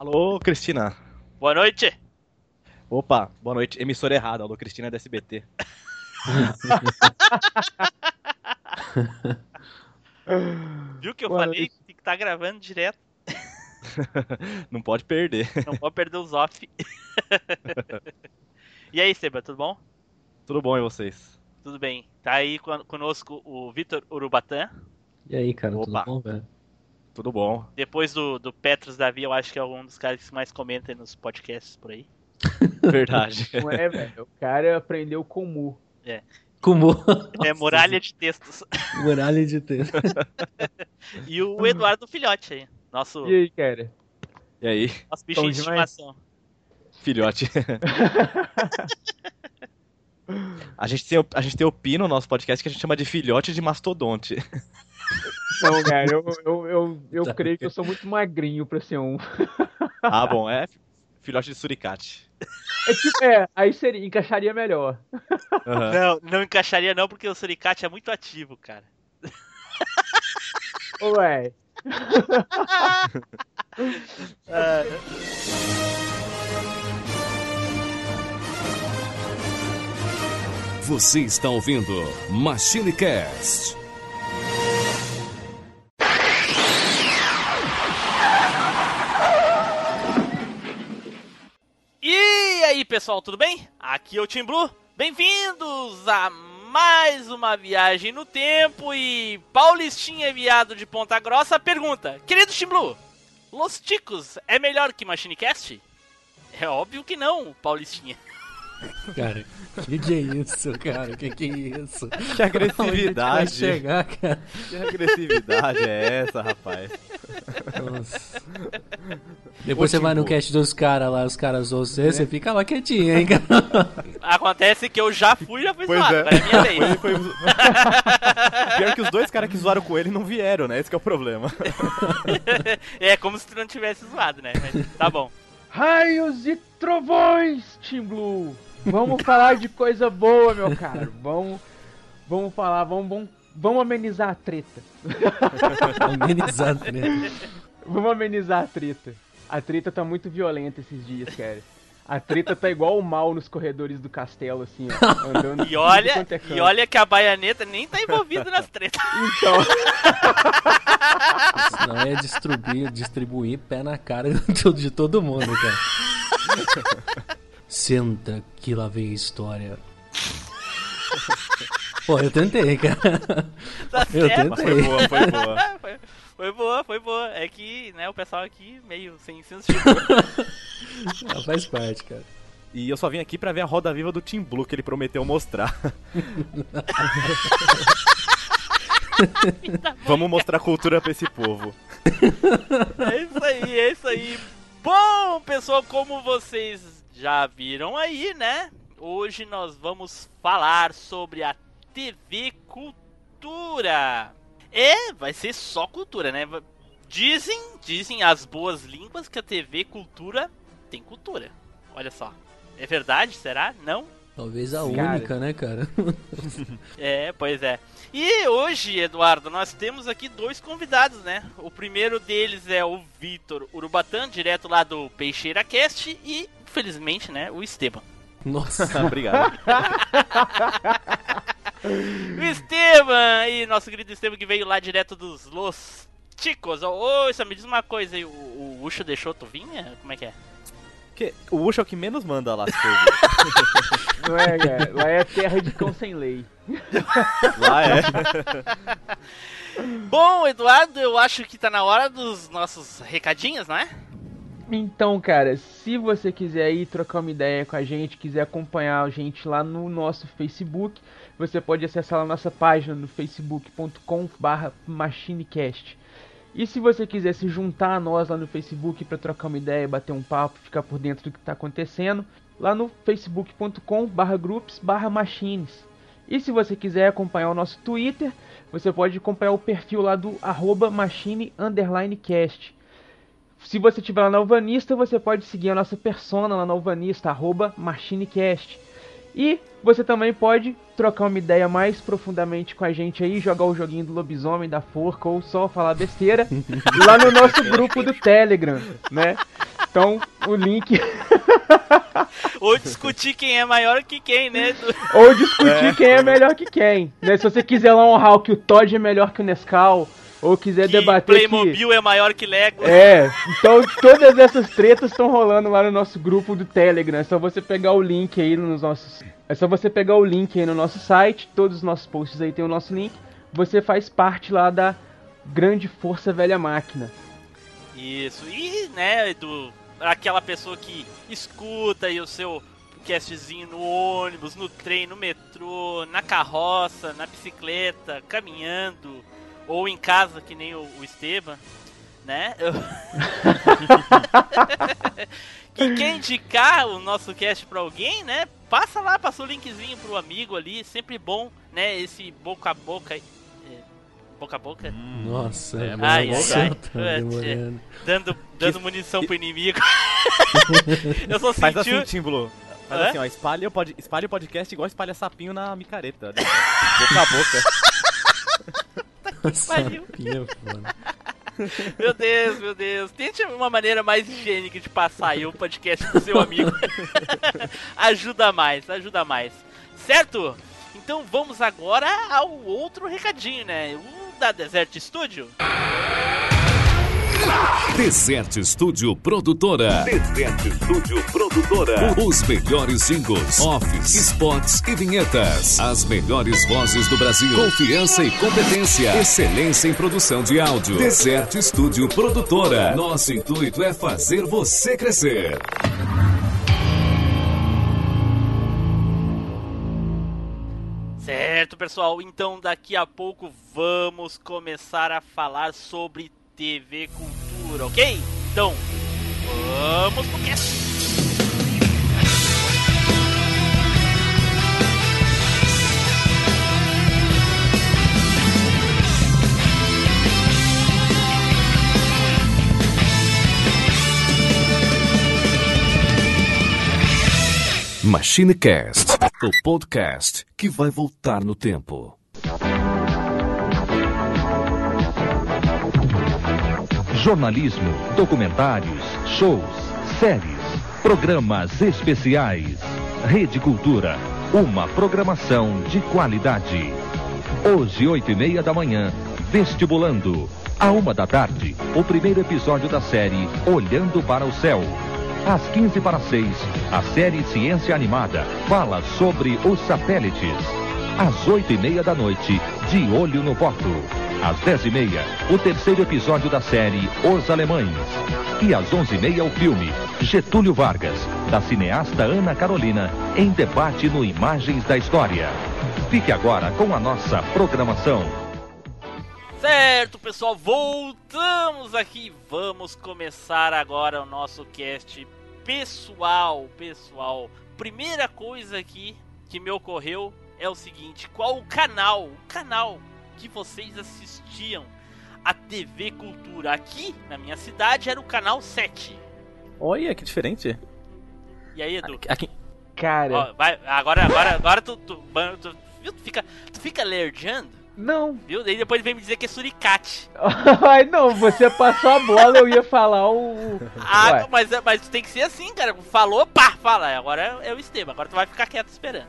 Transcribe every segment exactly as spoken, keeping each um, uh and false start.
Alô, Cristina. Boa noite. Opa, boa noite. Emissora errada. Alô, Cristina é da S B T. Viu que eu Boa falei? noite. Tem que estar gravando direto. Não pode perder. Não pode perder os off. E aí, Seba, tudo bom? Tudo bom e vocês? Tudo bem. Tá aí con- conosco o Vitor Urubatã. E aí, cara, Opa. tudo bom, velho? Tudo bom. Depois do, do Petros Davi, eu acho que é um dos caras que mais comenta aí nos podcasts por aí. Verdade. Não é, velho. O cara aprendeu com Mu. Como É muralha de textos. muralha de texto. E o Eduardo Filhote aí. Nosso, E aí, cara? E aí, nosso bichinho Bom de demais. estimação. filhote? A gente, tem, o- a gente tem o Pino no nosso podcast que a gente chama de filhote de mastodonte. Não, cara, eu, eu, eu, eu Tá. creio que eu sou muito magrinho pra ser um. Ah, bom, é filhote de suricate. É tipo, é, aí seria, encaixaria melhor. Aham. Não, não encaixaria não, porque o Suricate é muito ativo, cara. Ué. Ah, Você está ouvindo MachineCast. E aí, pessoal, tudo bem? Aqui é o Tim Blue. Bem-vindos a mais uma viagem no tempo e Paulistinha enviado de Ponta Grossa pergunta: querido Tim Blue, Los Ticos é melhor que MachineCast? É óbvio que não, Paulistinha. Cara, que que é isso, cara? Que que é isso? Que Onde é que vai agressividade. chegar, cara? Que agressividade é essa, rapaz? Nossa. Depois Ô, você vai no Timbu. cast dos caras lá, os caras zoam você, você fica lá quietinho, hein, cara? Acontece que eu já fui, já fui Pois zoado, é. agora é minha vez. Foi, foi... Pior que os dois caras que zoaram com ele não vieram, né? Esse que é o problema. É como se tu não tivesse zoado, né? Mas tá bom. Raios e trovões, Team Blue. Vamos falar de coisa boa, meu caro. Vamos, vamos falar, vamos, vamos, vamos amenizar a treta. Amenizado, né? Vamos amenizar a treta. A treta tá muito violenta esses dias, cara. A treta tá igual o mal nos corredores do castelo, assim, ó. Andando E olha, tudo quanto é canto. e olha que a baianeta nem tá envolvida nas tretas. Então, Senão é distribuir, distribuir pé na cara de de todo mundo, cara. Senta que lá vem a história. Pô, eu tentei, cara. Tá Eu certo. Mas foi boa, foi boa. foi, foi boa, foi boa. É que, né, o pessoal aqui meio sem senso de Ah, faz parte, cara. E eu só vim aqui pra ver a roda viva do Team Blue que ele prometeu mostrar. Vamos mostrar cultura pra esse povo. É isso aí, é isso aí. Bom, pessoal, como vocês já viram aí, né? Hoje nós vamos falar sobre a T V Cultura. É, vai ser só cultura, né? Dizem, dizem as boas línguas que a T V Cultura tem cultura. Olha só. É verdade? Será? Não? Talvez a Cara. única, né, cara? É, pois é. E hoje, Eduardo, nós temos aqui dois convidados, né? O primeiro deles é o Vitor Urubatã, direto lá do Peixeira Cast, e, infelizmente, né, o Esteban. Nossa. Obrigado. O Esteban, e nosso querido Esteban que veio lá direto dos Los Ticos. Ô, ô, só me diz uma coisa aí, o, o Ucho deixou tu vir? Como é que é? Que, o Ucho é o que menos manda lá, se for ver. não é, cara. Lá é terra de cão sem lei. Lá é. Bom, Eduardo, eu acho que tá na hora dos nossos recadinhos, não é? Então, cara, se você quiser ir trocar uma ideia com a gente, quiser acompanhar a gente lá no nosso Facebook, você pode acessar a nossa página no facebook ponto com barra machinecast. E se você quiser se juntar a nós lá no Facebook para trocar uma ideia, bater um papo, ficar por dentro do que está acontecendo, lá no facebook ponto com barra groups barra machines. E se você quiser acompanhar o nosso Twitter, você pode acompanhar o perfil lá do arroba machine underline cast. Se você estiver lá na Alvanista, você pode seguir a nossa persona lá na Alvanista, arroba machinecast. E você também pode trocar uma ideia mais profundamente com a gente aí, jogar o joguinho do lobisomem, da forca ou só falar besteira lá no nosso grupo do Telegram, né? Então, o link... Ou discutir quem é maior que quem, né? Ou discutir é. quem é melhor que quem. Né? Se você quiser lá honrar que o Todd é melhor que o Nescau, ou quiser que debater Playmobil que... é maior que Lego. É, então todas essas tretas estão rolando lá no nosso grupo do Telegram. É só você pegar o link aí nos nossos... É só você pegar o link aí no nosso site, todos os nossos posts aí tem o nosso link. Você faz parte lá da grande Força Velha Máquina. Isso, e né, do, aquela pessoa que escuta aí o seu castzinho no ônibus, no trem, no metrô, na carroça, na bicicleta, caminhando, ou em casa, que nem o, o Esteban, né? Eu... que quer indicar o nosso cast pra alguém, né? Passa lá, passa o linkzinho pro amigo ali, sempre bom, né? Esse boca a boca aí. Boca a boca? Hum, Nossa, é, ai, ai, ai. Tá dando, dando munição pro inimigo. Eu só senti... Faz assim, Tímbolo. Faz Hã? assim, ó, espalha o, pod... espalha o podcast igual espalha sapinho na micareta. Né? Boca a boca. Tá que pariu. Meu Deus, meu Deus. Tente uma maneira mais higiênica de passar aí o podcast pro seu amigo. Ajuda mais, ajuda mais. Certo? Então vamos agora ao outro recadinho, né? O da Desert Studio. Desert Studio Produtora. Desert Studio Produtora. Os melhores jingles, offs, spots e vinhetas. As melhores vozes do Brasil. Confiança e competência. Excelência em produção de áudio. Desert Studio Produtora. Nosso intuito é fazer você crescer. Certo, pessoal. Então daqui a pouco vamos começar a falar sobre T V Cultura, ok? Então, vamos pro cast! MachineCast, o podcast que vai voltar no tempo. Jornalismo, documentários, shows, séries, programas especiais. Rede Cultura, uma programação de qualidade. Hoje, oito e meia da manhã, Vestibulando. À uma da tarde, o primeiro episódio da série Olhando para o Céu. Às quinze para seis, a série Ciência Animada fala sobre os satélites. Às oito e meia da noite, De Olho no Voto. Às dez e meia, o terceiro episódio da série Os Alemães. E às onze e meia, o filme Getúlio Vargas, da cineasta Ana Carolina, em debate no Imagens da História. Fique agora com a nossa programação. Certo, pessoal, voltamos aqui. Vamos começar agora o nosso cast pessoal, pessoal. Primeira coisa aqui que me ocorreu é o seguinte: qual o canal, o canal que vocês assistiam a T V Cultura? Aqui na minha cidade era o canal sete. Olha, que diferente. E aí, Edu? Aqui... Cara... Ó, vai, agora, agora, agora tu, tu, tu, tu, tu fica, tu fica lerdeando? Não. Viu? Daí depois vem me dizer que é suricate. Ai, não, você passou a bola, eu ia falar o... Ah, mas, mas tem que ser assim, cara. Falou, pá, fala. Agora é, é o Esteban, agora tu vai ficar quieto esperando.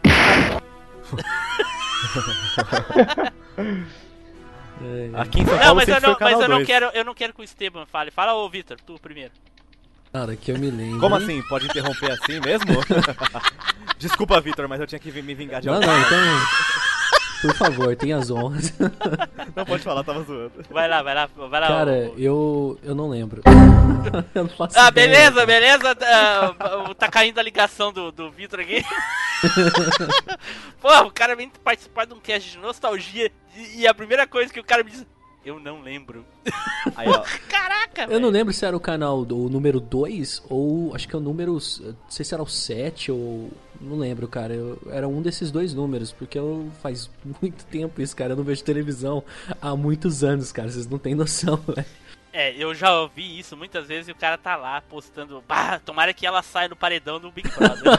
Aqui em São Paulo não, mas eu não, foi mas eu não dois. quero, eu não quero que o Esteban fale. Fala, ô Vitor, tu primeiro. Cara, que eu me lembro. Como assim? Pode interromper assim mesmo? Desculpa, Vitor, mas eu tinha que me vingar de Não, alguém. não, então... Por favor, tenha as honras. Não pode falar, tava zoando. Vai lá, vai lá, vai lá. Cara, ô... eu eu não lembro. Eu não faço ah, ideia. beleza, beleza. Uh, tá caindo a ligação do, do Vitor aqui. Pô, o cara vem participar de um cast de nostalgia e, e a primeira coisa que o cara me diz... Eu não lembro. Aí, ó. Caraca, Eu véio. não lembro se era o canal do o número dois ou acho que é o número, não sei se era o sete ou não lembro, cara. Eu, era um desses dois números, porque eu faz muito tempo isso, cara. Eu não vejo televisão há muitos anos, cara. Vocês não têm noção, velho. É, eu já ouvi isso muitas vezes e o cara tá lá postando, bah, tomara que ela saia no paredão do Big Brother.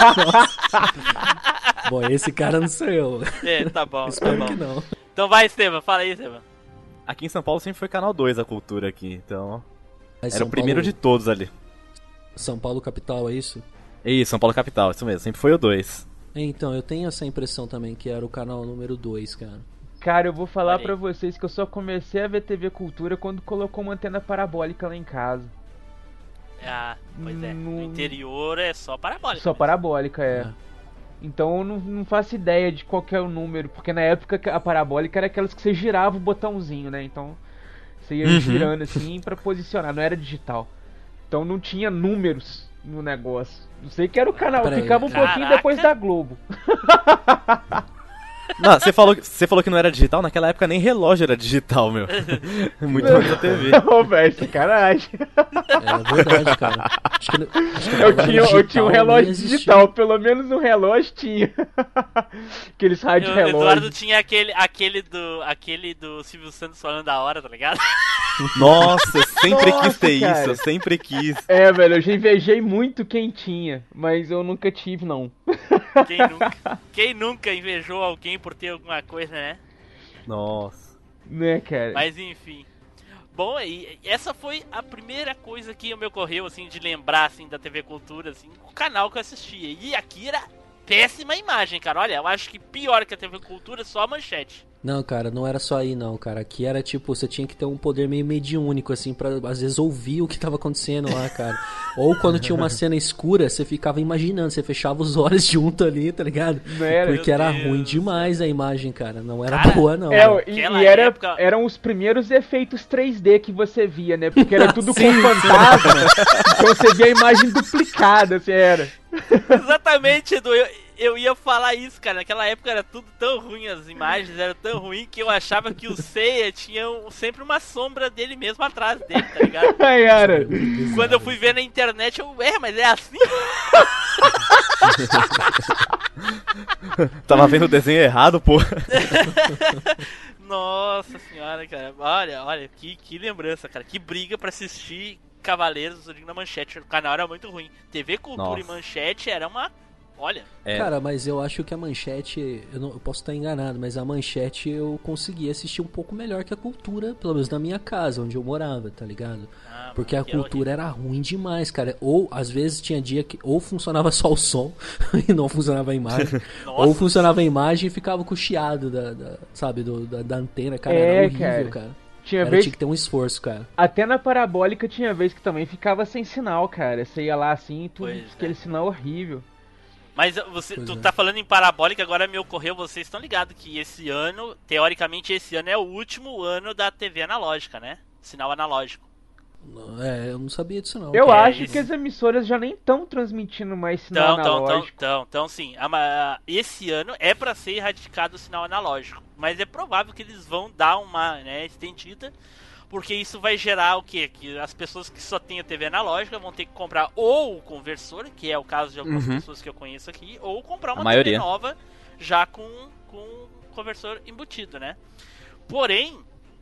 Bom, esse cara não sou eu. É, tá bom, Espero tá bom. que não. Então vai, Esteban, fala aí, Esteban. Aqui em São Paulo sempre foi canal dois a cultura aqui, então... Mas Era São o primeiro Paulo... de todos ali. São Paulo capital, é isso? Isso, São Paulo capital, isso mesmo, sempre foi o dois. Então, eu tenho essa impressão também, que era o canal número dois, cara. Cara, eu vou falar Olha aí. pra vocês que eu só comecei a ver T V Cultura quando colocou uma antena parabólica lá em casa. Ah, pois é. No- No interior é só parabólica. Só mesmo. parabólica, é. É. Então eu não, não faço ideia de qual que é o número, porque na época a parabólica era aquelas que você girava o botãozinho, né? Então você ia Uhum. girando assim pra posicionar, não era digital. Então não tinha números no negócio. Não sei que era o canal, Peraí. ficava um pouquinho Caraca. depois da Globo. Não, você falou, você falou que não era digital, naquela época nem relógio era digital, meu. Muito antes da T V. Ô, velho, sacanagem. É verdade, cara. Acho que, acho que a Eu palavra tinha, eu tinha um digital relógio nem existia. digital, pelo menos um relógio tinha. Aqueles rádio O Eduardo relógios. tinha aquele, aquele, do, aquele do Silvio Santos falando da hora, tá ligado? Nossa, eu sempre Nossa, quis ter cara. isso, eu sempre quis. É, velho, eu já invejei muito quem tinha, mas eu nunca tive, não. Quem nunca, quem nunca invejou alguém por ter alguma coisa, né? Nossa. Né, cara? Mas enfim. Bom, e essa foi a primeira coisa que me ocorreu, assim, de lembrar, assim, da T V Cultura, assim, o canal que eu assistia. E aqui era péssima imagem, cara. Olha, eu acho que pior que a T V Cultura, só a Manchete. Não, cara, não era só aí não, cara. Aqui era tipo, você tinha que ter um poder meio mediúnico, assim, pra às vezes ouvir o que tava acontecendo lá, cara. Ou quando tinha uma cena escura, você ficava imaginando, você fechava os olhos junto ali, tá ligado? Não era? Porque era Deus. ruim demais a imagem, cara. Não era Cara, boa, não. É, né? e, Aquela e era, época- eram os primeiros efeitos três D que você via, né? Porque era tudo com fantasma. Então você via a imagem duplicada, assim, era. Exatamente, Edu. Eu, eu ia falar isso, cara. Naquela época era tudo tão ruim, as imagens eram tão ruim que eu achava que o Seiya tinha um- sempre uma sombra dele mesmo atrás dele, tá ligado? Aí era. Quando eu fui ver na internet, eu, é, mas é assim? Tava vendo o desenho errado, pô. Nossa senhora, cara. Olha, olha, que, que lembrança, cara. Que briga pra assistir Cavaleiros do Zodíaco na Manchete. O canal era muito ruim. T V Cultura Nossa. e Manchete era uma... Olha, É. Cara, mas eu acho que a Manchete, eu, não, eu posso estar enganado, mas a Manchete eu consegui assistir um pouco melhor que a Cultura, pelo menos na minha casa, onde eu morava, tá ligado? ah, Porque a que era Cultura era ruim demais, cara. Ou, às vezes, tinha dia que ou funcionava só o som e não funcionava a imagem. Nossa. Ou funcionava a imagem e ficava com o chiado da, da- sabe, do, da, da antena, cara. É, era horrível, cara. cara. Tinha Era, vez, tinha que ter um esforço, cara. até na parabólica tinha vez que também ficava sem sinal, cara. Você ia lá assim e tudo, Pois aquele é. sinal horrível. Mas você, Pois tu é. tá falando em parabólica, agora me ocorreu, vocês estão ligados que esse ano, teoricamente esse ano é o último ano da T V analógica, né? Sinal analógico. É, eu não sabia disso, não. Eu é acho isso. que as emissoras já nem estão transmitindo mais sinal Então, então, então, analógico. então, então sim, a ma- esse ano é pra ser erradicado o sinal analógico, mas é provável que eles vão dar uma, né, estendida, porque isso vai gerar o quê? Que as pessoas que só têm a T V analógica vão ter que comprar ou o conversor, que é o caso de algumas Uhum. pessoas que eu conheço aqui, ou comprar uma A maioria. T V nova já com, com conversor embutido, né? Porém,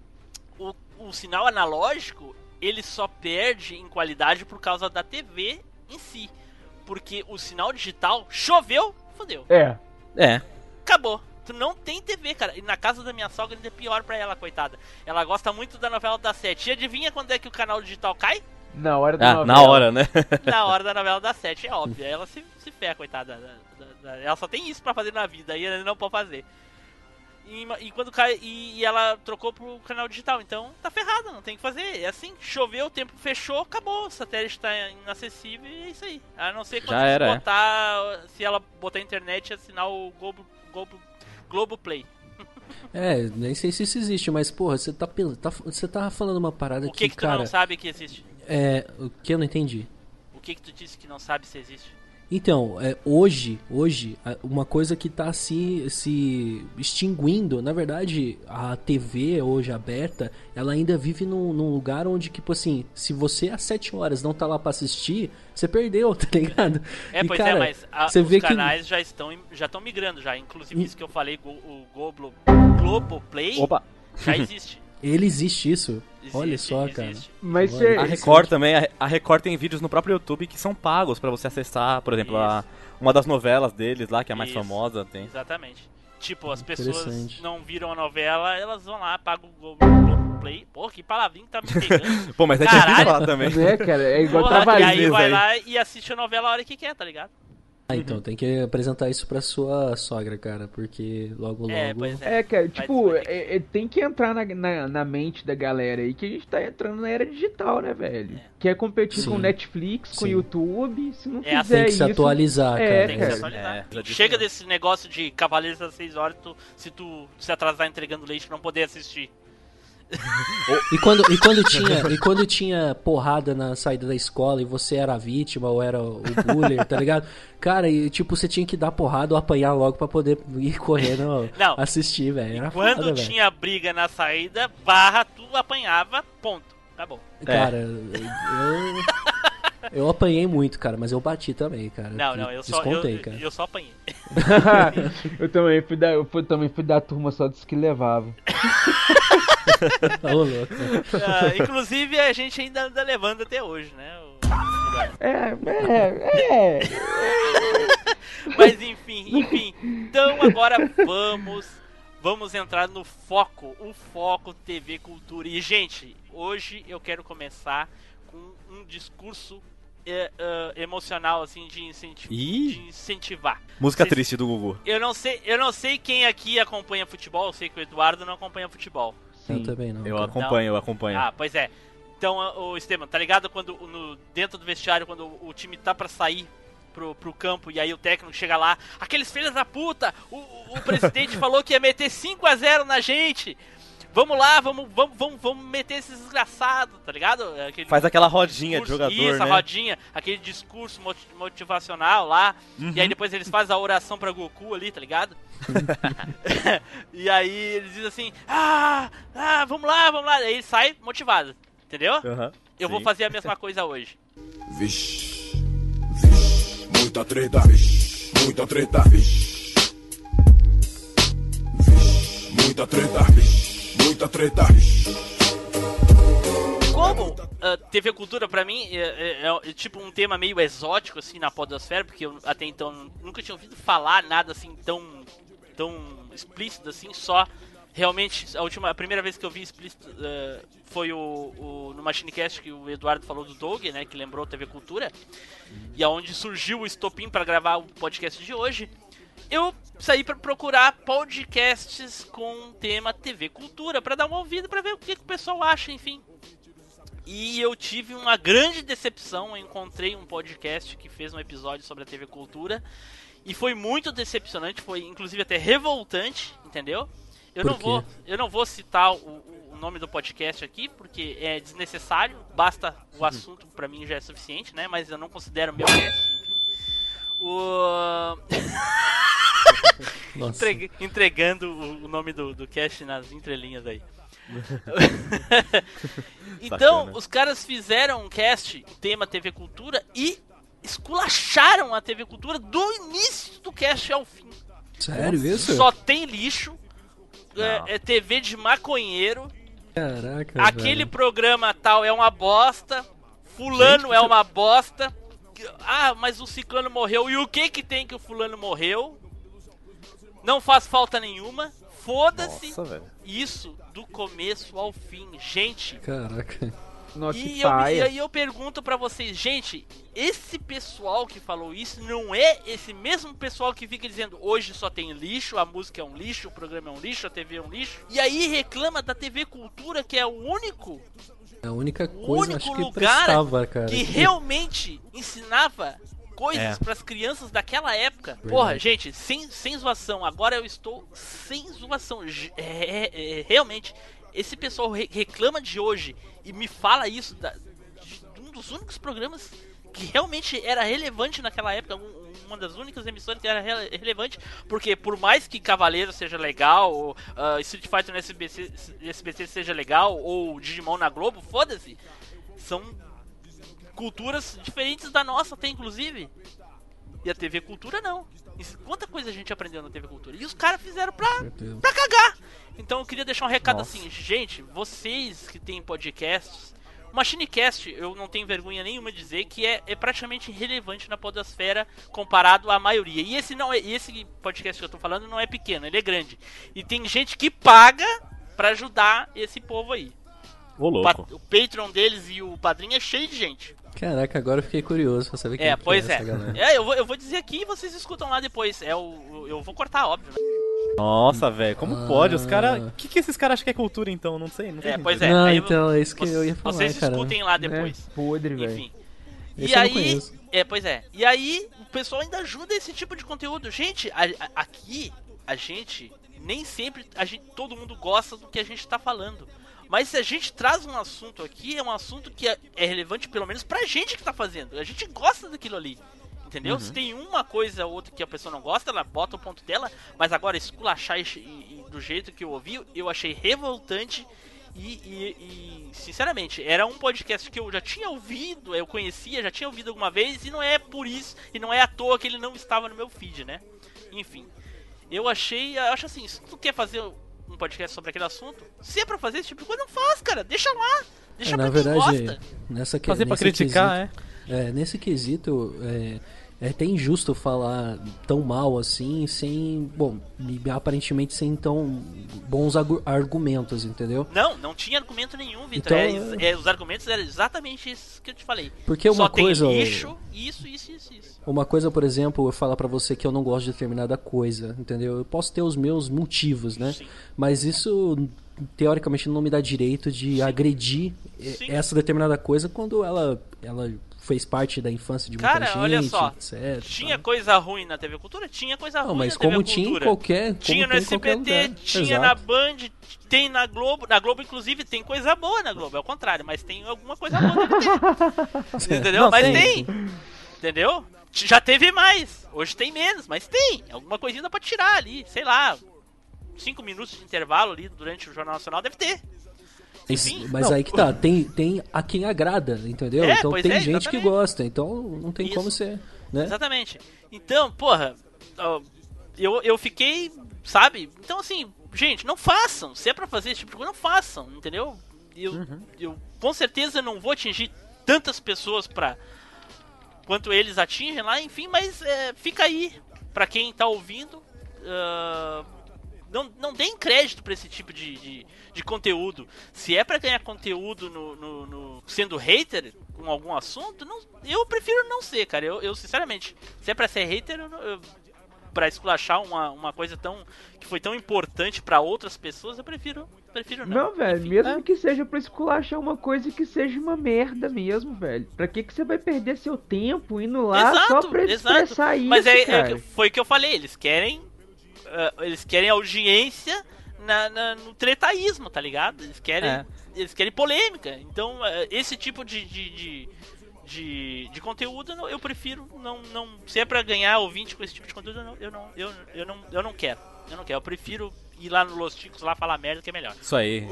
o, o sinal analógico, ele só perde em qualidade por causa da T V em si. Porque o sinal digital, choveu, fodeu. É. É. Acabou. Tu não tem T V, cara. E na casa da minha sogra ainda é pior pra ela, coitada. Ela gosta muito da novela das sete. E adivinha quando é que o canal digital cai? Na hora da Ah, novela. na hora, né? Na hora da novela das sete, é óbvio. Aí ela se, se ferra, coitada. Da- da- da- Ela só tem isso pra fazer na vida, aí ela não pode fazer. E, e quando cai. E, e ela trocou pro canal digital, então tá ferrada, não tem o que fazer. É assim, choveu, o tempo fechou, acabou. O satélite tá inacessível e é isso aí. A não ser quando Já se era, é. botar. Se ela botar a internet e assinar o Globo, Globo, Globo Play. É, nem sei se isso existe, mas, porra, você tá, pen- tá, você tá falando uma parada O que que tu cara... não sabe que existe? É, o que eu não entendi. O que que tu disse que não sabe se existe? Então, é, hoje, hoje, a- uma coisa que tá se, se extinguindo, na verdade, a T V hoje aberta, ela ainda vive num, num lugar onde, tipo assim, se você às sete horas não tá lá pra assistir, você perdeu, tá ligado? É, E, pois cara, é, mas a, você os vê que- canais já estão já estão migrando já. Inclusive isso que eu falei, go- o Globo, Globo Play Opa. já existe. Ele existe isso. Existe, Olha só, cara. existe. Mas Olha, cê, A Record também, a- a Record tem vídeos no próprio YouTube que são pagos pra você acessar, por exemplo, a, uma das novelas deles lá, que é a mais Isso. famosa, tem. Exatamente. Tipo, as pessoas Interessante. não viram a novela, elas vão lá, pagam o Globo, Globo, Globoplay. Pô, que palavrinha que tá me pegando. Pô, mas é Caralho. difícil falar também. É, cara, é igual Porra, e trabalho. aí vai aí. lá e assiste a novela a hora que quer, tá ligado? Ah, então tem que apresentar isso pra sua sogra, cara, porque logo logo... É, pois é. É, cara, Vai- tipo, vai ter que- é- é- tem que entrar na, na, na mente da galera aí que a gente tá entrando na era digital, né, velho? Quer competir Sim. com Netflix, com Sim. YouTube, se não É, fizer Tem que se isso... atualizar, é, cara. Tem que se cara. atualizar. É, já disse Chega mesmo. desse negócio de Cavaleiros às seis horas, tu, se tu se atrasar entregando leite, não poder assistir. E quando, e, quando tinha, e quando tinha porrada na saída da escola e você era a vítima ou era o bully, tá ligado? Cara, e tipo, você tinha que dar porrada ou apanhar logo pra poder ir correndo Não. assistir, velho. Era Quando foda, velho. tinha briga na saída, barra, tu apanhava, ponto. Acabou. Cara, eu... Eu apanhei muito, cara, mas eu bati também, cara. Não, não, eu só, Descontei, eu, cara. eu só apanhei. eu também fui da, eu fui, também fui da turma só dos que levava. Ô, louco. Ah, inclusive, a gente ainda anda levando até hoje, né? o- É, é, é. Mas enfim, enfim. Então agora vamos, vamos entrar no foco, o foco T V Cultura. E gente, hoje eu quero começar com um discurso é, é, emocional assim de, incenti- Ih. de incentivar. Música Vocês- triste do Gugu. Eu não sei, eu não sei quem aqui acompanha futebol. Eu sei que o Eduardo não acompanha futebol. Eu também não. Eu cara. acompanho, eu acompanho. Ah, pois é. Então, o Esteban, tá ligado quando no, dentro do vestiário, quando o time tá pra sair pro, pro campo e aí o técnico chega lá, aqueles filhos da puta, o, o, o presidente falou que ia meter cinco a zero na gente. Vamos lá, vamos, vamos, vamos, vamos meter esses desgraçados, tá ligado? Aquele Faz aquela rodinha de discurso- jogador, Isso, a né? rodinha, aquele discurso moti- motivacional lá. Uhum. E aí depois eles fazem a oração pra Goku ali, tá ligado? E aí eles dizem assim, ah, ah, vamos lá, vamos lá. E aí ele sai motivado, entendeu? Aham, Eu vou sim. fazer a mesma coisa hoje. Vixe, vixe, muita treta, vixe, muita treta, vixe, vixe, muita treta, vixe, muita treta, vixe. Como ah, T V Cultura pra mim é, é- é, é tipo um tema meio exótico assim na podosfera, porque eu até então nunca tinha ouvido falar nada assim tão, tão explícito assim, só realmente a última, a primeira vez que eu vi explícito ah, foi o, o no Machinecast que o Eduardo falou do Doug, né, que lembrou T V Cultura, e aonde surgiu o estopim pra gravar o podcast de hoje. Eu saí pra procurar podcasts com tema T V Cultura pra dar uma ouvida, pra ver o que, que o pessoal acha, enfim. E eu tive uma grande decepção. Eu encontrei um podcast que fez um episódio sobre a T V Cultura e foi muito decepcionante, foi inclusive até revoltante, entendeu? Eu Por não quê? vou, eu não vou citar o, o nome do podcast aqui porque é desnecessário. Basta o assunto pra mim já é suficiente, né? Mas eu não considero meu cast, enfim. O Nossa. Entregue- entregando o, o nome do, do cast nas entrelinhas aí. Então, Sacana. os caras fizeram um cast, tema T V Cultura, e esculacharam a T V Cultura do início do cast ao fim. Sério isso? Só tem lixo, Não. é, é T V de maconheiro, Caraca, aquele velho. programa tal é uma bosta, fulano Gente, é uma bosta, ah, mas o ciclano morreu, e o que que tem que o fulano morreu? Não faz falta nenhuma, foda-se. Nossa, velho. Isso do começo ao fim, gente. Caraca. Nossa, E, que eu, e paia. aí eu pergunto pra vocês, gente, esse pessoal que falou isso não é esse mesmo pessoal que fica dizendo hoje só tem lixo, a música é um lixo, o programa é um lixo, a T V é um lixo, e aí reclama da T V Cultura, que é o único, É a única o coisa único acho que lugar prestava, cara. que realmente ensinava coisas É. pras crianças daquela época. Verdade. Porra, gente, sem, sem zoação, agora eu estou sem zoação. J- É, é- é, realmente, esse pessoal re- reclama de hoje e me fala isso da, de um dos únicos programas que realmente era relevante naquela época, um- uma das únicas emissoras que era rele- relevante, porque por mais que Cavaleiro seja legal, ou ah, Street Fighter no S B C, S B C seja legal, ou Digimon na Globo, foda-se, são culturas diferentes da nossa, até inclusive. E a T V Cultura não. Isso- quanta coisa a gente aprendeu na T V Cultura. E os caras fizeram pra, Meu Deus. pra cagar. Então eu queria deixar um recado Nossa. assim, gente, vocês que têm podcasts, o Machinecast, eu não tenho vergonha nenhuma de dizer que é, é praticamente irrelevante na podosfera comparado à maioria. E esse não é, e esse podcast que eu tô falando não é pequeno, ele é grande. E tem gente que paga pra ajudar esse povo aí. Ô, louco. O Patreon deles e o Padrinho é cheio de gente. Caraca, agora eu fiquei curioso pra saber quem É, que pois é é. essa galera. É, eu vou, eu vou dizer aqui e vocês escutam lá depois. É o, eu vou cortar, óbvio. Né? Nossa, velho, como Ah. pode? Os caras... O que, que esses caras acham que é cultura, então? Não sei, não sei. É, pois é. Não, aí então, é isso que vocês, eu ia falar, Vocês cara. escutem lá depois. É podre, velho. Enfim. Esse E eu não aí, conheço. é, pois é. E aí, o pessoal ainda ajuda esse tipo de conteúdo. Gente, a- a- aqui, a gente, nem sempre, a gente, todo mundo gosta do que a gente tá falando. Mas se a gente traz um assunto aqui, é um assunto que é, é relevante, pelo menos pra gente que tá fazendo. A gente gosta daquilo ali. Entendeu? Uhum. Se tem uma coisa ou outra que a pessoa não gosta, ela bota o ponto dela. Mas agora, esculachar e, e, e do jeito que eu ouvi, eu achei revoltante. E, e, e, sinceramente, era um podcast que eu já tinha ouvido, eu conhecia, já tinha ouvido alguma vez, e não é por isso, e não é à toa que ele não estava no meu feed, né? Enfim, eu achei, eu acho assim, se tu quer fazer um podcast sobre aquele assunto, se é pra fazer esse tipo de coisa, não faz, cara, deixa lá, deixa É, pra na quem verdade, gosta. nessa que, Fazer pra nesse criticar, quesito, é. Nesse quesito, é, é até injusto falar tão mal assim, sem, bom, aparentemente sem tão bons agu- argumentos, entendeu? Não, não tinha argumento nenhum, Vitor. Então, é, ex- é, os argumentos eram exatamente isso que eu te falei. Porque uma Só coisa- tem lixo, isso, isso, isso, isso. Uma coisa, por exemplo, eu falar pra você que eu não gosto de determinada coisa, entendeu? Eu posso ter os meus motivos, né? Sim. Mas isso, teoricamente, não me dá direito de agredir e- Sim. essa determinada coisa quando ela, ela fez parte da infância de muita Cara, gente, olha só, etcétera. tinha coisa ruim na T V Cultura? Tinha coisa Não, ruim mas na T V como tinha em Cultura. qualquer, como Tinha no tem em qualquer S B T, lugar. tinha Exato. na Band, tem na Globo. Na Globo, inclusive, tem coisa boa na Globo, é o contrário, mas tem alguma coisa boa na T V. Entendeu? Não, mas sim. tem. Entendeu? Já teve mais. Hoje tem menos, mas tem. Alguma coisinha dá pra tirar ali, sei lá. Cinco minutos de intervalo ali durante o Jornal Nacional deve ter. Esse- Enfim, mas não. aí que tá, tem, tem a quem agrada, entendeu? É, então pois tem é, gente que exatamente. gosta, então não tem Isso. como ser, né? Exatamente. Então, porra, ó, eu, eu fiquei, sabe? Então, assim, gente, não façam. Se é pra fazer esse tipo de coisa, não façam, entendeu? Eu, Uhum. eu com certeza não vou atingir tantas pessoas pra quanto eles atingem lá, enfim, mas é, fica aí pra quem tá ouvindo. ah, não, não deem crédito pra esse tipo de, de, de conteúdo. Se é pra ganhar conteúdo no, no, no- sendo hater com algum assunto, não, eu prefiro não ser, cara. Eu, eu sinceramente, se é pra ser hater, eu, não- eu, pra esculachar uma, uma coisa tão que foi tão importante pra outras pessoas, eu prefiro, prefiro não. Não, velho, Enfim, mesmo é. que seja pra esculachar uma coisa que seja uma merda mesmo, velho. Pra que que você vai perder seu tempo indo lá só Exato, pra exato. expressar isso, Mas é, é cara? que- foi o que eu falei, eles querem ah, eles querem audiência na, na- no tretaísmo, tá ligado? Eles querem, É. eles querem polêmica. Então, ah, esse tipo de, de, de, de, de conteúdo eu, eu prefiro não, não. Se é pra ganhar ouvinte com esse tipo de conteúdo, eu não, eu não, eu, eu não, eu não quero. Eu não quero. Eu prefiro ir lá no Los Ticos lá falar merda que é melhor. Isso aí.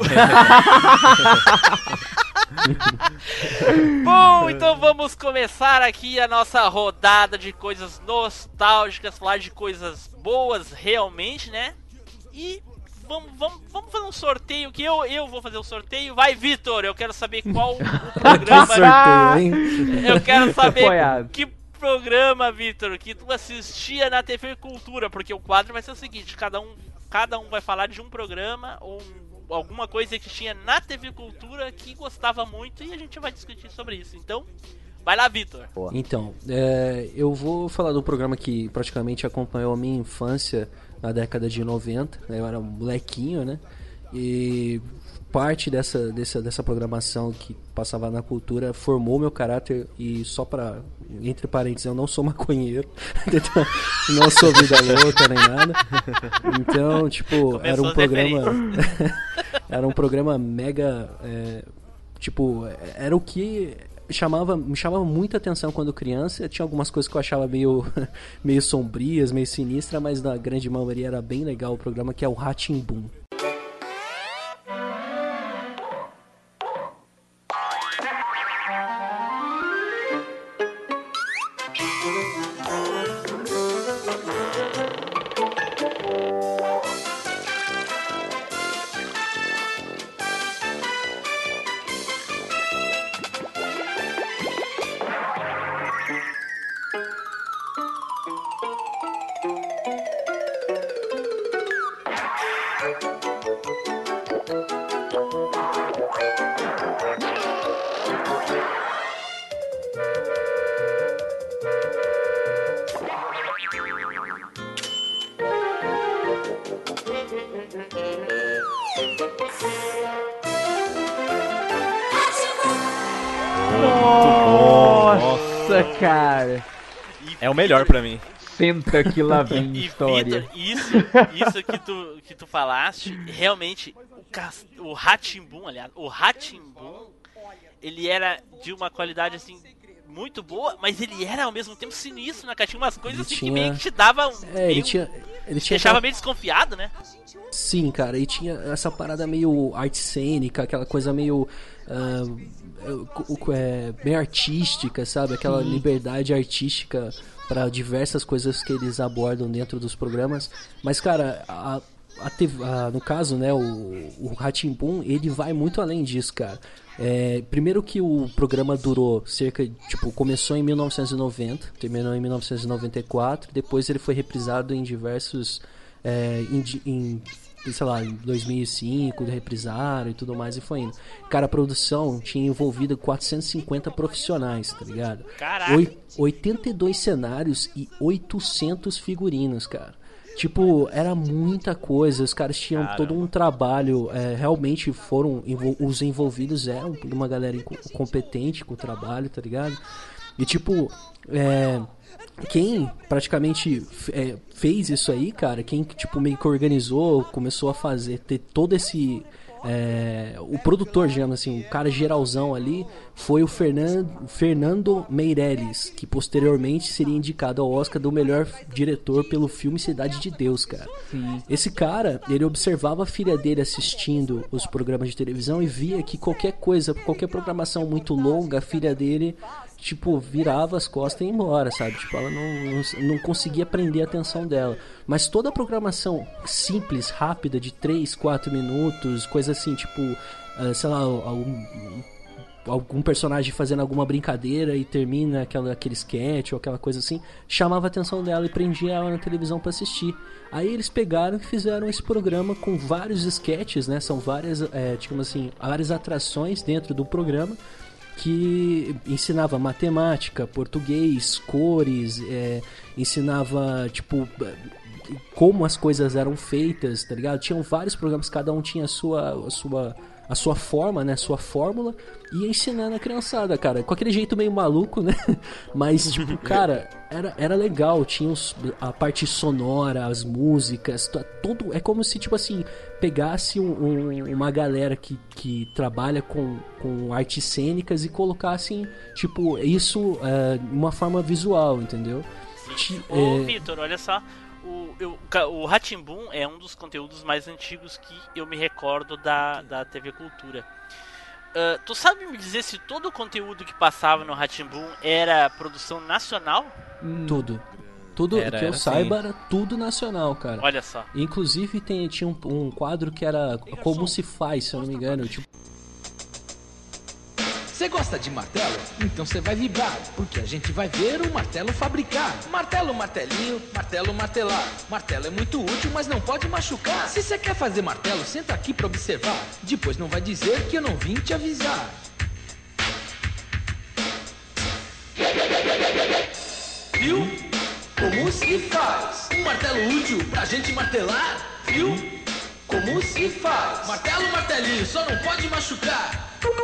Bom, então vamos começar aqui a nossa rodada de coisas nostálgicas, falar de coisas boas realmente, né? E vamos, vamos, vamos fazer um sorteio que eu, eu vou fazer o sorteio. Vai, Vitor, eu quero saber qual o Que programa. sorteio, hein? Eu quero saber Apoiado. que programa, Vitor, que tu assistia na T V Cultura, porque o quadro vai ser o seguinte, cada um, cada um vai falar de um programa ou um alguma coisa que tinha na T V Cultura que gostava muito e a gente vai discutir sobre isso. Então, vai lá, Vitor. Então, é, eu vou falar de um programa que praticamente acompanhou a minha infância na década de noventa. Eu era um molequinho, né? E parte dessa, dessa, dessa programação que passava na cultura formou meu caráter. E só pra, entre parênteses, eu não sou maconheiro, então, não sou vida louca nem nada. Então, tipo, Começou era um as programa era um programa mega é, tipo, era o que chamava, me chamava muita atenção quando criança. Tinha algumas coisas que eu achava meio, meio sombrias, meio sinistra, mas na grande maioria era bem legal o programa, que é o Rá-Tim-Bum. Nossa, cara. E É o melhor pra mim. Senta que lá vem E história. Vitor, isso, isso que tu, que tu falaste, realmente, o, Cas- o Rá-Tim-Bum, aliás, o Rá-Tim-Bum, ele era de uma qualidade, assim, muito boa, mas ele era ao mesmo tempo sinistro, né, cara? Tinha umas coisas Ele assim tinha- que meio que te dava um... É, ele meio- tinha. Ele tinha deixava aquela- meio desconfiado, né? Sim, cara, e tinha essa parada meio arte cênica, aquela coisa meio. ah, é, é, meio artística, sabe? Aquela liberdade artística para diversas coisas que eles abordam dentro dos programas. Mas, cara, a, a T V, a- no caso, né, o, o Rá-Tim-Bum, ele vai muito além disso, cara. É, primeiro que o programa durou cerca de, tipo, começou em mil novecentos e noventa, terminou em mil novecentos e noventa e quatro, depois ele foi reprisado em diversos, é, em, di- em, sei lá, em dois mil e cinco, reprisaram e tudo mais e foi indo. Cara, a produção tinha envolvido quatrocentos e cinquenta profissionais, tá ligado? Caraca. Oi- oitenta e dois cenários e oitocentos figurinos, cara. Tipo, era muita coisa, os caras tinham Caramba. todo um trabalho, é, realmente foram, envol- os envolvidos eram uma galera inco- competente com o trabalho, tá ligado? E tipo, é, quem praticamente f- é, fez isso aí, cara, quem tipo meio que organizou, começou a fazer, ter todo esse... é, o produtor, digamos assim, o cara geralzão ali, foi o Fernando, Fernando Meirelles, que posteriormente seria indicado ao Oscar do melhor diretor pelo filme Cidade de Deus, cara. Esse cara, ele observava a filha dele assistindo os programas de televisão e via que qualquer coisa, qualquer programação muito longa, a filha dele, tipo, virava as costas e ia embora, sabe? Tipo, ela não, não, não conseguia prender a atenção dela. Mas toda a programação simples, rápida, de três, quatro minutos, coisa assim, tipo, ah, sei lá, algum, algum personagem fazendo alguma brincadeira e termina aquela, aquele sketch ou aquela coisa assim, chamava a atenção dela e prendia ela na televisão pra assistir. Aí eles pegaram e fizeram esse programa com vários sketches, né? São várias, é, digamos assim, várias atrações dentro do programa, que ensinava matemática, português, cores, é, ensinava, tipo, como as coisas eram feitas, tá ligado? Tinham vários programas, cada um tinha a sua, a sua, a sua forma, né? A sua fórmula, e ia ensinando a criançada, cara. Com aquele jeito meio maluco, né? Mas, tipo, cara, era, era legal. Tinha os, a parte sonora, as músicas, tudo. É como se, tipo assim, pegasse um, um, uma galera que, que trabalha com, com artes cênicas e colocassem, tipo, isso é, de uma forma visual, entendeu? Ti- Ô, é, Vitor, olha só. O, eu, ca- o Rá-Tim-Bum é um dos conteúdos mais antigos que eu me recordo da, da T V Cultura. Ah, tu sabe me dizer se todo o conteúdo que passava no Rá-Tim-Bum era produção nacional? Tudo. Tudo Era, que eu era saiba sim. era tudo nacional, cara. Olha só. Inclusive tem, tinha um, um quadro que era Como Se Faz, se eu não me engano. Tipo, Você gosta de martelo? Então você vai vibrar, porque a gente vai ver o martelo fabricar. Martelo, martelinho, martelo, martelar. Martelo é muito útil, mas não pode machucar. Se você quer fazer martelo, senta aqui pra observar. Depois não vai dizer que eu não vim te avisar. Viu? Como se faz? Um martelo útil pra gente martelar. Viu? Como se faz? Martelo, martelinho, só não pode machucar.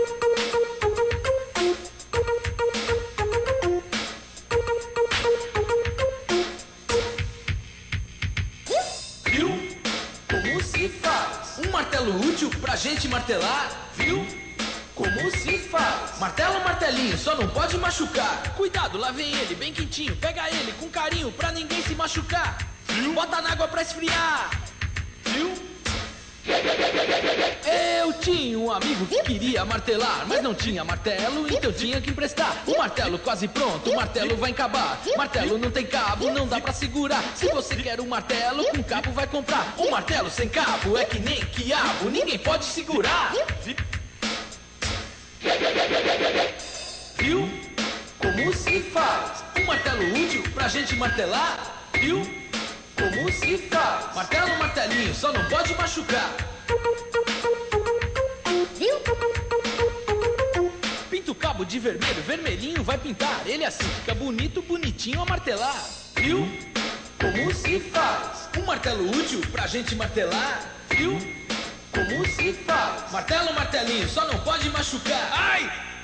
Viu? Como se faz? Um martelo útil pra gente martelar. Viu? Como se faz? Martelo, martelinho, só não pode machucar. Cuidado, lá vem ele, bem quentinho. Pega ele com carinho pra ninguém se machucar. Viu? Bota na água pra esfriar. Viu? Eu tinha um amigo que queria martelar, mas não tinha martelo, então tinha que emprestar. O martelo quase pronto, o martelo vai encabar. Martelo não tem cabo, não dá pra segurar. Se você quer um martelo, com cabo vai comprar. Um martelo sem cabo é que nem quiabo, ninguém pode segurar. Viu? Como se faz? Um martelo útil pra gente martelar. Viu? Como se faz? Martelo, martelinho, só não pode machucar. Viu? Pinta o cabo de vermelho, vermelhinho vai pintar. Ele assim fica bonito, bonitinho a martelar. Viu? Como se faz? Um martelo útil pra gente martelar. Viu? Como se faz? Martelo, martelinho, só não pode machucar. Ai!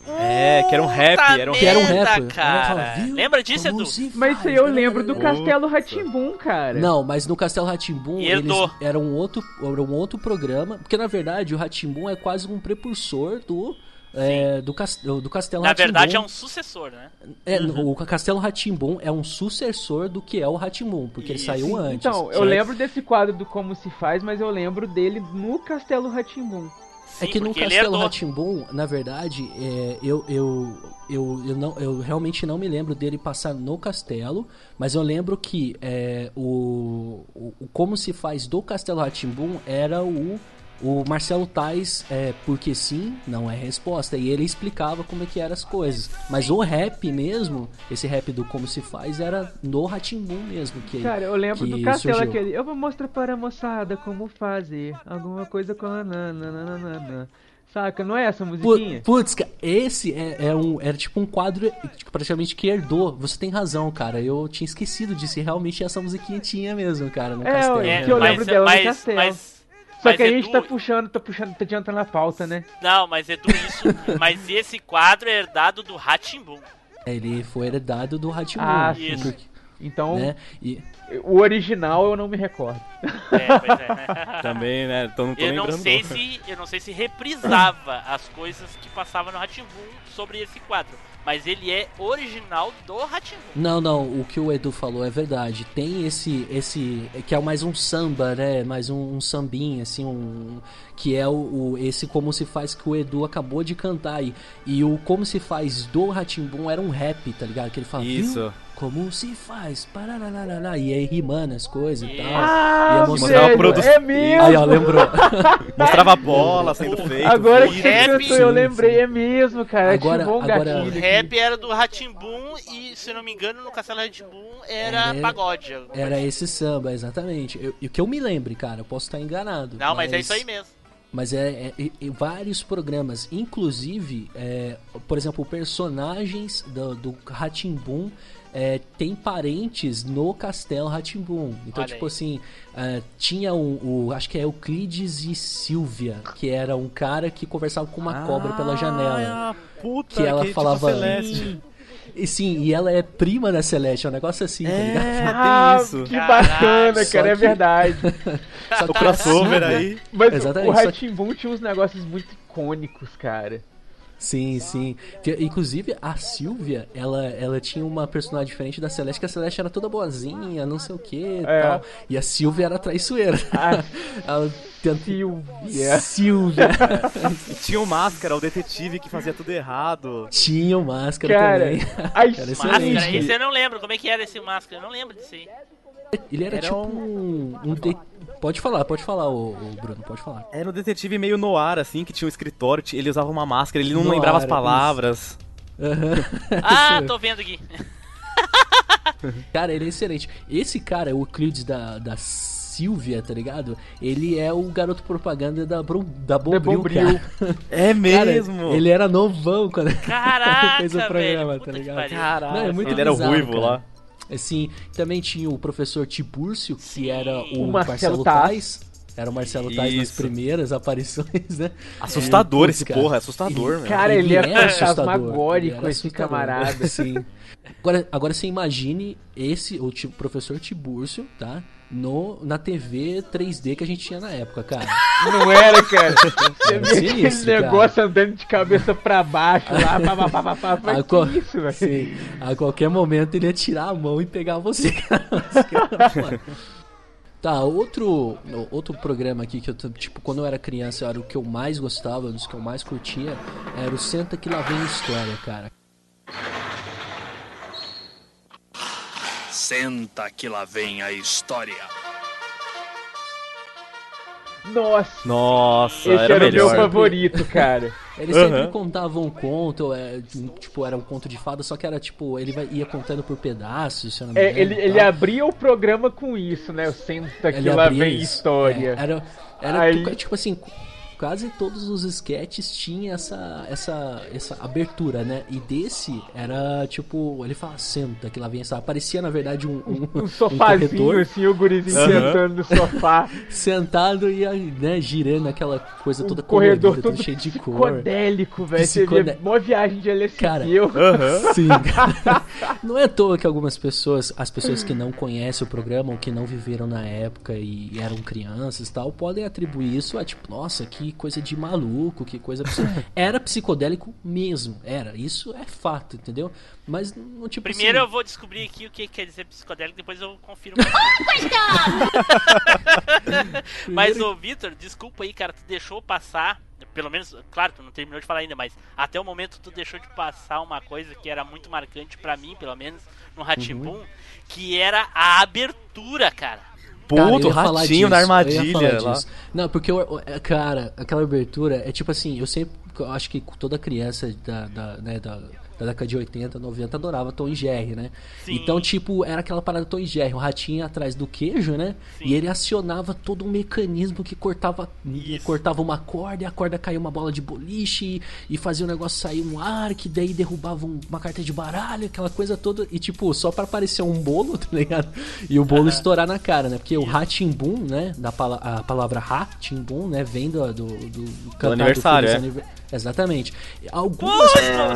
É, que era um rap, Puta era um Que era um merda, rap. cara. Ela fala, "Viu? Lembra disso, Como Edu? se Mas faz?" eu lembro do Nossa. Castelo Rá-Tim-Bum, cara. Não, mas no Castelo Rá-Tim-Bum E eles herdou. era um outro, era um outro programa, porque na verdade o Rá-Tim-Bum é quase um precursor do é, do, cas- do Castelo Na Rá-Tim-Bum. verdade é um sucessor, né? É, o Castelo Rá-Tim-Bum é um sucessor do que é o Rá-Tim-Bum, porque Isso. ele saiu antes. Então, eu certo? lembro desse quadro do Como Se Faz, mas eu lembro dele no Castelo Rá-Tim-Bum. Sim, É que no porque ele Castelo herdou. Rá-Tim-Bum, na verdade, é, eu, eu, eu, eu, não, eu realmente não me lembro dele passar no castelo, mas eu lembro que é, o, o, o Como Se Faz do Castelo Rá-Tim-Bum era o, o Marcelo Tais, é, porque sim, não é resposta, e ele explicava como é que eram as coisas. Mas o rap mesmo, esse rap do Como Se Faz, era no Rá-Tim-Bum mesmo. Que, Cara, eu lembro que do castelo surgiu. aquele. Eu vou mostrar para a moçada como fazer alguma coisa com a nananana. Saca? Não é essa musiquinha? Pu- Putz, ca- esse é, é um, era tipo um quadro tipo, praticamente que herdou. Você tem razão, cara. Eu tinha esquecido disso. E realmente essa musiquinha tinha mesmo, cara, no É, castelo. é, É, que eu mas- lembro dela mas- no castelo. mas- Só mas que a gente Edu- tá puxando, tá puxando, tá adiantando a pauta, né? Não, mas Edu, isso. Mas esse quadro é herdado do Rá-Tim-Bum. Ele foi herdado do Rá-Tim-Bum. Ah, sim. porque, Então, né? E, o original eu não me recordo. É, pois é. Também, né? Então não tô Eu não lembrando. sei se eu não sei se reprisava as coisas que passavam no Rá-Tim-Bum sobre esse quadro, mas ele é original do Rá-Tim-Bum. não, não, o que o Edu falou é verdade. Tem esse, esse que é mais um samba, né? Mais um, um sambinha, assim, um que é o, o- esse Como Se Faz que o Edu acabou de cantar aí. E o Como Se Faz do Rá-Tim-Bum era um rap, tá ligado? Que ele fala, Isso. "Viu? Como se faz, parararará", e aí rimando as coisas e tal. Ah, Ia mostrar a velho, produ- é mesmo! Aí, ó, lembrou. Mostrava a bola sendo feita. Agora que vídeo. você rap- cantou, eu Sim, lembrei, é mesmo, cara. Agora- Ativou um agora- O gatilho aqui. rap era do Rá-Tim-Bum e, se não me engano, no Castelo Rá-Tim-Bum era Era- pagode. alguma coisa Era assim. esse samba, exatamente. Eu- E o que eu me lembre, cara, eu posso estar enganado. Não, mas é isso aí mesmo. Mas é, é- é- é vários programas, inclusive, é, por exemplo, personagens do, do Rá-Tim-Bum é, tem parentes no Castelo Rá-Tim-Bum. Então, Olha tipo aí. assim, é, tinha o, o- acho que é Euclides e Silvia, que era um cara que conversava com uma cobra pela janela. Ah, puta, Que ela tipo falava- Celeste. E sim, e ela é prima da Celeste, é um negócio assim, tá ligado? É, Ah, tem isso. que Caraca, bacana, só cara, é que- verdade. Só O que crossover a Silvia- aí. Mas Exatamente, o só que- Rá-Tim-Bum tinha uns negócios muito icônicos, cara. Sim, sim. Que, inclusive, a Silvia, ela, ela tinha uma personagem diferente da Celeste, que a Celeste era toda boazinha, não sei o que e É. tal. E a Silvia era traiçoeira. A ela tenta... Silvia. Silvia. E tinha o Máscara, o detetive que fazia tudo errado. Tinha o Máscara Cara, também. a Era Silvia. Máscara, excelente. esse eu não lembro. Como é que era esse máscara? Eu não lembro disso aí. Ele era, Era tipo um- um... um de- Pode falar, pode falar, ô, ô, Bruno, pode falar. Era um detetive meio no ar, assim, que tinha um escritório, t- ele usava uma máscara, ele não No lembrava ar, as palavras. Aham. Ah, tô vendo aqui. Cara, ele é excelente. Esse cara, o Euclides da, da Silvia, tá ligado? Ele é o garoto propaganda da, Brom, da Bombril, Bombril. cara. É Cara, mesmo? ele era novão quando Caraca, fez o programa, velho. tá Puta que ligado? pariu. Caralho, Não, é muito ele era o bizarro, ruivo cara. lá. Assim, também tinha o professor Tibúrcio, que Sim. era o, O Marcelo, Marcelo Tais. Era o Marcelo Tais nas Isso. primeiras aparições, né? Assustador É, esse cara. porra, é assustador, Ele- meu. Cara, ele é assustador, fantasmagórico, ele era esse assustador. camarada. Sim. Agora, agora você imagine esse, o tipo, professor Tibúrcio, tá? No, na T V três D que a gente tinha na época, cara. Não era, cara. Você Era via aquele sinistro, cara. negócio andando de cabeça pra baixo lá, pá, pá, pá, pá, pá. Mas A que co- isso, velho? Sim, a qualquer momento ele ia tirar a mão e pegar você, cara. Mano. Tá, outro, outro programa aqui que eu, tipo, quando eu era criança, era o que eu mais gostava, um dos que eu mais curtia, era o Senta Que Lá Vem História, cara. Senta que lá vem a história. Nossa, Nossa, esse era, era, o meu melhor. favorito, cara. Ele Aham. sempre contava um conto, é, tipo, era um conto de fada, só que era tipo, ele vai- ia contando por pedaços, se eu não me É, engano. ele, e ele tal. abria o programa com isso, né? O Senta que Ele lá abria vem isso. história. É, era era Aí- tipo assim, quase todos os sketches tinham essa, essa, essa abertura, né? E desse era tipo, ele fala, senta, que lá vem essa. Parecia na verdade um, um, um sofazinho, um assim, o gurizinho uhum. sentando no sofá. Sentado e né, girando aquela coisa toda um corredor colorida, todo cheio de cor. Psicodélico, velho. Você vê mó viagem de L S D. Cara, uhum. sim, cara. Não é à toa que algumas pessoas, as pessoas que não conhecem o programa ou que não viveram na época e eram crianças e tal, podem atribuir isso a tipo, nossa, que coisa de maluco, que coisa... Era psicodélico mesmo, era. Isso é fato, entendeu? Mas não tipo Primeiro assim... eu vou descobrir aqui o que quer dizer psicodélico, depois eu confirmo. Mas, ô Vitor, desculpa aí, cara, tu deixou passar, pelo menos, claro, tu não terminou de falar ainda, mas até o momento tu deixou de passar uma coisa que era muito marcante pra mim, pelo menos, no Rá-Tim-Bum, uhum. que era a abertura, cara. Puto, o ratinho na armadilha lá. Não, porque, eu, cara, aquela abertura é tipo assim, eu sempre, eu acho que toda criança da, da, né, da, da década de oitenta, noventa adorava Tom e Jerry, né? Sim. Então, tipo, era aquela parada Tom e Jerry, o ratinho atrás do queijo, né? Sim. E ele acionava todo um mecanismo que cortava, cortava uma corda, e a corda caía uma bola de boliche e, e fazia o negócio sair um ar, que daí derrubava um, uma carta de baralho, aquela coisa toda, e tipo, só pra aparecer um bolo, tá ligado? E o bolo uhum. estourar na cara, né? Porque Isso. o Rá-Tim-Bum, né? Da pala- a palavra Rá-Tim-Bum, né? Vem do, do, do, do cantar aniversário, do é? Aniver... Exatamente. Algumas...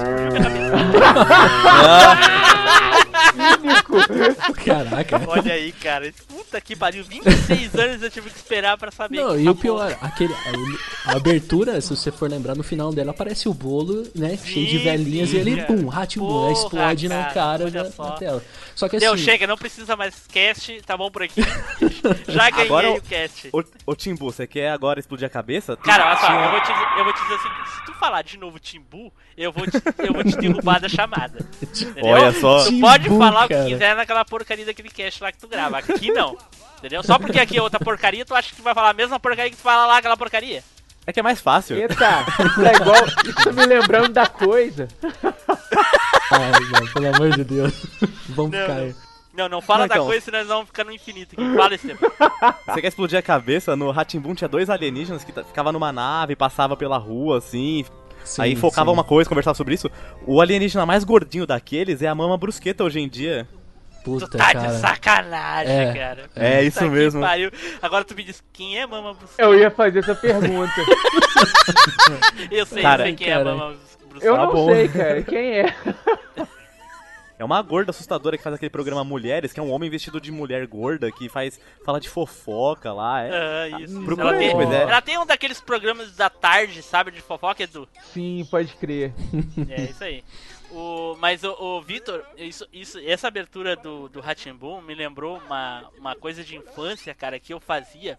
Caraca. Olha aí, cara. Puta que pariu. vinte e seis anos eu tive que esperar pra saber. Não, e o pior, aquele, a, a abertura, se você for lembrar, no final dela aparece o bolo, né? Sim, cheio de velhinhas sim, e ele, pum, Rá-Tim-Bum, né, explode cara, na cara da, na tela. Só que assim... Deu, chega, não precisa mais cast, tá bom por aqui. Já ganhei agora, o cast. Ô, ô Tim-Bum, você quer agora explodir a cabeça? Cara, olha só, eu vou, te, eu vou te dizer o seguinte, se tu falar de novo Tim-Bum, eu vou te, eu vou te derrubar da chamada. Entendeu? Olha só. Tu Tim-Bum, pode falar cara. o que quiser naquela porcaria daquele cast lá que tu grava. Aqui não. Entendeu? Só porque aqui é outra porcaria, tu acha que tu vai falar a mesma porcaria que tu fala lá, aquela porcaria? É que é mais fácil. Eita, isso é igual. Isso me lembrando da coisa. Ai, não, pelo amor de Deus. Vamos não, cair. Não, não fala não, então. da coisa, senão nós vamos ficar no infinito aqui. Fala esse tempo. Você quer explodir a cabeça? No Rá-Tim-Bum tinha dois alienígenas que t- ficavam numa nave, passava pela rua, assim. Sim, aí focava sim. uma coisa, conversava sobre isso. O alienígena mais gordinho daqueles é a Mama Brusqueta hoje em dia. Puta, tu tá cara. de sacanagem, é, cara. É, é isso mesmo. Pariu. Agora tu me diz quem é Mama Brusqueta. Eu ia fazer essa pergunta. eu sei, cara, eu sei quem cara. é a Mama Brusqueta. Eu não tá bom. sei, cara. Quem é? É uma gorda assustadora que faz aquele programa Mulheres, que é um homem vestido de mulher gorda, que faz fala de fofoca lá. É, ah, isso. Procura ela, tem, é. ela tem um daqueles programas da tarde, sabe, de fofoca, Edu? Sim, pode crer. É, isso aí. O, mas o, o Vitor, isso, isso, essa abertura do, do Rá-Tim-Bum me lembrou uma, uma coisa de infância, cara, que eu fazia.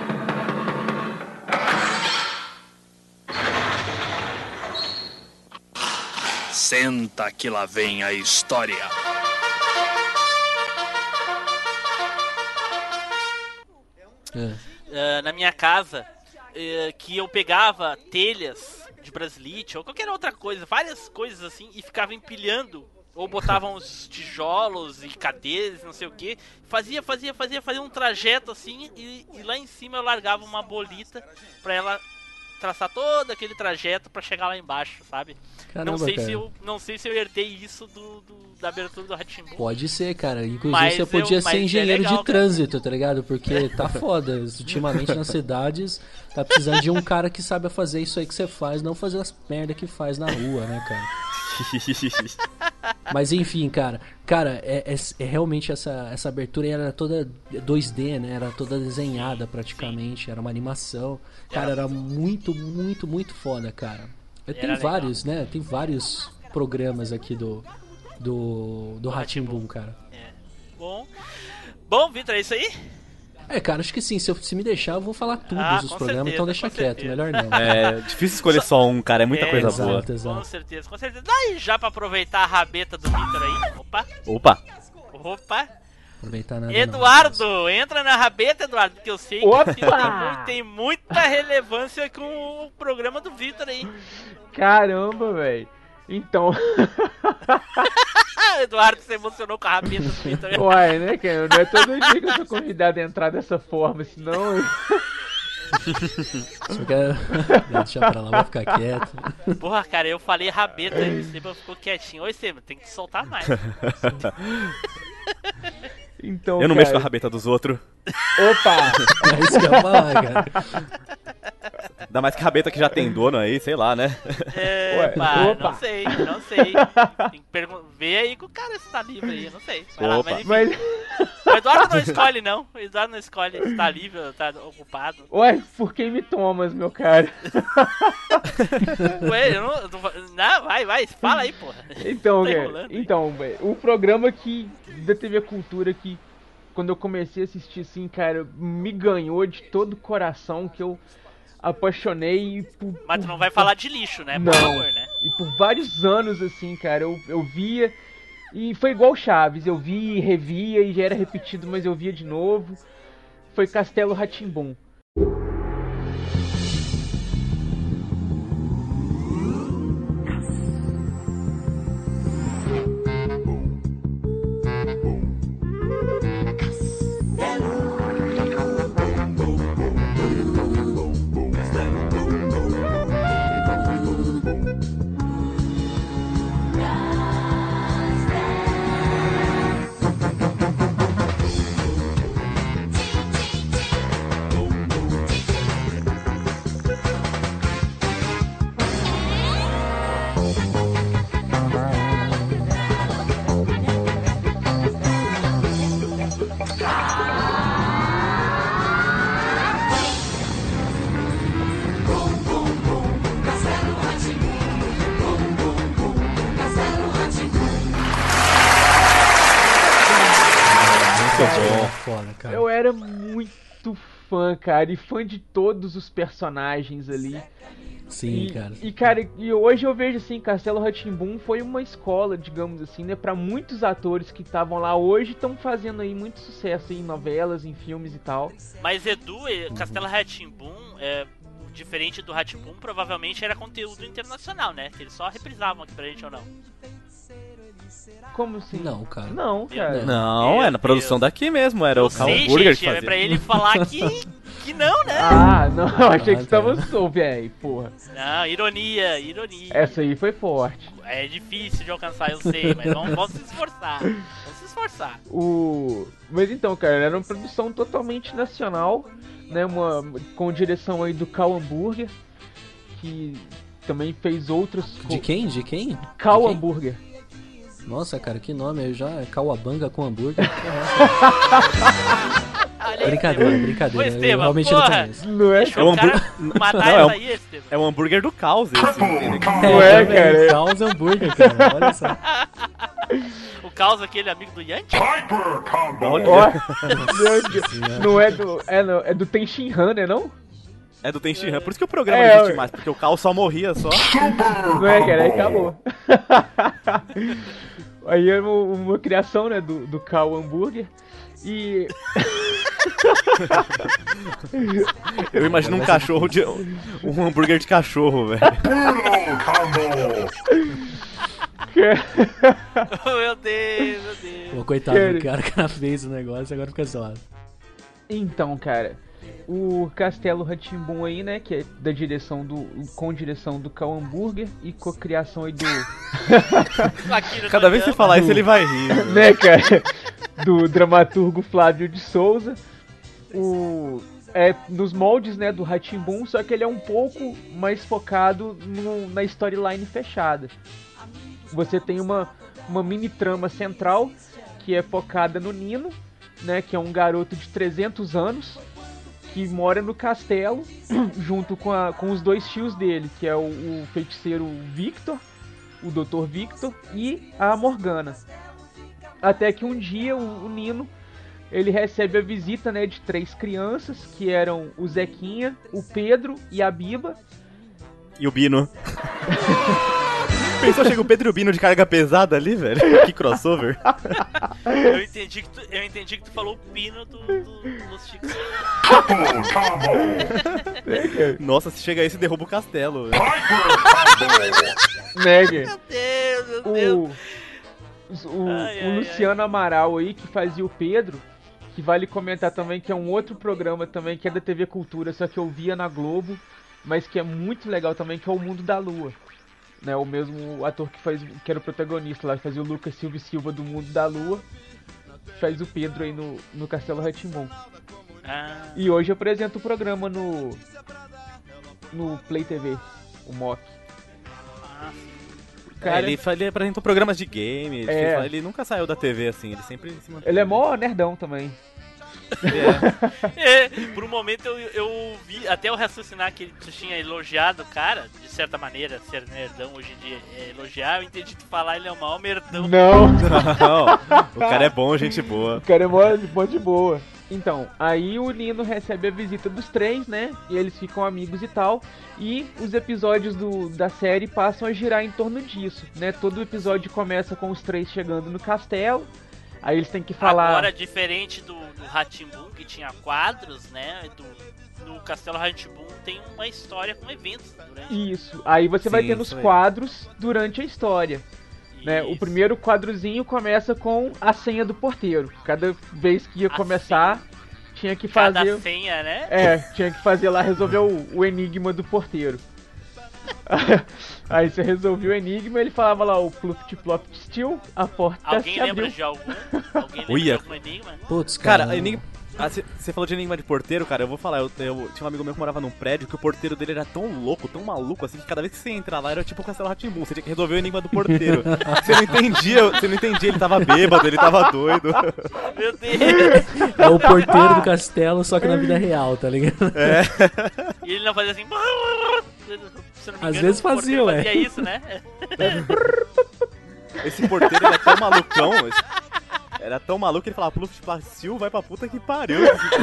Senta que lá vem a história. É. Uh, na minha casa, uh, que eu pegava telhas de brasilite ou qualquer outra coisa, várias coisas assim, e ficava empilhando, ou botava uns tijolos e cadeiras, não sei o que, fazia, fazia, fazia, fazia um trajeto assim, e, e lá em cima eu largava uma bolita pra ela traçar todo aquele trajeto pra chegar lá embaixo, sabe? Caramba, não sei cara. se eu não sei se eu herdei isso do, do da abertura do Rá-Tim-Bum. Pode ser, cara. Inclusive mas você podia eu, ser engenheiro é legal, de trânsito, tá ligado? Porque tá foda. Ultimamente nas cidades tá precisando de um cara que saiba fazer isso aí que você faz, não fazer as merda que faz na rua, né, cara? Mas enfim, cara, cara, é, é, é realmente essa, essa abertura era toda dois D, né? Era toda desenhada praticamente, Sim. era uma animação. Cara, era muito, muito, muito foda, cara. Tem vários, legal. né? Tem vários programas aqui do do, do Rá-Tim-Bum, cara. É. Bom, bom, Vitor, é isso aí? É, cara, acho que sim. Se, eu, se me deixar, eu vou falar tudo ah, dos programas, certeza, então deixa quieto, certeza. melhor não. É difícil escolher só um, cara, é muita é, coisa exato, boa. Exato. Com certeza, com certeza. Daí, já pra aproveitar a rabeta do Vitor aí, opa. Opa. Opa. Aproveitar nada Eduardo, não, entra na rabeta, Eduardo, porque eu sei Opa! que tem, muito, tem muita relevância com o programa do Vitor aí. Caramba, velho. Então... Eduardo se emocionou com a rabeta do Vitor. Uai, né, cara? Não é todo dia que eu sou convidado a entrar dessa forma, senão... Só quero deixar pra lá, vou ficar quieto. Porra, cara, eu falei rabeta e o Esteban ficou quietinho. Ô, Esteban, tem que soltar mais. Então, eu não cara... mexo com a rabeta dos outros. Opa! É isso que eu ia falar, cara. Ainda mais que a rabeta que já tem dono aí, sei lá, né? É, Ué, pá, opa. não sei, não sei. Tem que pergun- ver aí com o cara se tá livre aí, eu não sei. Vai lá, Opa. mas enfim. Mas... O Eduardo não escolhe, não. O Eduardo não escolhe se tá livre ou tá ocupado. Ué, por quem me tomas, meu cara? Ué, eu não, eu não. Não, vai, vai, fala aí, porra. Então, Tá cara, enrolando aí. então, velho, o programa que da T V Cultura que quando eu comecei a assistir assim, cara, me ganhou de todo o coração, que eu apaixonei por, Mas tu por- não vai falar de lixo, né? Por Não. favor, né? E por vários anos, assim, cara, eu, eu via. E foi igual Chaves, eu via e revia e já era repetido, mas eu via de novo. Foi Castelo Rá-Tim-Bum. É foda, cara. Eu era muito fã, cara, e fã de todos os personagens ali. Sim, e, cara. E, cara, e hoje eu vejo assim, Castelo Rá-Tim-Bum foi uma escola, digamos assim, né, pra muitos atores que estavam lá hoje, estão fazendo aí muito sucesso em novelas, em filmes e tal. Mas Edu, eh, Castelo Rá-Tim-Bum, é, diferente do Rá-Tim-Bum, provavelmente era conteúdo internacional, né? Que eles só reprisavam aqui pra gente ou não. Como assim? Não, cara. Não, cara. Não, Meu é na produção Deus. daqui mesmo, era Eu o Carl sei, Burger gente, que é fazia. pra ele falar que, que não, né? Ah, não, eu achei que Ah, você tava tá. sou, velho, porra. Não, ironia, ironia. Essa aí foi forte. É difícil de alcançar, eu sei, mas vamos, vamos se esforçar. Vamos se esforçar. O... Mas então, cara, era uma produção totalmente nacional, né? Uma... Com direção aí do Carl Hamburger, que também fez outras... De quem? De quem? Carl De quem? Hamburger. Nossa, cara, que nome. Eu já. Cauabanga com hambúrguer. Olha aí, Brincadeira, Esteban. brincadeira. Ô, Esteban, eu realmente porra. não conheço. Não é? Deixa É o um cara hambúrguer- matar Não, é essa um- aí, Esteban. É o hambúrguer do caos esse, entendeu? Não é, cara? Caos hambúrguer, cara. Olha só. O Caos, aquele amigo do Yanti? Hyper Combo! Ó, não é do... É, não, é do Tenshin Han, né, não? É do Tenshinhan, por isso que o programa É, não existe eu- mais, porque o caos só morria só. Não é, cara? Aí acabou. Aí é uma, uma criação, né, do, do Carl Hamburger. E... Eu imagino um cachorro de. Um hambúrguer de cachorro, velho. Meu Deus, meu Deus. Pô, coitado Cara. do cara, o cara fez o negócio agora fica zoado. Então, cara, o Castelo Rá-Tim-Bum aí, né, que é da direção do... com direção do Carl Hamburger e com a criação aí do... Akira Cada vez que você Toriyama. falar isso, ele vai rir. velho. né, cara, do dramaturgo Flávio de Souza. O... É nos moldes, né, do Rá-Tim-Bum, só que ele é um pouco mais focado no- na storyline fechada. Você tem uma, uma mini trama central que é focada no Nino, né, que é um garoto de trezentos anos que mora no castelo junto com, a, com os dois tios dele, que é o, o feiticeiro Victor, o doutor Victor e a Morgana. Até que um dia o, o Nino ele recebe a visita, né, de três crianças, que eram o Zequinha, o Pedro e a Biba. E o Bino. Pensou, chega o Pedro e o Bino de carga pesada ali, velho? Que crossover. Eu entendi que tu, eu entendi que tu falou o pino do, do, dos Chicos. Nossa, se chega aí, você derruba o castelo, velho. Né, Meu Deus, meu Deus. o, o, Ai, o ai, Luciano Amaral aí, que fazia o Pedro, que vale comentar também que é um outro programa também que é da T V Cultura, só que eu via na Globo, mas que é muito legal também, que é o Mundo da Lua. Né, o mesmo ator que, faz, que era o protagonista lá, que fazia o Lucas Silva e Silva do Mundo da Lua, faz o Pedro aí no, no Castelo Rá-Tim-Bum. Ah. E hoje eu apresento o programa no no Play T V, o Mock. Ah, Cara, é, ele, ele apresentou programas de game, ele, é. fez, ele nunca saiu da T V assim, ele sempre se manteve. Ele é mó nerdão também. É. É, por um momento eu, eu vi, até eu raciocinar que ele tinha elogiado o cara, de certa maneira, ser nerdão hoje em dia é elogiar, eu entendi tu falar ele é um mau merdão. Não. Não, o cara é bom, gente boa. O cara é mó, mó de boa. Então, aí o Lino recebe a visita dos três, né? E eles ficam amigos e tal. E os episódios do, da série passam a girar em torno disso, né? Todo episódio começa com os três chegando no castelo. Aí eles têm que falar... Agora, diferente do, do Rá-Tim-Bum, que tinha quadros, né? Do, no Castelo Rá-Tim-Bum tem uma história com eventos durante... Isso. Aí você Sim, vai tendo os quadros durante a história. Né? O Isso. primeiro quadrozinho começa com a senha do porteiro. Cada vez que ia A começar, senha. tinha que Cada fazer... senha, né? É, tinha que fazer lá, resolver o, o enigma do porteiro. Aí você resolveu o enigma, ele falava lá o pluft ploft steel, a porta Alguém se lembra abriu. de algum? Alguém lembra Uia. de algum enigma? Putz, cara. Cara, enigma... Você ah, falou de enigma de porteiro, cara, eu vou falar, eu, eu tinha um amigo meu que morava num prédio que o porteiro dele era tão louco, tão maluco, assim, que cada vez que você entra lá era tipo o Castelo Rá-Tim-Bum, você tinha que resolver o enigma do porteiro. Você não entendia, você não entendia, ele tava bêbado, ele tava doido. Meu Deus! É o porteiro do castelo, só que na vida real, tá ligado? É. E ele não fazia assim... Se não me Às engano, vezes o porteiro fazia, ué. fazia isso, né? Esse porteiro era tão malucão, esse... era tão maluco que ele falava, Pluft Plastil, vai pra puta que pariu.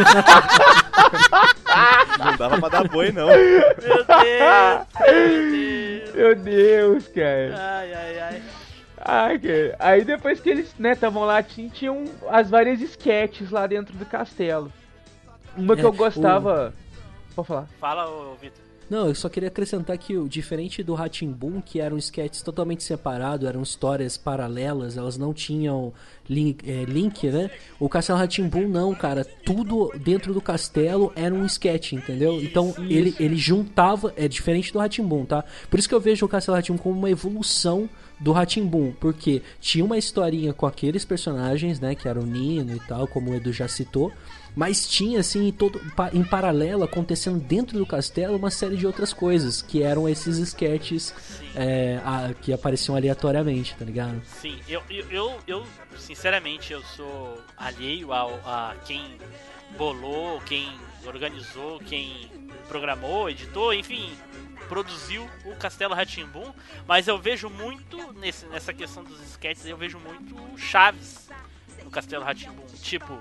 Não dava pra dar boi, não. Meu Deus! Meu Deus! Meu Deus, cara. Ai, ai, ai. Ai, cara. Aí depois que eles, né, estavam lá, tinham, tinham as várias sketches lá dentro do castelo. Uma que É, eu gostava... Pode falar. Fala, ô, Vitor. Não, eu só queria acrescentar que, o diferente do Rá-Tim-Bum, que eram sketches totalmente separados, eram histórias paralelas, elas não tinham link, é, link, né? O Castelo Rá-Tim-Bum não, cara, tudo dentro do castelo era um sketch, entendeu? Então ele, ele juntava, é diferente do Rá-Tim-Bum, tá? Por isso que eu vejo o Castelo Rá-Tim-Bum como uma evolução do Rá-Tim-Bum, porque tinha uma historinha com aqueles personagens, né, que era o Nino e tal, como o Edu já citou, mas tinha, assim, todo, em paralelo, acontecendo dentro do castelo, uma série de outras coisas, que eram esses sketches é, a, que apareciam aleatoriamente, tá ligado? Sim, eu, eu, eu, eu sinceramente, eu sou alheio ao, a quem bolou, quem organizou, quem programou, editou, enfim, produziu o Castelo Rá-Tim-Bum, mas eu vejo muito, nesse, nessa questão dos sketches, eu vejo muito Chaves no Castelo Rá-Tim-Bum, tipo...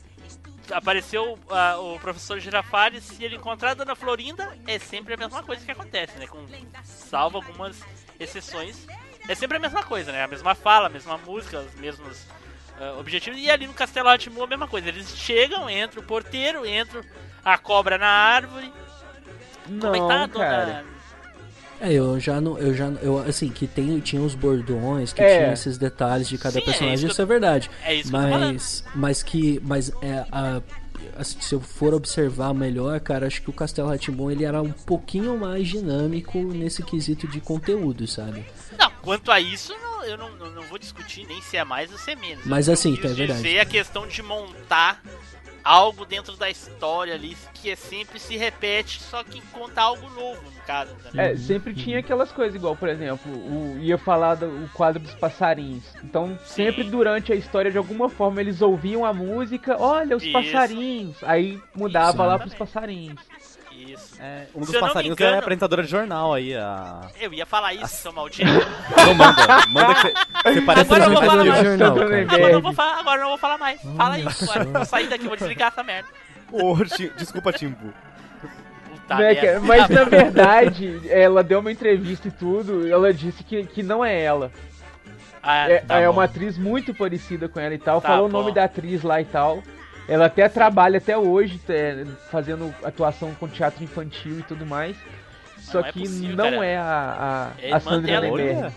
Apareceu uh, o professor Girafales, se ele encontrar a Dona Florinda, é sempre a mesma coisa que acontece, né? Com, salvo algumas exceções, é sempre a mesma coisa, né? A mesma fala, a mesma música, os mesmos uh, objetivos. E ali no Castelo Rá-Tim-Bum a mesma coisa. Eles chegam, entra o porteiro, entra a cobra na árvore. Não, Como é que tá, cara. dona... É, eu já não, eu já, eu, assim, que tem, tinha os bordões, que É. tinha esses detalhes de cada Sim, é personagem, isso que isso eu- é verdade. é isso que eu tô mas, mas que, mas é, a, assim, se eu for observar melhor, cara, acho que o Castelo Rá-Tim-Bum, ele era um pouquinho mais dinâmico nesse quesito de conteúdo, sabe? Não, quanto a isso, não, eu não, não, não vou discutir nem se é mais ou se é menos. Mas Eu assim, quis tá, é verdade. dizer a questão de montar algo dentro da história ali que é sempre se repete, só que conta algo novo, no caso. Né? É, sempre tinha aquelas coisas igual, por exemplo, o, ia falar do o quadro dos passarinhos. Então, sempre Sim. durante a história, de alguma forma, eles ouviam a música, olha, os Isso. passarinhos. Aí mudava Isso, lá exatamente. pros passarinhos. Isso. É, um dos Se eu não me passarinhos engano- é apresentadora de jornal aí, a... Eu ia falar isso, seu maldito. Então manda, manda que você, você parece Agora eu muito vou falar mais mais. jornal, Sandra cara. Nemberg. Agora eu não vou falar, agora eu não vou falar mais. Fala aí, agora. Vou sair daqui, vou desligar essa merda. Ô, Tim- desculpa, Timbu. Puta Né, merda. cara? Mas na verdade, ela deu uma entrevista e tudo, e ela disse que, que não é ela. Ah, É, tá é bom. uma atriz muito parecida com ela e tal. Tá Falou bom. o nome da atriz lá e tal. Ela até trabalha até hoje, é, fazendo atuação com teatro infantil e tudo mais. Só Não é que possível, não cara. é a, É a, irmã a Sandra dela, Nemberg. olha.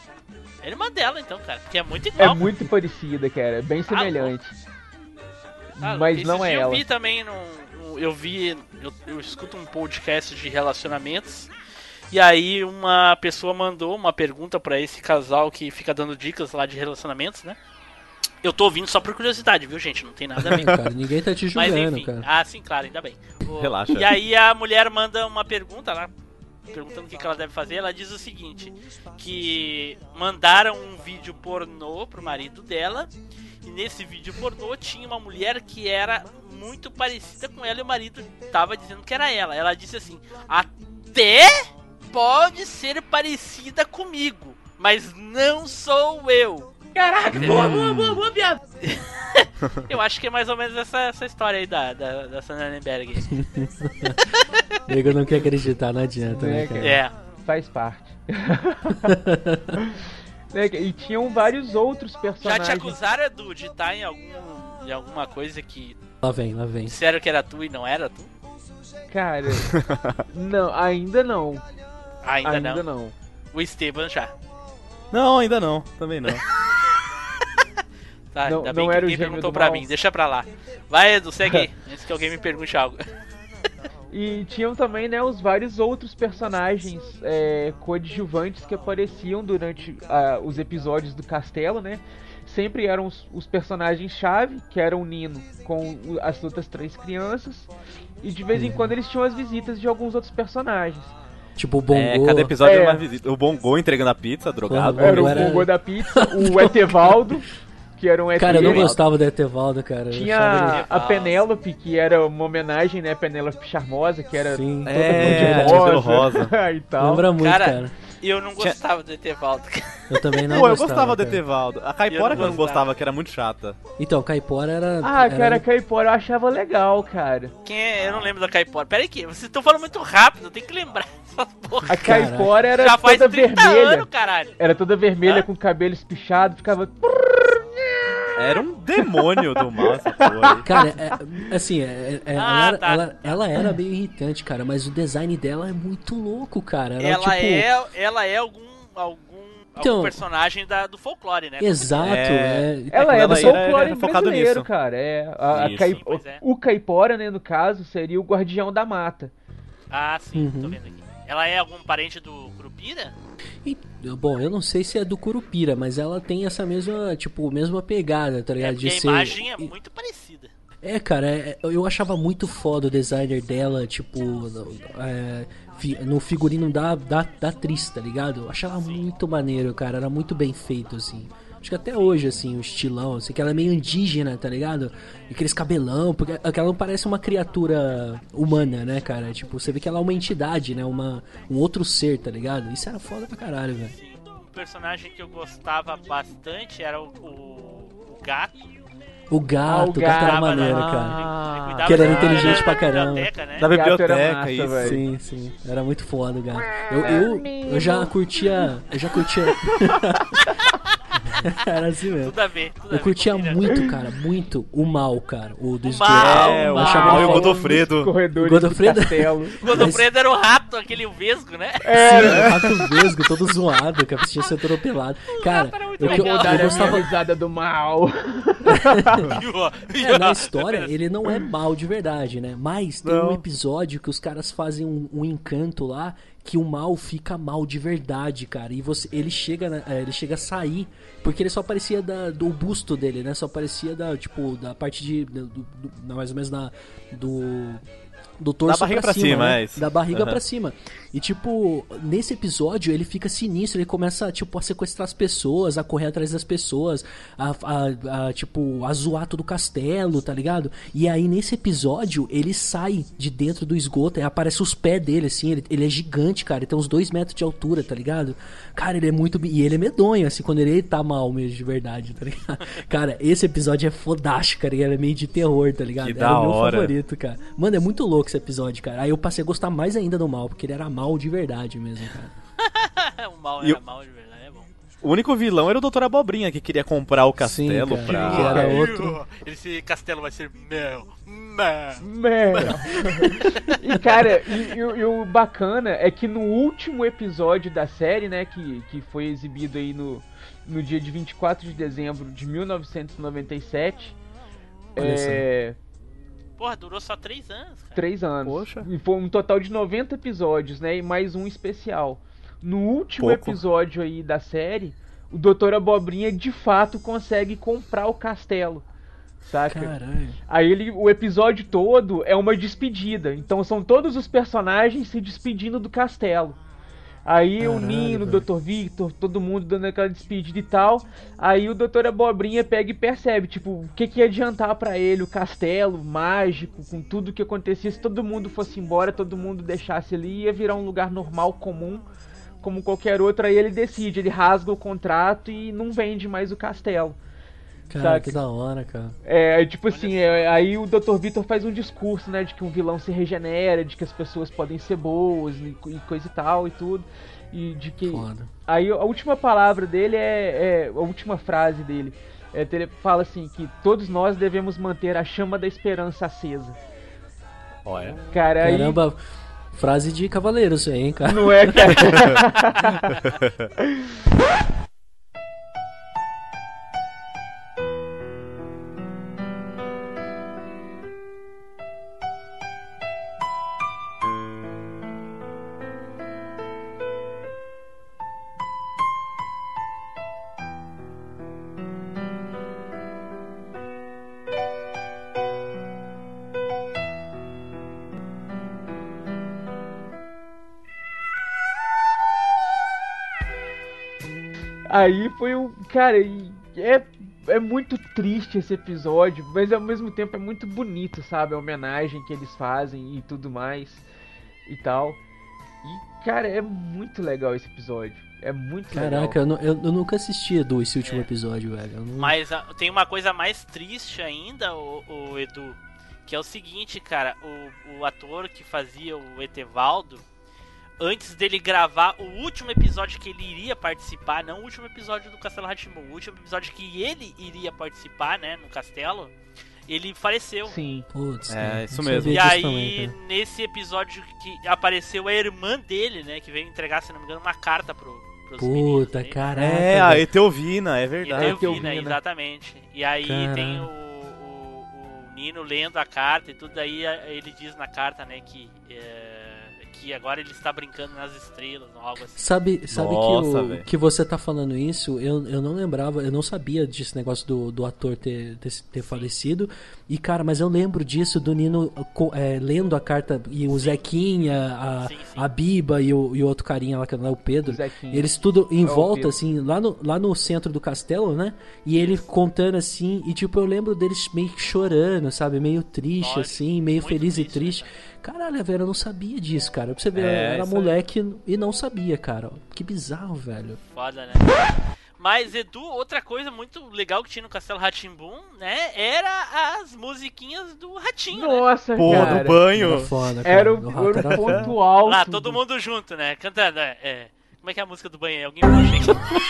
É irmã dela, então, cara. Porque é muito É igual. muito parecida, cara. Bem semelhante. Ah, mas esses não é dias ela. Eu vi também, no, no- eu vi, eu, eu escuto um podcast de relacionamentos, e aí uma pessoa mandou uma pergunta pra esse casal que fica dando dicas lá de relacionamentos, né? Eu tô ouvindo só por curiosidade, viu, gente? Não tem nada a ver. Cara, ninguém tá te Mas julgando, enfim, cara. ah, sim, claro, ainda bem. O- Relaxa. E aí a mulher manda uma pergunta lá, perguntando o que que ela deve fazer. Ela diz o seguinte, que mandaram um vídeo pornô pro marido dela, e nesse vídeo pornô tinha uma mulher que era muito parecida com ela, e o marido tava dizendo que era ela. Ela disse assim, até pode ser parecida comigo, mas não sou eu. Caraca, boa, boa, boa, boa, viado. Eu acho que é mais ou menos essa, essa história aí da, da, da Sonnenberg. Nego não quer acreditar, não adianta, né, É, cara? É. Faz parte. Né, E tinham vários outros Já personagens. te acusaram, Edu, de estar em, algum, em alguma coisa que Lá vem, lá vem. disseram que era tu e não era tu? Cara, não, ainda não. Ainda, Ainda não. não. O Esteban já. Não, ainda não. Também não. Tá, Não- ainda bem não que era o ninguém gêmeo perguntou do pra mal. mim. Deixa pra lá. Vai, Edu, segue aí. Antes que alguém me pergunte algo. E tinham também, né, os vários outros personagens é, coadjuvantes que apareciam durante ah, os episódios do Castelo, né? Sempre eram os, os personagens-chave, que eram o Nino com o- as outras três crianças. E de vez em quando eles tinham as visitas de alguns outros personagens. Tipo o Bongo. É, cada episódio É. era uma visita. O Bongo entregando a pizza, drogado. Bongo Era o era- Bongo da pizza, o Etevaldo, que era um E T. Cara, eu não gostava do Etevaldo, cara. Eu achava Tinha a Etevaldo. Penélope, que era uma homenagem, né? Penélope Charmosa, que era ele- Sim. toda É, cor de cabelo rosa, rosa. e tal. Lembra muito, Cara, cara. E eu não gostava do Etevaldo. Eu também não Pô, eu gostava. gostava do cara. Etevaldo. A Eu Caipora não que eu não gostava. gostava, que era muito chata. Então, Caipora era. Ah, era... cara, Caipora eu achava legal, cara. Quem é? Eu não lembro da Caipora. Pera aí, que vocês estão falando muito rápido. Tem que lembrar essas porra. A Caipora era Já faz toda trinta vermelha. anos, caralho. Era toda vermelha Hã? com cabelo espichado, ficava. Era um demônio do mal essa porra aí. Cara, é, assim, é, é, ela, Ah, era, tá. ela, ela era meio irritante, cara, mas o design dela é muito louco, cara. Ela, Ela tipo, é, ela é algum, algum, Então- algum personagem da, do folclore, né? Exato, É. é. Ela é ela do era- folclore era focado brasileiro, nisso. cara. É, a, a Isso. Cai- Sim, pois é. O Caipora, né, no caso, seria o guardião da mata. Ah, sim, tô Uhum. vendo aqui. Ela é algum parente do Curupira? E, bom, eu não sei se é do Curupira, mas ela tem essa mesma, tipo, mesma pegada, tá É, ligado? porque a De ser. imagem é e- muito parecida. É, cara, é- eu achava muito foda o designer dela, tipo, é, fi- no figurino da, da, da atriz, tá ligado? Eu achava muito maneiro, cara, era muito bem feito, assim. Acho que até hoje, assim, o estilão, assim, que ela é meio indígena, tá ligado? E aqueles cabelão, porque ela não parece uma criatura humana, né, cara? Tipo, você vê que ela é uma entidade, né? Uma, um outro ser, tá ligado? Isso era foda pra caralho, velho. Sim. Um personagem que eu gostava bastante era o, o, o gato. O gato, Ah, o o gato era gato, maneiro, né? cara. Ah, Cuidava Que ele era da- inteligente da pra caramba. biblioteca, né? Da Gato era biblioteca, massa, isso. velho. Sim, sim. Era muito foda o gato. Eu, eu, eu já curtia. Eu já curtia. Era assim mesmo. Tudo a ver. Tudo a Eu ver, curtia combina. muito, cara, muito o mal, cara. O do O Square. mal, É, o mal. chamava Mal e o Paulo- Godofredo. Corredores Godofredo- do castelo. O Godofredo era o rato, aquele vesgo, né? Sim, o rato vesgo, todo zoado, que tinha ser atropelado. Cara, rato era muito eu, que eu, legal. eu Dar a gostava. minha risada do mal. É, na história, ele não é mal de verdade, né? Mas tem Não. um episódio que os caras fazem um, um encanto lá que o mal fica mal de verdade, cara. E você, ele chega, na- é, ele chega a sair porque ele só aparecia da, do busto dele, né? Só aparecia da, tipo, da parte de, do, do- do- mais ou menos na do do torso barriga pra cima, né? é isso. Da barriga Aham. pra cima. E tipo, nesse episódio ele fica sinistro, ele começa tipo a sequestrar as pessoas, a correr atrás das pessoas, a, a, a, tipo a zoar todo o castelo, tá ligado? E aí nesse episódio ele sai de dentro do esgoto, e aparece os pés dele assim, ele, ele é gigante, cara, ele tem uns dois metros de altura, tá ligado? Cara, ele é muito e ele é medonho assim, quando ele tá mal mesmo de verdade, tá ligado? Cara, esse episódio é fodástico, cara, ele é meio de terror, tá ligado? Que Era da o meu hora. favorito, cara. Mano, é muito louco esse episódio, cara. Aí eu passei a gostar mais ainda do mal, porque ele era mal de verdade mesmo, cara. o mal E era o- mal de verdade, é bom. O único vilão era o doutor Abobrinha, que queria comprar o castelo cara. pra... Que era outro. Esse castelo vai ser meu. Meu. Merda. E cara, e, e o- e o bacana é que no último episódio da série, né, que, que foi exibido aí no, no dia de vinte e quatro de dezembro de mil novecentos e noventa e sete, É... Porra, durou só três anos, cara. Três anos. Poxa. E foi um total de noventa episódios, né? E mais um especial. No último Pouco. episódio aí da série, o doutor Abobrinha de fato consegue comprar o castelo. Saca? Caralho. Aí ele, o episódio todo é uma despedida. Então são todos os personagens se despedindo do castelo. Aí Caralho, o Nino, o velho. doutor Victor, todo mundo dando aquela despedida e tal. Aí o doutor Abobrinha pega e percebe, tipo, o que, que ia adiantar pra ele o castelo mágico, com tudo que acontecia. Se todo mundo fosse embora, todo mundo deixasse ali, ia virar um lugar normal, comum, como qualquer outro. Aí ele decide, ele rasga o contrato e não vende mais o castelo. Cara, Saca? que da hora, cara. É, tipo assim, é, aí o doutor Victor faz um discurso, né, de que um vilão se regenera, de que as pessoas podem ser boas e, e coisa e tal e tudo. E de que... Foda. Aí a última palavra dele é, é... A última frase dele é, ele fala assim, que todos nós devemos manter a chama da esperança acesa. Olha. Cara, aí... Caramba, frase de cavaleiro isso aí, hein, cara. Não é, cara? Aí foi um... Cara, e é, é muito triste esse episódio, mas ao mesmo tempo é muito bonito, sabe? A homenagem que eles fazem e tudo mais e tal. E, cara, é muito legal esse episódio. É muito Caraca, legal. eu, nu- eu nunca assisti, Edu, esse último É. episódio, velho. Eu não... Mas ah, tem uma coisa mais triste ainda, o, o Edu, que é o seguinte, cara, o, o ator que fazia o Etevaldo, antes dele gravar o último episódio que ele iria participar, não o último episódio do Castelo Rá-Tim-Bum, o último episódio que ele iria participar, né, no castelo, ele faleceu. Sim. Putz, É, cara, isso não mesmo. sabia E disso aí, também, cara. nesse episódio que apareceu a irmã dele, né, que veio entregar, se não me engano, uma carta pro, pros meninos. Puta, né? caraca. É, a velho. Eteovina, é E verdade. tem o Vina, Eteovina. exatamente. E aí Caralho. tem o, o, o Nino lendo a carta e tudo, aí a- ele diz na carta, né, que, é, que agora ele está brincando nas estrelas, ou algo assim. Sabe, sabe Nossa, que, o, velho. que você tá falando isso, eu, eu não lembrava, eu não sabia desse negócio do, do ator ter, ter, ter falecido. E, cara, mas eu lembro disso, do Nino co- é, lendo a carta, e o Zequinha, a, Sim, sim. a Biba e o, e o outro carinha lá, que não é o Pedro. Zequinha. Eles tudo em É o volta, Pedro. assim, lá no, lá no centro do castelo, né? E ele contando assim, e tipo, eu lembro deles meio que chorando, sabe? Meio triste, Lógico, assim, meio muito feliz triste, e triste. né, Caralho, velho, eu não sabia disso, cara. Pra você ver, É, eu era isso aí. moleque e não sabia, cara. Que bizarro, velho. Foda, né? Mas, Edu, outra coisa muito legal que tinha no Castelo Rá-Tim-Bum, né, era as musiquinhas do Ratinho, né? Nossa, Pô, cara. do banho. Era foda, cara. Era o, Do era rato o era foda. ponto alto. Lá, todo mundo junto, né, cantando, é, é. Como é que é a música do banho? Alguém puxa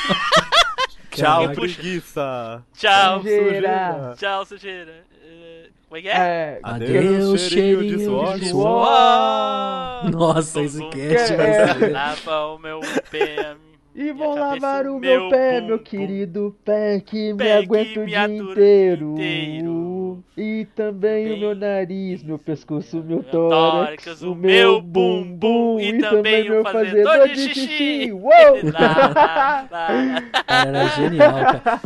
aqui. Tchau, Caraca. preguiça. Tchau, Sujeira. tchau, sujeira. É, como é que é? É, Adeus, cheirinho de suor. Uau! Nossa, Bum, esse bum. cast É. vai sair. Lava o meu pé. E minha vou cabeça, lavar o meu pé, meu bumbum. querido pé, que me Pé que aguenta o me dia atura o inteiro. dia inteiro. E também o Também meu nariz, meu pescoço, meu meu tórax, tórax, o o meu meu bumbum bumbum e e também também meu o fazedor fazedor de de xixi. xixi. Uou! Lá, lá, lá. Cara, era genial, cara.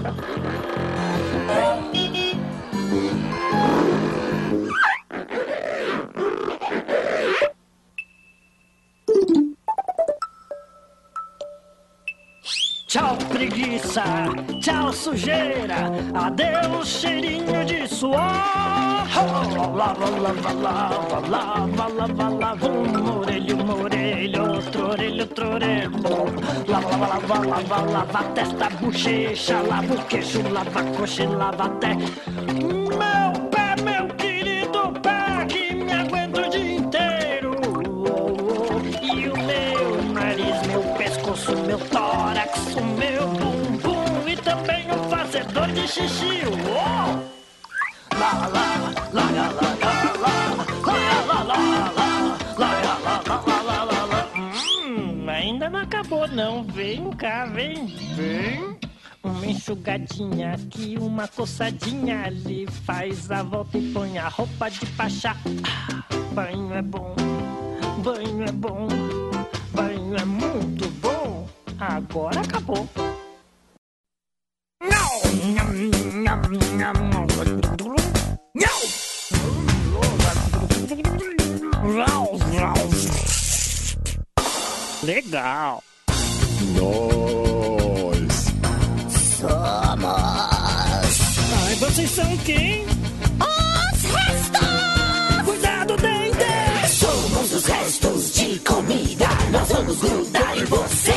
Tchau, preguiça, tchau, sujeira, adeus, cheirinho de suor. Lava, lava, lava, lava, lava, lava, uma orelha, uma orelha, outra orelha, outra orelha. Lava, lava, lava, lava, lava a testa, bochecha, lava o queixo, lava a coxa e lava até meu pé, meu querido pé, que me aguenta o dia inteiro. E o meu nariz, meu pescoço, meu tórax, o meu bumbum e também o fazedor de xixi. Uou! Lá, lá, lá, lá, lá, lá, lá, lá, lá, lá, lá, lá, lá, lá, lá, lá, lá. Hum, ainda não acabou não. Vem cá, vem, vem. O meu enxugadinha aqui, uma coçadinha ali. Faz a volta e põe a roupa de pachá. Ah, banho é bom, banho é bom, banho é muito bom. Agora acabou. Legal. Nós somos. Ai, vocês são quem? Os restos. Cuidado, dente. Somos os restos de comida. Nós vamos grudar em você.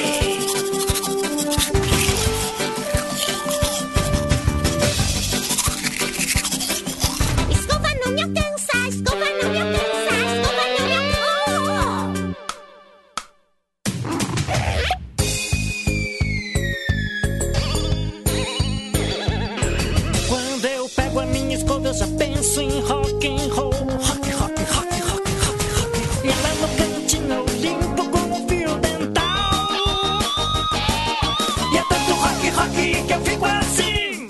Escova não me alcança, escova não me alcança, escova não me alcança. Quando eu pego a minha escova, eu já penso em rock and roll. Rock, rock, rock, rock, rock, rock. E lá no cantinho eu limpo com um fio dental. E é tanto rock, rock que eu fico assim.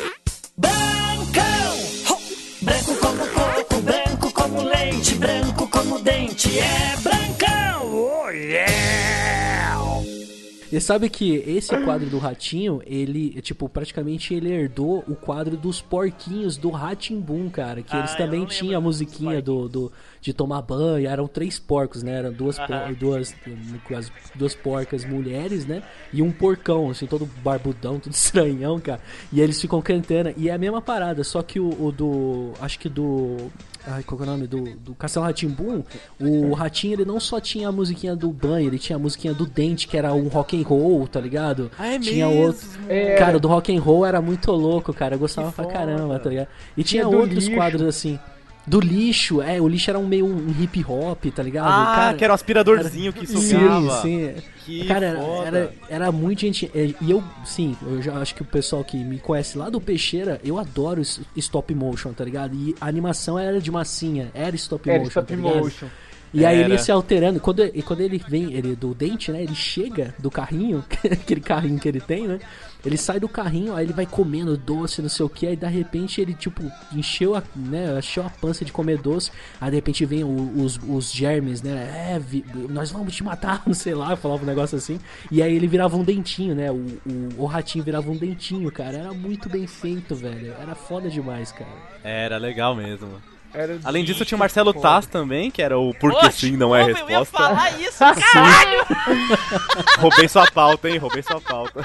Brancão! Ho! Branco como coco, branco como leite, branco como dente. É brancão! Oh yeah! E sabe que esse quadro do Ratinho, ele, tipo, praticamente ele herdou o quadro dos porquinhos do Rá-Tim-Bum, cara. Que Ah, eles eu também não tinham lembro a musiquinha do, do, de tomar banho. Eram três porcos, né? Eram duas, por- Aham. duas, duas, duas porcas mulheres, né? E um porcão, assim, todo barbudão, todo estranhão, cara. E eles ficam cantando. E é a mesma parada, só que o, o do... Acho que do... Ai, qual que é o nome? Do, do Castelo Rá-Tim-Bum, o Ratinho, ele não só tinha a musiquinha do banho, ele tinha a musiquinha do dente, que era um rock and roll, tá ligado? Ah, é tinha mesmo? outro. É. Cara, o do rock and roll era muito louco, cara. Eu gostava Que pra foda. caramba, tá ligado? E tinha, Tinha do outros lixo. quadros assim. Do lixo, é, o lixo era um meio um hip hop, tá ligado? Ah, cara, que era um aspiradorzinho que sugava. Sim, sim. Que Cara, era, foda. era, era muito gente. é, E eu, sim, eu já acho que o pessoal que me conhece lá do Peixeira, eu adoro s- stop motion, tá ligado? E a animação era de massinha, era stop Era motion. stop tá ligado? motion. E aí ele Era. ia se alterando. Quando, e quando ele vem, ele do dente, né? Ele chega do carrinho, aquele carrinho que ele tem, né? Ele sai do carrinho, aí ele vai comendo doce, não sei o que, aí de repente ele, tipo, encheu a, né, encheu a pança de comer doce, aí de repente vem o- os, os germes, né, é, vi- nós vamos te matar, não sei lá, falava um negócio assim, e aí ele virava um dentinho, né, o, o, o ratinho virava um dentinho, cara, era muito bem feito, velho, era foda demais, cara. Era legal mesmo. Era Além disso, tinha o Marcelo foda. Taz também, que era o Porque Poxa, Sim Não É como Eu ia Resposta. falar isso, caralho! Roubei sua pauta, hein? Roubei sua pauta.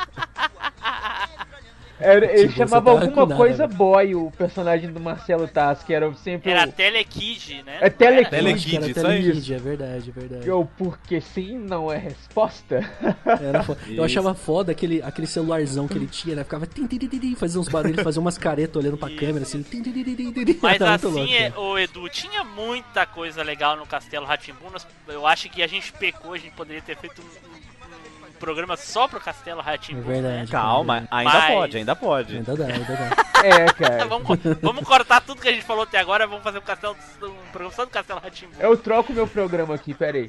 Era, ele Tipo, você chamava tava com alguma nada, coisa velho. boy, o personagem do Marcelo Taz, que era sempre Era o... Telekid, né? É Telekid. Telekid, Era isso aí. Telekid, é verdade, é verdade. O porque sim não é resposta. Era foda. Eu Isso. achava foda aquele, aquele celularzão que ele tinha, né? Ficava tim, tim, tim, tim, fazia uns barulhos, fazia umas caretas olhando pra Isso. câmera, assim. Tim, tim, tim, tim, tim, tim. Mas Era muito assim, louco, é, cara. o Edu, tinha muita coisa legal no Castelo Rá-Tim-Bum. Nós- Eu acho que a gente pecou, a gente poderia ter feito um, um- um programa só pro Castelo É Rá-Tim-Bum. verdade. Calma, ainda Mas- pode, ainda pode. Ainda dá, ainda dá. É, Né? cara. Vamos, co- vamos cortar tudo que a gente falou até agora, vamos fazer um, castelo, um programa só do Castelo Rá-Tim-Bum. Eu troco meu programa aqui, peraí.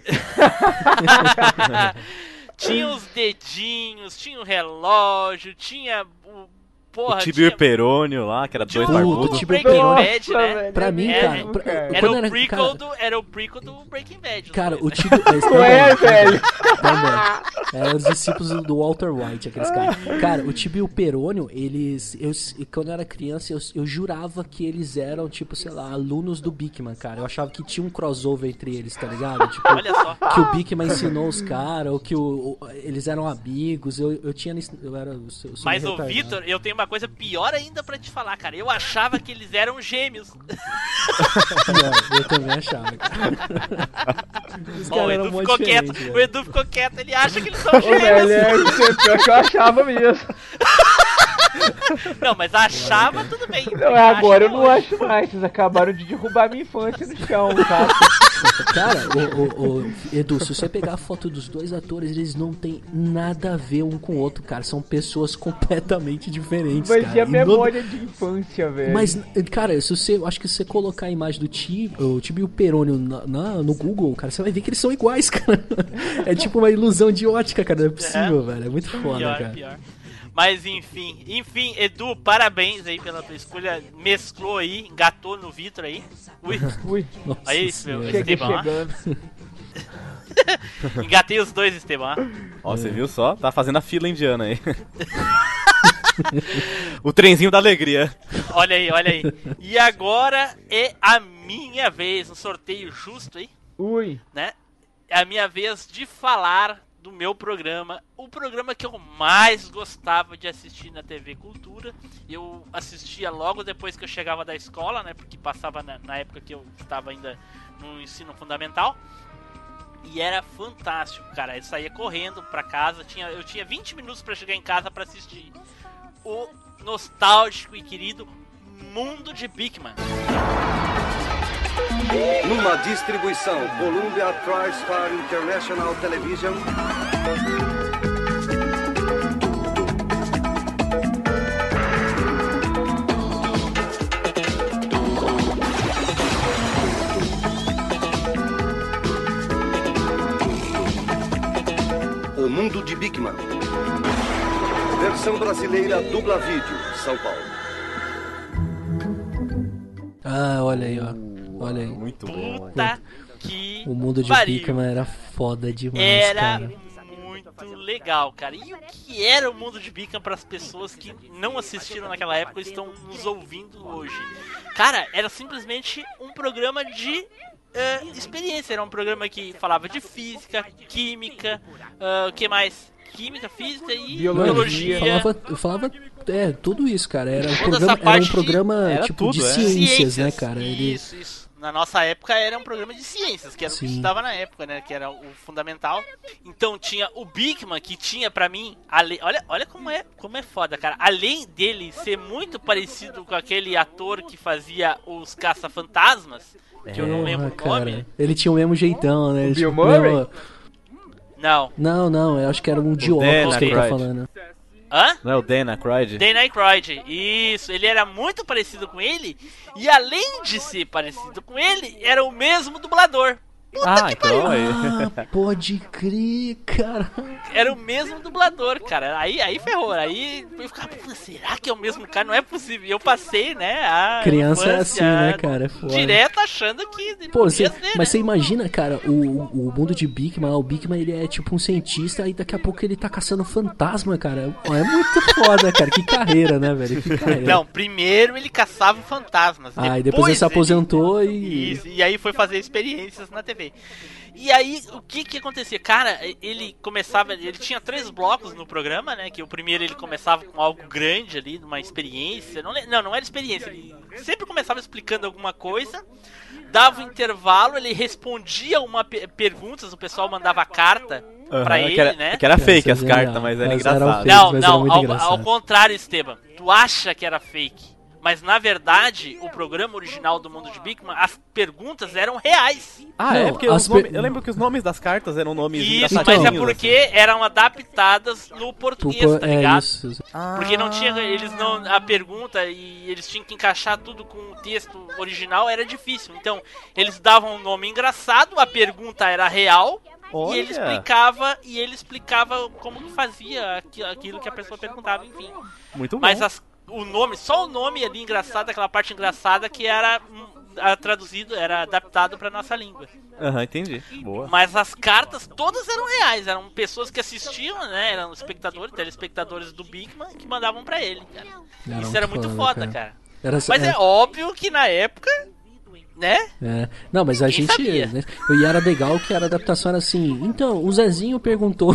Tinha os dedinhos, tinha o relógio, tinha o. Porra, o Tibio e tinha... Perônio lá, que era Tinha dois o- barbudos. o Tipo Breaking Peroni. Bad, né? velho, Pra é mim, mesmo, cara, pra- cara. Era Quando o, era- prequel cara- do, era o prequel do Breaking Bad. os Cara, dois, o né? Tibio... esse Não é, velho? Também. Eram os discípulos do Walter White, aqueles caras. Cara, o Tibio e o Perônio, eles... Eu, quando eu era criança, eu, eu jurava que eles eram, tipo, sei lá, alunos do Bikman, cara. Eu achava que tinha um crossover entre eles, tá ligado? Tipo, Olha só. que o Bikman ensinou os caras, ou que o, o- eles eram amigos. Eu, eu tinha... Eu era... Eu sou, eu sou Mas meio o retardado. Vitor, eu tenho uma coisa pior ainda pra te falar, cara. Eu achava que eles eram gêmeos. Não, eu também achava, cara. Os Ó, o caras eram Edu mó ficou diferente, quieto. velho. O Edu ficou quieto, ele acha que eles são Ô, velho, gêmeos. é, isso é pior que eu achava mesmo. Não, mas achava tudo bem. Não, é agora eu Acha não hoje. acho mais. Vocês acabaram de derrubar minha infância no chão, cara. Cara, o, o- o- Edu, se você pegar a foto dos dois atores, eles não têm nada a ver um com o outro, cara. São pessoas completamente diferentes, Mas cara. e a E no- memória de infância, velho? Mas, cara, se você, eu acho que se você colocar a imagem do Tibio, o Tibio e o Perônio na, na- no Google, cara, você vai ver que eles são iguais, cara. É tipo uma ilusão de ótica, cara. Não é possível, velho. É muito foda, Pior, cara. pior. Mas enfim, enfim, Edu, parabéns aí pela tua escolha. Mesclou aí, engatou no Vitor aí. Ui, Ui. Aí, meu Esteban. Engatei os dois, Esteban. Ó, você viu só? Tá fazendo a fila indiana aí. O trenzinho da alegria. Olha aí, olha aí. E agora é a minha vez, um sorteio justo aí. Ui. Né? É a minha vez de falar do meu programa, o programa que eu mais gostava de assistir na T V Cultura. Eu assistia logo depois que eu chegava da escola, né? Porque passava na, na época que eu estava ainda no ensino fundamental. E era fantástico, cara. Eu saía correndo pra casa, tinha, eu tinha vinte minutos pra chegar em casa pra assistir o nostálgico e querido Mundo de Bigman. Numa distribuição Columbia TriStar International Television. O Mundo de Bigman. Versão brasileira Dubla Vídeo, São Paulo. Ah, olha aí, ó. Olha aí. Muito bom. Que o Mundo de pariu. Bigman era foda demais, era cara. Muito legal, cara. E o que era o Mundo de Bigman para as pessoas que não assistiram naquela época e estão nos ouvindo hoje? Cara, era simplesmente um programa de uh, experiência. Era um programa que falava de física, química, o uh, que mais? Química, física e biologia. Eu falava, eu falava é, tudo isso, cara. Era um programa, era um programa era tipo tudo, de é. ciências, ciências, né, cara? Ele... Isso, isso. Na nossa época era um programa de ciências, que era Sim. o que estava na época, né? Que era o fundamental. Então tinha o Bigman, que tinha pra mim. Ale... Olha, olha como é, como é foda, cara. Além dele ser muito parecido com aquele ator que fazia os Caça-Fantasmas, que é, eu não lembro cara. o nome. Ele tinha o mesmo jeitão, né? O Ele, Bill tipo, Murray? mesmo- Não. Não, não, eu acho que era um de Dan óculos que ele tá Aykroyd. falando. Hã? Não é o Dan Aykroyd? Dan Aykroyd, isso, ele era muito parecido com ele, e além de ser parecido com ele, era o mesmo dublador. Puta Ah, que então pariu. aí. Ah, pode crer, cara. Era o mesmo dublador, cara. Aí, aí ferrou. Aí eu ficava, "Pô, será que é o mesmo cara? Não é possível." E eu passei, né? A Criança é infância, assim, né, cara? É foda. direto achando que. Pô, podia cê, ser, mas né? você imagina, cara, o, o mundo de Bigman, o Bigman ele é tipo um cientista e daqui a pouco ele tá caçando fantasma, cara. Pô, é muito foda, cara. Que carreira, né, velho? Que carreira. Não, primeiro ele caçava fantasmas. Ah, e depois ele se aposentou e... Isso, e aí foi fazer experiências na T V. E aí, o que que acontecia? Cara, ele começava, ele tinha três blocos no programa, né? Que o primeiro ele começava com algo grande ali, uma experiência. Não, não, não era experiência, ele sempre começava explicando alguma coisa, dava um intervalo, ele respondia uma pe- perguntas, o pessoal mandava carta Uhum, pra ele, que era, né? que era fake as Essa é cartas, genial. mas era Mas era engraçado. fake. Não, mas era não, muito ao, engraçado. ao contrário, Esteban. Tu acha que era fake, mas na verdade, o programa original do Mundo de Bigman, as perguntas eram reais. Ah, Não, é porque as os nomes, per- eu lembro que os nomes das cartas eram nomes Isso, engraçadinhos, mas é porque eram adaptadas no português, Tu- tá é ligado? isso. Porque não tinha, eles não, a pergunta e eles tinham que encaixar tudo com o texto original, era difícil. Então, eles davam um nome engraçado, a pergunta era real. Olha. E ele explicava e ele explicava como que fazia aqui- aquilo que a pessoa perguntava, enfim. Muito bom. Mas as- o nome, só o nome ali engraçado, aquela parte engraçada que era hum, a- traduzido, era adaptado pra nossa língua. Aham, entendi. Boa. Mas as cartas todas eram reais, eram pessoas que assistiam, né? Eram espectadores, telespectadores do Bigman que mandavam pra ele, cara. Era Isso era muito foda, cara. cara. Era- Mas é. é- óbvio que na época, né? É. Não, mas a Ninguém gente. sabia. Né, e era legal que a adaptação era assim. Então, o Zezinho perguntou.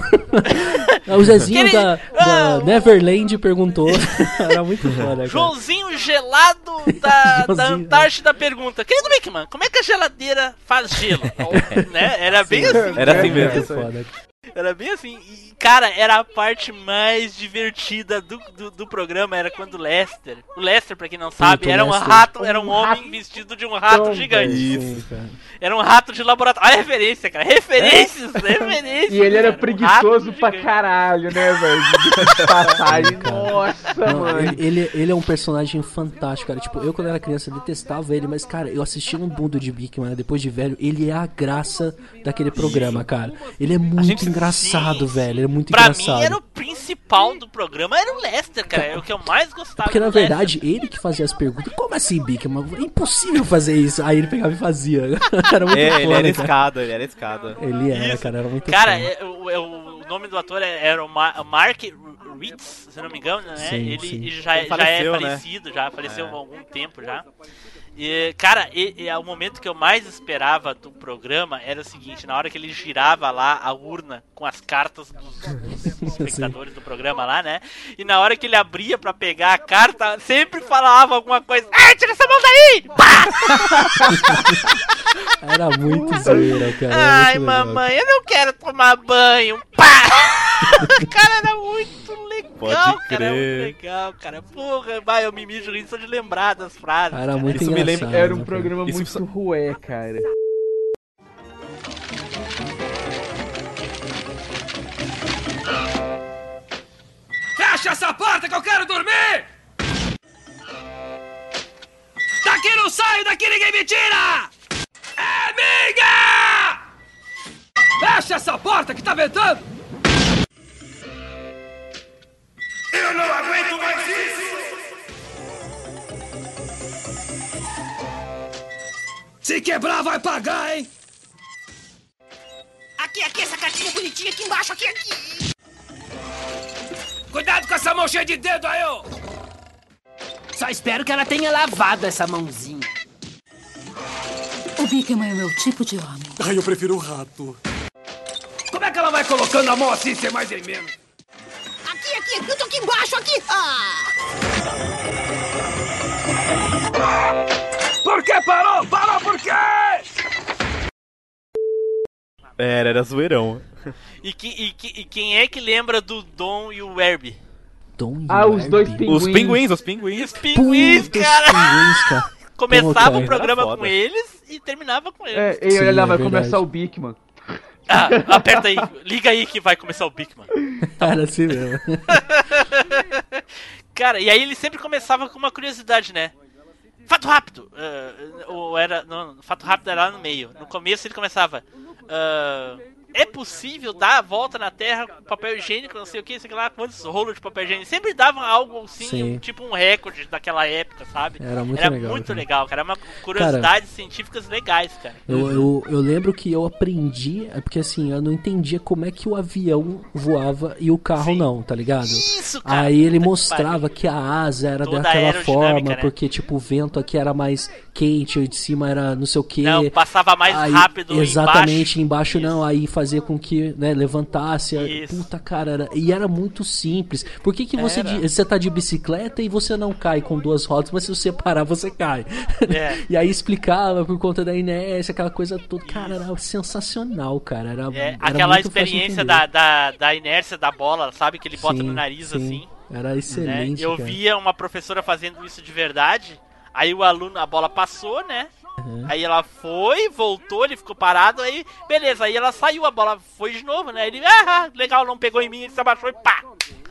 o Zezinho Aquele- da, Ah, da Neverland perguntou. Era muito foda, cara. Joãozinho gelado da, da Joãozinho. Antártida pergunta: Querido Bigman, como é que a geladeira faz gelo? Né? Era bem assim. Era assim É, mesmo. é foda. Era bem assim. E, cara, era a parte mais divertida do, do, do programa, era quando o Lester. O Lester, pra quem não sabe, Puta, o era um Lester. rato, era um Um homem rato. vestido de um rato Então, gigante. Sim, cara. Era um rato de laboratório. Olha a referência, cara. Referências, referências. E ele era cara. Um preguiçoso rato pra gigante. caralho, né, velho? De passagem. Nossa, Não, mano. ele, ele, ele é um personagem fantástico, cara. Tipo, eu quando era criança detestava ele, mas, cara, eu assisti no Mundo de Bigman, né, depois de velho, ele é a graça daquele programa, cara. Ele é muito A gente se engraçado, sim, velho. Era muito pra engraçado. Pra mim era o principal do programa, era o Lester, cara. Era o que eu mais gostava. Porque na do verdade, Lester. ele que fazia as perguntas. Como assim, Bigman? É impossível fazer isso. Aí ele pegava e fazia. Era muito É, foda, ele era cara. escada, ele era escada. Ele era, Isso. cara, era muito Cara, foda. é, o, é, o nome do ator era o Ma- Mark Ritz, se não me engano, né? Sim, ele sim. já, Ele já faleceu, é né? falecido, já faleceu É. há algum tempo já. E, cara, e, e, o momento que eu mais esperava do programa era o seguinte, na hora que ele girava lá a urna com as cartas dos, dos espectadores do programa lá, né? E na hora que ele abria pra pegar a carta, sempre falava alguma coisa. Ai, tira essa mão daí! Pá! Era muito zoeira, cara. Era Ai, muito legal. mamãe, eu não quero tomar banho. Pá! Cara, era muito legal, Pode cara. Era crer. muito legal, cara. Porra, vai, eu me mijo rindo só de lembrar das frases. Era cara. muito Isso me engraçado. lembra- Era um né, programa Isso muito só- rué, cara. Fecha essa porta que eu quero dormir! Daqui não saio, daqui ninguém me tira! É minha! Fecha essa porta que tá ventando! Eu não aguento mais isso! Se quebrar, vai pagar, hein? Aqui, aqui, essa cartinha bonitinha aqui embaixo, aqui, aqui. Cuidado com essa mão cheia de dedo aí, ô! Só espero que ela tenha lavado essa mãozinha. O Bigman é o meu tipo de homem. Ai, eu prefiro o rato. Como é que ela vai colocando a mão assim, sem mais nem menos? Aqui, aqui, eu tô aqui embaixo, aqui. Ah! Por que parou? Parou por quê? Era, era zoeirão. E, que, e, que, e quem é que lembra do Dom e o Herbie? Tom Ah, os dois Herbie. pinguins. Os pinguins, os pinguins. Os pinguins, Puta, os cara! pinguins, cara. Começava Pô, o programa era com foda. eles e terminava com eles. É, e Sim, olha lá, é vai verdade. começar o Bigman. Ah, aperta aí, liga aí que vai começar o Bigman. Era assim mesmo. Cara, e aí ele sempre começava com uma curiosidade, né? Fato rápido! Uh, ou era. Não, fato rápido era lá no meio. No começo ele começava. Uh, é possível dar a volta na Terra com papel higiênico, não sei o que, sei lá, quantos rolos de papel higiênico. Sempre davam algo assim, Sim. um, tipo um recorde daquela época, sabe? Era muito era legal, muito cara. legal, cara. Era uma curiosidades científicas legais, cara. Eu, eu, eu lembro que eu aprendi, é porque assim, eu não entendia como é que o avião voava e o carro Sim. não, tá ligado? Isso, cara. Aí ele Puta que mostrava que a asa era Toda daquela aerodinâmica, forma, né? porque tipo, o vento aqui era mais quente, o de cima era não sei o que. Não, passava mais Aí, rápido exatamente, embaixo. embaixo não, aí fazia com que, né, levantasse. Isso. Puta, cara, era, e era muito simples. Por que que você, Era. de- você tá de bicicleta e você não cai com duas rodas, mas se você parar, você cai? É. E aí explicava por conta da inércia, aquela coisa toda. Cara, era sensacional, cara. Era, É, era aquela muito fácil de experiência entender. da, da, da inércia da bola, sabe? Que ele bota Sim, no nariz sim. assim. Era Né? excelente, Eu cara. via uma professora fazendo isso de verdade. Aí o aluno, a bola passou, né? Uhum. Aí ela foi, voltou, ele ficou parado, aí beleza, aí ela saiu, a bola foi de novo, né? Ele, ah, legal, não pegou em mim, ele se abaixou e pá!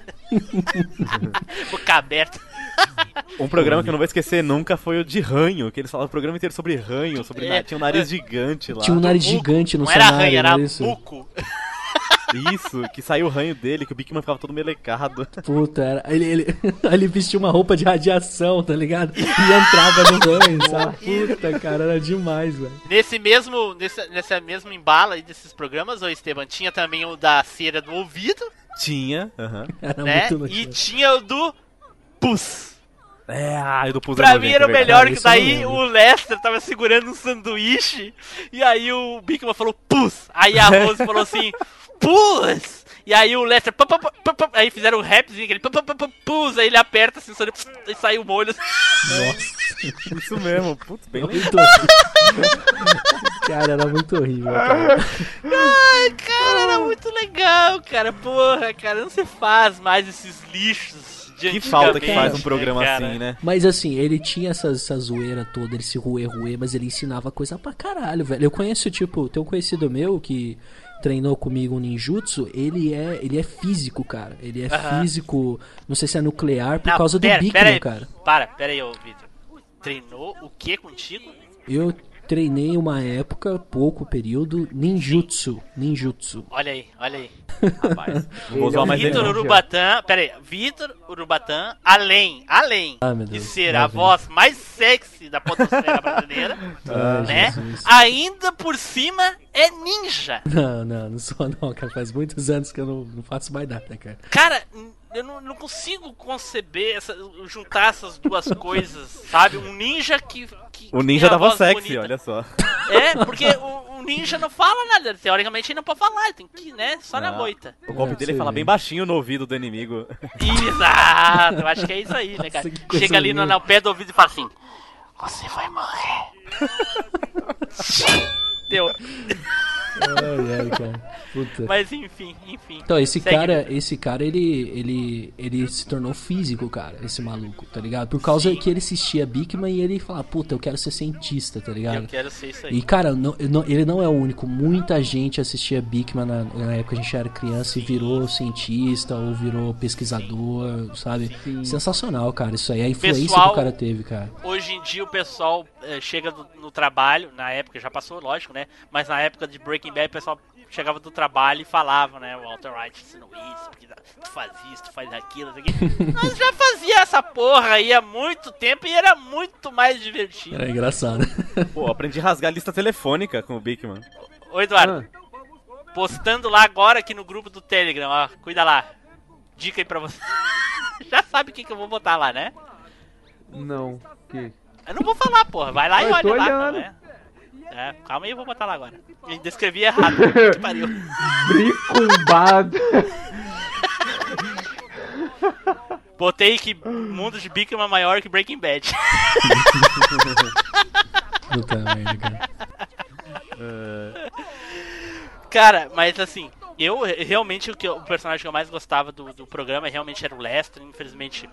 Boca aberta. Um programa que eu não vou esquecer nunca foi o de ranho, que eles falavam o programa inteiro sobre ranho, sobre É. na- tinha um nariz gigante lá. Tinha um nariz gigante no Não era cenário, ranho, era não isso? muco. Isso, que saiu o ranho dele, que o Bigman ficava todo melecado. Puta, era, ele, ele, ele vestia uma roupa de radiação, tá ligado? E entrava no ranho, sabe? Puta, cara, era demais, velho. Nesse mesmo, nesse, nessa mesma embala aí desses programas, ô Esteban, tinha também o da cera do ouvido, Tinha, aham. Era né? muito E legal. tinha o do pus. É, ah, o do Pus Pra mim era o melhor, que isso eu não daí lembro. o Lester tava segurando um sanduíche e aí o Bigman falou pus. Aí a Rose falou assim, pus. E aí o Lester, pum, pum, pum, pum, aí fizeram um rapzinho, aquele pum, pum, pum, pum, pus. Aí ele aperta assim, o sanduíche, e sai o molho. Nossa, Isso mesmo, putz, bem legal. muito horrível. Cara, era muito horrível, cara. Ai, cara, era muito legal, cara. Porra, cara, não se faz mais esses lixos de Que falta que antigamente, faz um programa né, cara? assim, né? Mas assim, ele tinha essa, essa zoeira toda, ele se ruê, ruê, mas ele ensinava coisa pra caralho, velho. Eu conheço, tipo, tem um conhecido meu que treinou comigo um ninjutsu, ele é, ele é físico, cara. Ele é Aham. físico, não sei se é nuclear, por Não, causa pera, do pera Bigman, aí, cara. Para, pera aí, ô Vitor. Treinou o que contigo? Eu treinei uma época, pouco período, ninjutsu. Ninjutsu. Olha aí, olha aí. Rapaz, não vou usar mais Vitor Urubatã, pera aí, Vitor Urubatã, além, além ah, de ser a voz mais sexy da podosfera brasileira, ah, né? Jesus. Ainda por cima é ninja. Não, não, não sou não, cara. Faz muitos anos que eu não, não faço mais nada, cara. Cara, eu não, não consigo conceber, essa, juntar essas duas coisas, sabe? Um ninja que... que o ninja da voz sexy, bonita. olha só. É, porque o, o ninja não fala nada, teoricamente ele não pode falar, ele tem que, né, só não. na moita. O golpe é, dele fala bem baixinho no ouvido do inimigo. Exato, eu acho que é isso aí, né, cara? Nossa, chega ali no, no pé do ouvido e fala assim, você vai morrer. Deu. Ai, ai, cara. Puta. Mas enfim, enfim. Então, esse Segue. cara, esse cara, ele, ele, ele se tornou físico, cara, esse maluco, tá ligado? Por causa Sim. que ele assistia Bikman e ele falava, puta, eu quero ser cientista, tá ligado? Eu quero ser isso aí. E, cara, não, não, ele não é o único. Muita gente assistia Bikman na, na época que a gente era criança Sim. e virou cientista ou virou pesquisador, Sim. sabe? Sim. Sensacional, cara, isso aí. A influência pessoal, que o cara teve, cara. Hoje em dia o pessoal é, chega do, no trabalho, na época, já passou, lógico, né? Mas na época de Breaking Bad, o pessoal chegava do trabalho e falava, né, o Walter White ensinou isso, porque tu faz isso, tu faz aquilo, isso aqui. Nós já fazia essa porra aí há muito tempo e era muito mais divertido. Era engraçado. Pô, aprendi a rasgar a lista telefônica com o Bikman. Ô, Eduardo, ah. postando lá agora aqui no grupo do Telegram, ó, cuida lá. Dica aí pra você. Já sabe o que, que eu vou botar lá, né? Não, que? Eu não vou falar, porra, vai lá eu e olha lá, olhando. né? É, calma aí, eu vou botar lá agora. Eu descrevi errado. Que pariu. Bricumbado. Botei que Mundo de Bikman é maior que Breaking Bad. Puta merda, cara. Cara, mas assim, eu realmente o, que, o personagem que eu mais gostava do, do programa realmente era o Lester. Infelizmente,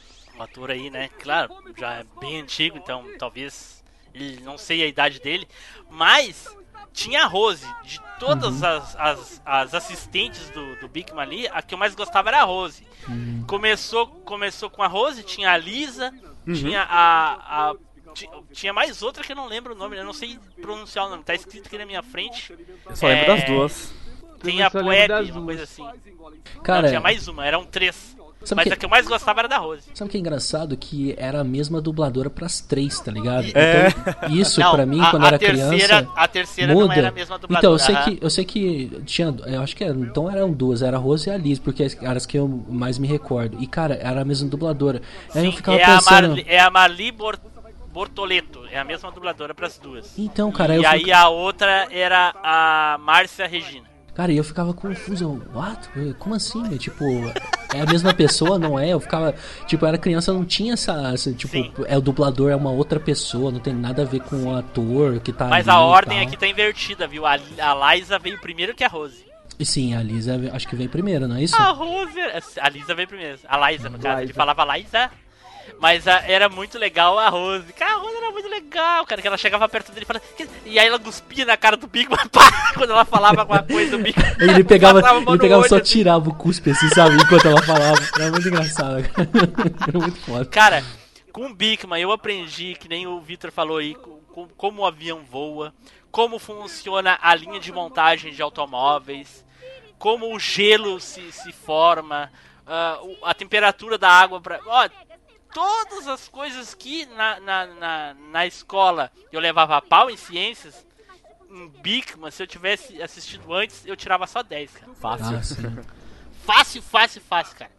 o ator aí, né? Claro, já é bem antigo, então talvez... não sei a idade dele, mas tinha a Rose. De todas uhum. as, as, as assistentes do, do Bikman ali, a que eu mais gostava era a Rose. Uhum. Começou, começou com a Rose, tinha a Lisa, uhum. tinha a, a tinha mais outra que eu não lembro o nome, eu não sei pronunciar o nome, tá escrito aqui na minha frente. Eu só lembro é, das duas. Tem a Poeb, uma coisa assim. Cara, não, tinha mais uma, eram três. Sabe mas que... a que eu mais gostava era da Rose. Sabe o que é engraçado? Que era a mesma dubladora pras três, tá ligado? É. Então, isso não, pra mim, a, quando a era terceira, criança. A terceira muda. não era a mesma dubladora. Então, eu sei que, eu sei que tinha. Eu acho que era, então eram duas, era a Rose e a Liz, porque eram as que eu mais me recordo. E, cara, era a mesma dubladora. Aí Sim, eu ficava é, pensando. A Marli, é a Marli Bort... Bortoleto, é a mesma dubladora pras duas. Então, cara. E eu aí fico... a outra era a Márcia Regina. Cara, e eu ficava confuso. What? Como assim? Meu? Tipo, é a mesma pessoa, não é? Eu ficava. Tipo, eu era criança, não tinha essa. essa tipo, Sim. é o dublador, é uma outra pessoa, não tem nada a ver com o ator que tá Mas ali a ordem aqui tá invertida, viu? A, a Liza veio primeiro que a Rose. E sim, a Lisa acho que veio primeiro, não é isso? A Rose. A Lisa veio primeiro. A Liza, no caso. Liza. Ele falava Liza. Mas a, era muito legal a Rose. Cara, a Rose era muito legal, cara. Que ela chegava perto dele e falava. E aí ela cuspia na cara do Bikman, pá, quando ela falava alguma coisa do Bikman. Ele pegava, ele pegava só assim. Tirava o cuspe assim, sabe? Enquanto ela falava. Era muito engraçado, cara. Era muito foda. Cara, com o Bikman eu aprendi, que nem o Victor falou aí, com, como o avião voa, como funciona a linha de montagem de automóveis, como o gelo se, se forma, uh, a temperatura da água pra. Ó, todas as coisas que na, na, na, na escola eu levava a pau em ciências, em Bikman, se eu tivesse assistido antes, eu tirava só dez, cara. Fácil. Ah, fácil, fácil, fácil, cara.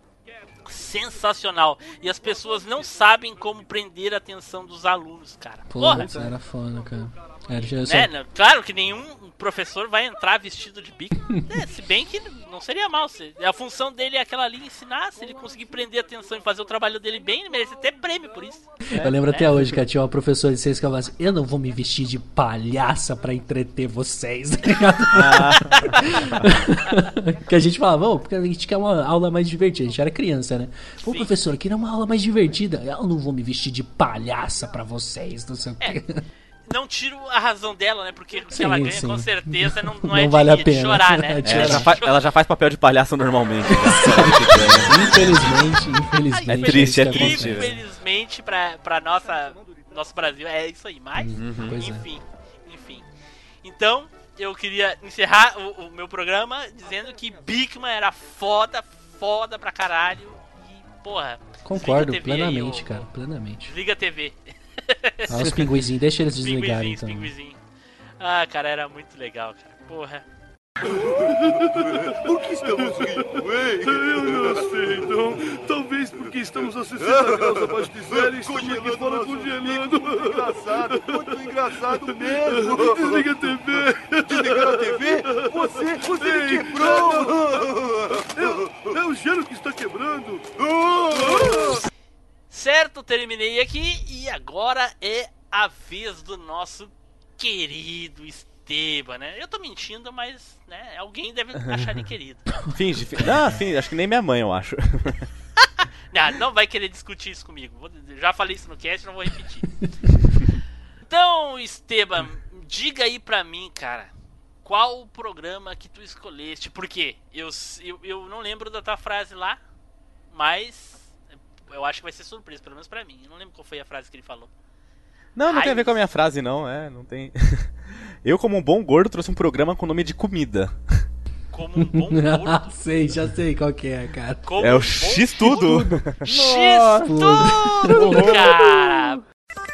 Sensacional. E as pessoas não sabem como prender a atenção dos alunos, cara. Pô, Porra. Era foda, cara. Era, já, né? Só... Claro que nenhum professor vai entrar vestido de Bikman. É, se bem que não seria mal. Se... A função dele é aquela ali, ensinar. Se ele conseguir prender a atenção e fazer o trabalho dele bem, ele merece até prêmio por isso. É, eu lembro é, até hoje que tinha uma professora de ciência que falava assim: eu não vou me vestir de palhaça pra entreter vocês. Ah. Que a gente falava, oh, porque a gente quer uma aula mais divertida. A gente era criança, né? Pô, professor, queria uma aula mais divertida. Eu não vou me vestir de palhaça pra vocês, não sei o é. quê. Não tiro a razão dela, né? Porque o que sim, ela ganha, sim. com certeza, não, não, não é vale de, a pena. de chorar, né? É, ela, já faz, ela já faz papel de palhaço normalmente. Infelizmente, infelizmente. É triste, é triste. Infelizmente, pra, pra nossa, nosso Brasil, é isso aí. Mas, uhum, enfim. enfim. Então, eu queria encerrar o, o meu programa dizendo que Bigman era foda, foda pra caralho. E, porra. Concordo plenamente, aí, cara, plenamente. Desliga a T V. Ah, os pinguizinhos, deixa eles desligarem então. Pinguizinho. Ah, cara, era muito legal, cara. Porra. Por que estamos rindo, hein? Eu não sei, Dom. Talvez porque estamos a sessenta graus abaixo de zero e estamos aqui fora congelando. Muito engraçado, muito engraçado mesmo. Desliga a T V. Desligar a T V? Você, você me quebrou. É, é o gelo que está quebrando. Certo, terminei aqui e agora é a vez do nosso querido Esteban, né? Eu tô mentindo, mas, né, alguém deve achar ele querido. Finge, finge. Não, finge, acho que nem minha mãe, eu acho. Não, não vai querer discutir isso comigo. Vou, já falei isso no cast, não vou repetir. Então, Esteban, diga aí pra mim, cara, qual o programa que tu escolheste? Porque eu, eu, eu não lembro da tua frase lá, mas eu acho que vai ser surpresa, pelo menos pra mim. Eu não lembro qual foi a frase que ele falou. Não, não Ai, tem a ver com a minha frase, não, é, não tem... Eu, como um bom gordo, trouxe um programa com o nome de comida. Como um bom gordo? sei, já sei qual que é, cara. Como é o um X-Tudo. X-Tudo, cara!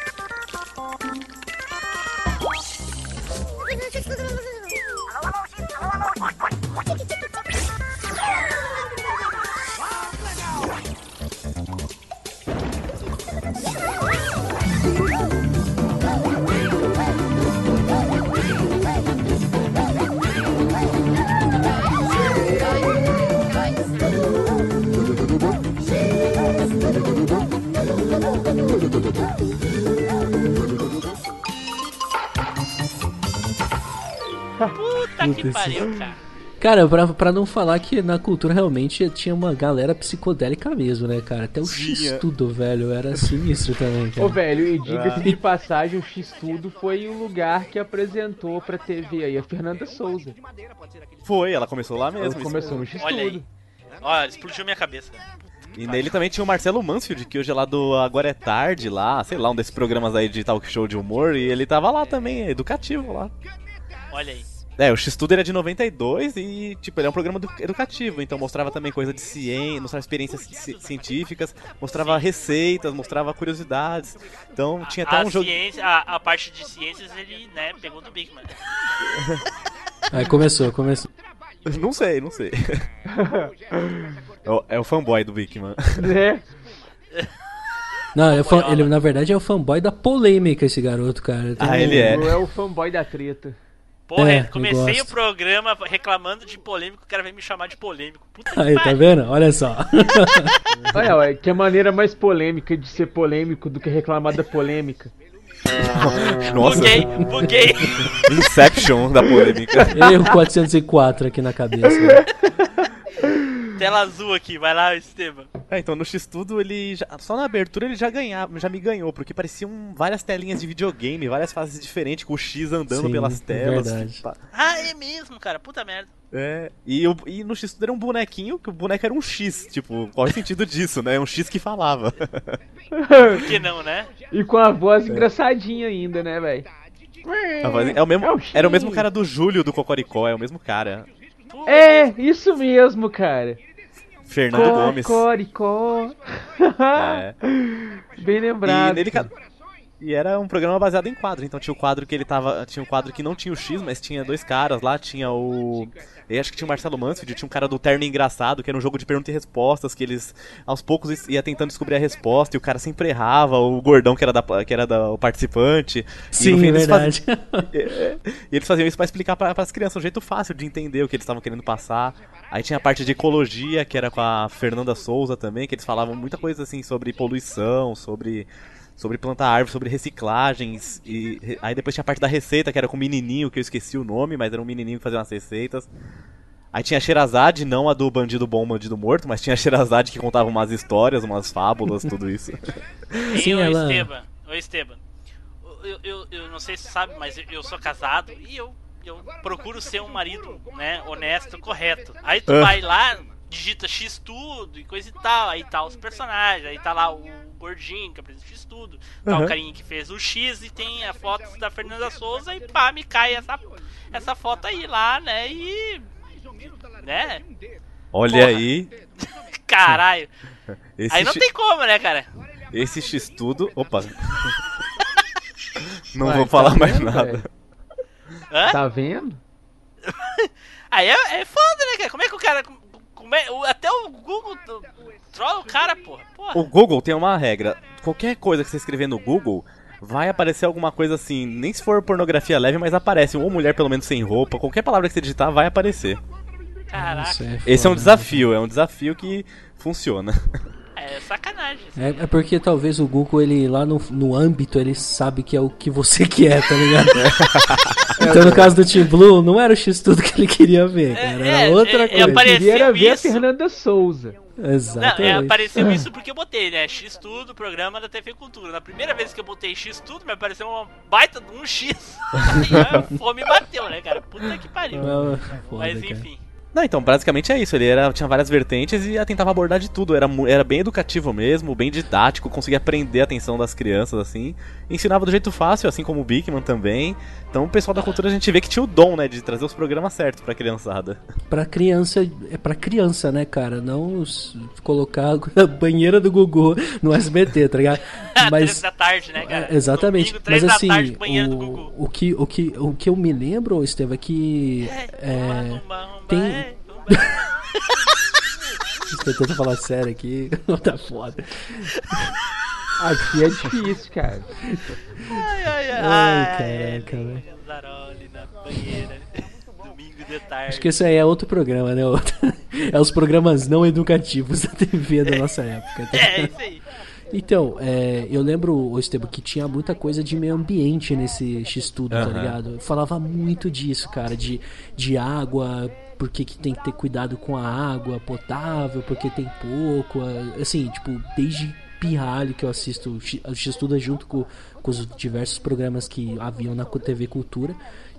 Puta que pariu, cara. Cara, pra, pra não falar que na cultura realmente tinha uma galera psicodélica mesmo, né, cara? Até o X-Tudo, velho, era sinistro também, cara. Ô, velho, e diga-se de passagem, o X-Tudo foi o lugar que apresentou pra T V aí a Fernanda Souza. Foi, ela começou lá mesmo. Ela começou no X-Tudo. Olha aí. Ó, explodiu minha cabeça. E nele também tinha o Marcelo Mansfield, que hoje é lá do Agora é Tarde, lá, sei lá, um desses programas aí de talk show de humor, e ele tava lá também, educativo lá. Olha aí. É, o X-Tudo era de noventa e dois e, tipo, ele é um programa educativo, então mostrava também coisa de ciência, mostrava experiências ci- científicas, mostrava Sim. receitas, mostrava curiosidades. Então tinha até a um jogo... Ciência, a, a parte de ciências ele, né, pegou do Bigman. Aí começou, começou. Não sei, não sei. é, o, é o fanboy do Bigman. É. Não, é fã, ele na verdade é o fanboy da polêmica, esse garoto, cara. Tem ah, um... ele é. É o fanboy da treta. Porra, é, comecei o programa reclamando de polêmico, o cara veio me chamar de polêmico. Puta que Aí, pariu. tá vendo? Olha só. Olha, olha, que a maneira mais polêmica de ser polêmico do que reclamar da polêmica. Nossa. Buguei, buguei. Inception da polêmica. Erro quatrocentos e quatro aqui na cabeça. Tela azul aqui, vai lá, Esteban. É, então no X-Tudo ele já, só na abertura ele já ganhava, já me ganhou, porque pareciam várias telinhas de videogame, várias fases diferentes, com o X andando Sim, pelas telas. Verdade. Tipo, ah, é mesmo, cara, puta merda. É, e, eu, e no X-Tudo era um bonequinho, que o boneco era um X, tipo, qual é o sentido disso, né? É um X que falava. Por que não, né? E com a voz é. engraçadinha ainda, né, velho? É o mesmo, é o era o mesmo cara do Júlio do Cocoricó, é o mesmo cara. É, isso mesmo, cara. Fernando Co Gomes. Cocoricó. É. Bem lembrado. E, nele, e era um programa baseado em quadro, então tinha o quadro que ele tava. Tinha um quadro que não tinha o X, mas tinha dois caras lá, tinha o. Eu acho que tinha o Marcelo Mansfield, tinha um cara do Terno Engraçado, que era um jogo de perguntas e respostas, que eles aos poucos ia tentando descobrir a resposta, e o cara sempre errava, o gordão que era, da, que era da, o participante. Sim, e no fim, é eles verdade. Faziam, e eles faziam isso pra explicar pra, pras crianças, um jeito fácil de entender o que eles estavam querendo passar. Aí tinha a parte de ecologia, que era com a Fernanda Souza também, que eles falavam muita coisa assim sobre poluição, sobre... sobre plantar árvore, sobre reciclagens, e aí depois tinha a parte da receita, que era com o menininho, que eu esqueci o nome, mas era um menininho que fazia umas receitas. Aí tinha a Sherazade, não a do bandido bom, bandido morto, mas tinha a Sherazade que contava umas histórias, umas fábulas, tudo isso. Sim, ô ela... Esteban, ô Esteban, eu, eu, eu não sei se você sabe, mas eu sou casado e eu, eu procuro ser um marido, né, honesto, correto. Aí tu vai lá, digita X tudo e coisa e tal, aí tá os personagens, aí tá lá o gordinho que apresenta X tudo, tá Uhum. o carinha que fez o X e tem a foto da Fernanda Souza e pá, me cai essa, essa foto aí lá, né, e... né? Olha Porra. aí. Caralho. Esse Aí não X- tem como, né, cara? Esse X-Tudo... Opa. Não Ué, vou tá falar mais vendo, nada. velho? Hã? Tá vendo? Aí é, é foda, né, cara? Como é que o cara... Como é, o- até o Google trola o cara, porra. porra. O Google tem uma regra. Qualquer coisa que você escrever no Google, vai aparecer alguma coisa assim, nem se for pornografia leve, mas aparece. Ou mulher pelo menos sem roupa, qualquer palavra que você digitar vai aparecer. Caraca. Isso é Esse é um foda, desafio, é um desafio que funciona. É sacanagem. É, é porque talvez o Google, ele lá no, no âmbito, ele sabe que é o que você quer, tá ligado? Então no caso do Team Blue, não era o X-Tudo que ele queria ver, cara, era é, outra é, coisa. apareceu Queria ver a isso. Fernanda Souza. Não, Exatamente. é, apareceu isso porque eu botei, né? X tudo, programa da T V Cultura. Na primeira vez que eu botei X tudo, me apareceu uma baita de um X. Aí a fome bateu, né, cara? Puta que pariu. Ah, foda, Mas cara. enfim. Não, então, basicamente é isso. Ele era, tinha várias vertentes e tentava abordar de tudo. Era, mu- era bem educativo mesmo, bem didático, conseguia prender a atenção das crianças, assim. Ensinava do jeito fácil, assim como o Bigman também. Então o pessoal da cultura a gente vê que tinha o dom, né, de trazer os programas certos pra criançada. Pra criança, é pra criança, né, cara? Não os- colocar a banheira do Gugu no S B T, tá ligado? Três da tarde, né, cara? É, exatamente. Domingo, três Mas da assim, tarde, banheiro do Gugu. o, o, que, o, que, o que eu me lembro, Estevam, é que. É, tem. Estou tentando falar sério aqui, tá foda. Aqui é difícil, cara. Ai, ai, ai. Ai, caraca, velho. Zaroli na banheira. Domingo de tarde. Acho que esse aí é outro programa, né? Outro- É os programas não educativos da T V da nossa época. Tá? É, isso aí. Então, é, eu lembro, ô Esteban, que tinha muita coisa de meio ambiente nesse X-Tudo, tá Aham. ligado? Eu falava muito disso, cara, de, de água, porque que tem que ter cuidado com a água potável, porque tem pouco, a- assim, tipo, desde pirralho que eu assisto o X- o X-Tudo junto com, com os diversos programas que haviam na T V Cultura,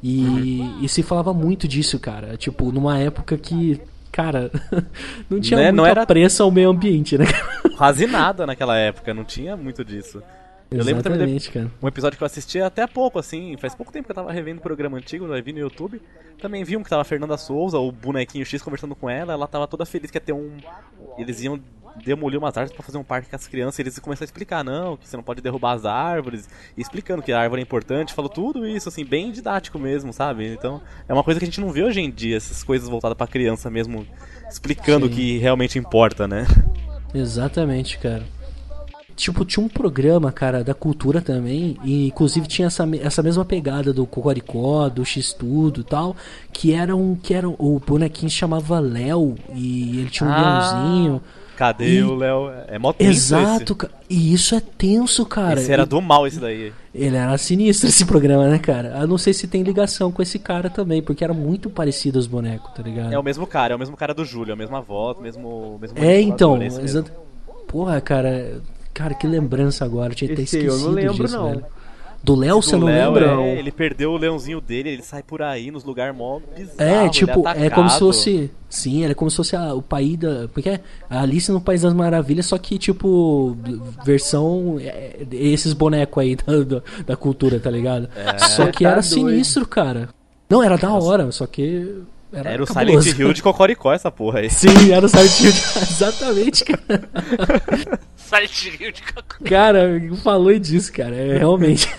e, e se falava muito disso, cara, tipo, numa época que... Cara, não tinha Né, muito não era- apreço ao meio ambiente, né? Quase nada naquela época, não tinha muito disso. Eu lembro também Exatamente, de cara. um episódio que eu assisti até há pouco, assim, faz pouco tempo que eu tava revendo o programa antigo, eu vi no YouTube. Também vi um que tava a Fernanda Souza, o bonequinho X, conversando com ela, ela tava toda feliz que ia ter um... Eles iam demolir umas árvores pra fazer um parque com as crianças, e eles começaram a explicar, não, que você não pode derrubar as árvores, e explicando que a árvore é importante, falou tudo isso, assim, bem didático mesmo, sabe? Então, é uma coisa que a gente não vê hoje em dia, essas coisas voltadas pra criança mesmo, explicando o Sim. que realmente importa, né? Exatamente, cara. Tipo, tinha um programa, cara, da cultura também, e inclusive tinha essa, me- essa mesma pegada do Cocoricó, do X-Tudo e tal, que era um, que era, o bonequinho se chamava Léo, e ele tinha um Ah, leãozinho. Cadê E- o Léo? É mó tenso Exato, ca- e isso é tenso, cara. Esse era E- do mal, esse daí. Ele era sinistro, esse programa, né, cara? Eu não sei se tem ligação com esse cara também, porque era muito parecido os bonecos, tá ligado? É o mesmo cara, é o mesmo cara do Júlio, a mesma voz, mesmo, mesmo É, então, manipulador, esse mesmo. exato. Porra, cara, cara, que lembrança agora, eu tinha até Esse aí esquecido eu não lembro, disso, não. velho. Do Léo, Esse você do não Léo, lembra? é, ele perdeu o leãozinho dele, ele sai por aí nos lugares mó bizarros. É, tipo, ele é como se atacado. fosse. Sim, ele é como se fosse a- o país da. Porque é a Alice no País das Maravilhas, só que, tipo, versão. é, esses bonecos aí da, da, da cultura, tá ligado? É. Só que Tá era doido. sinistro, cara. Não, era da hora, só que. Era, Era o cabuloso. Silent Hill de Cocoricó, essa porra aí. Sim, era o Silent Hill. Exatamente, cara. Silent Hill de Cocoricó. Cara, falou disso, cara. É realmente.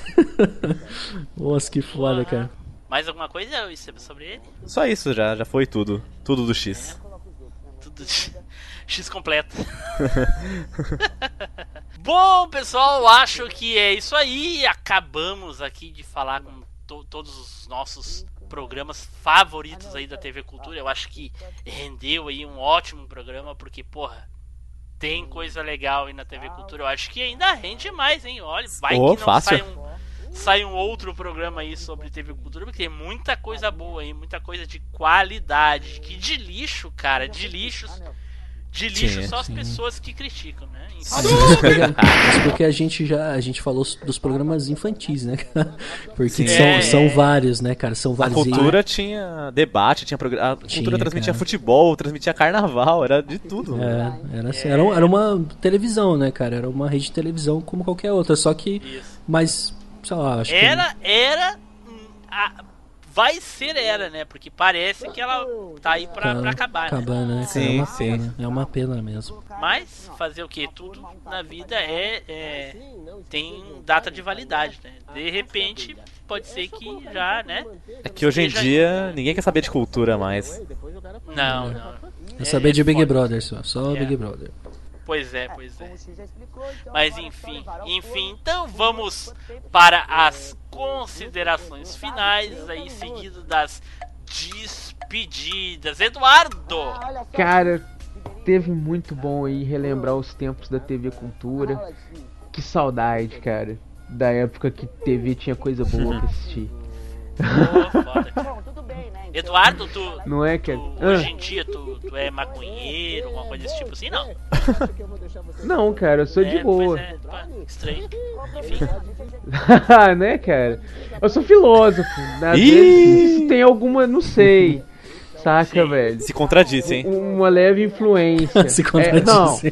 Nossa, que foda, cara. Mais alguma coisa sobre ele? Só isso já, já foi tudo. Tudo do X. Tudo X completo. Bom, pessoal, acho que é isso aí. Acabamos aqui de falar com to- todos os nossos programas favoritos aí da T V Cultura. Eu acho que rendeu aí um ótimo programa, porque, porra, tem coisa legal aí na T V Cultura. Eu acho que ainda rende mais, hein? Olha, vai Oh, que não fácil. sai um, sai um outro programa aí sobre T V Cultura, porque tem muita coisa boa aí, muita coisa de qualidade. Que de lixo, cara, de lixos. De lixo Sim, só as sim. pessoas que criticam, né? Enfim. Isso porque a gente já a gente falou dos programas infantis, né, cara? Porque Sim. são, É, são é. vários, né, cara? São A vários. cultura tinha debate, tinha programa. A cultura Tinha, transmitia cara. futebol, transmitia carnaval, era de tudo. É, era, assim, era, era uma televisão, né, cara? Era uma rede de televisão como qualquer outra, só que Isso. mas sei lá, acho Era, era. hum, a- vai ser era, né? Porque parece que ela tá aí que pra, tá pra acabar, acabando, né? né? cara? Sim, é uma sim. pena, é uma pena mesmo. Mas fazer o que? Tudo na vida é, é tem data de validade, né? De repente pode ser que já, né? É que hoje em seja- dia ninguém quer saber de cultura mais. Não, não. Eu saber de Big foda. Brother só, só É. Big Brother. Pois é, pois é. Mas enfim, enfim, então vamos para as considerações finais, aí seguido das despedidas. Eduardo! Cara, teve muito bom aí relembrar os tempos da T V Cultura. Que saudade, cara. Da época que T V tinha coisa boa pra assistir. Pô, foda. Eduardo, tu, Não é, cara? tu- Ah. hoje em dia tu, tu é maconheiro, alguma coisa desse tipo assim? Não. Não, cara, eu sou de É, boa. pois é, pá, estranho. Enfim. Né, cara? Eu sou filósofo. Às Ih! vezes isso tem alguma, não sei. Saca, velho? Se contradisse, hein? Uma leve influência. Se É, não. contradisse.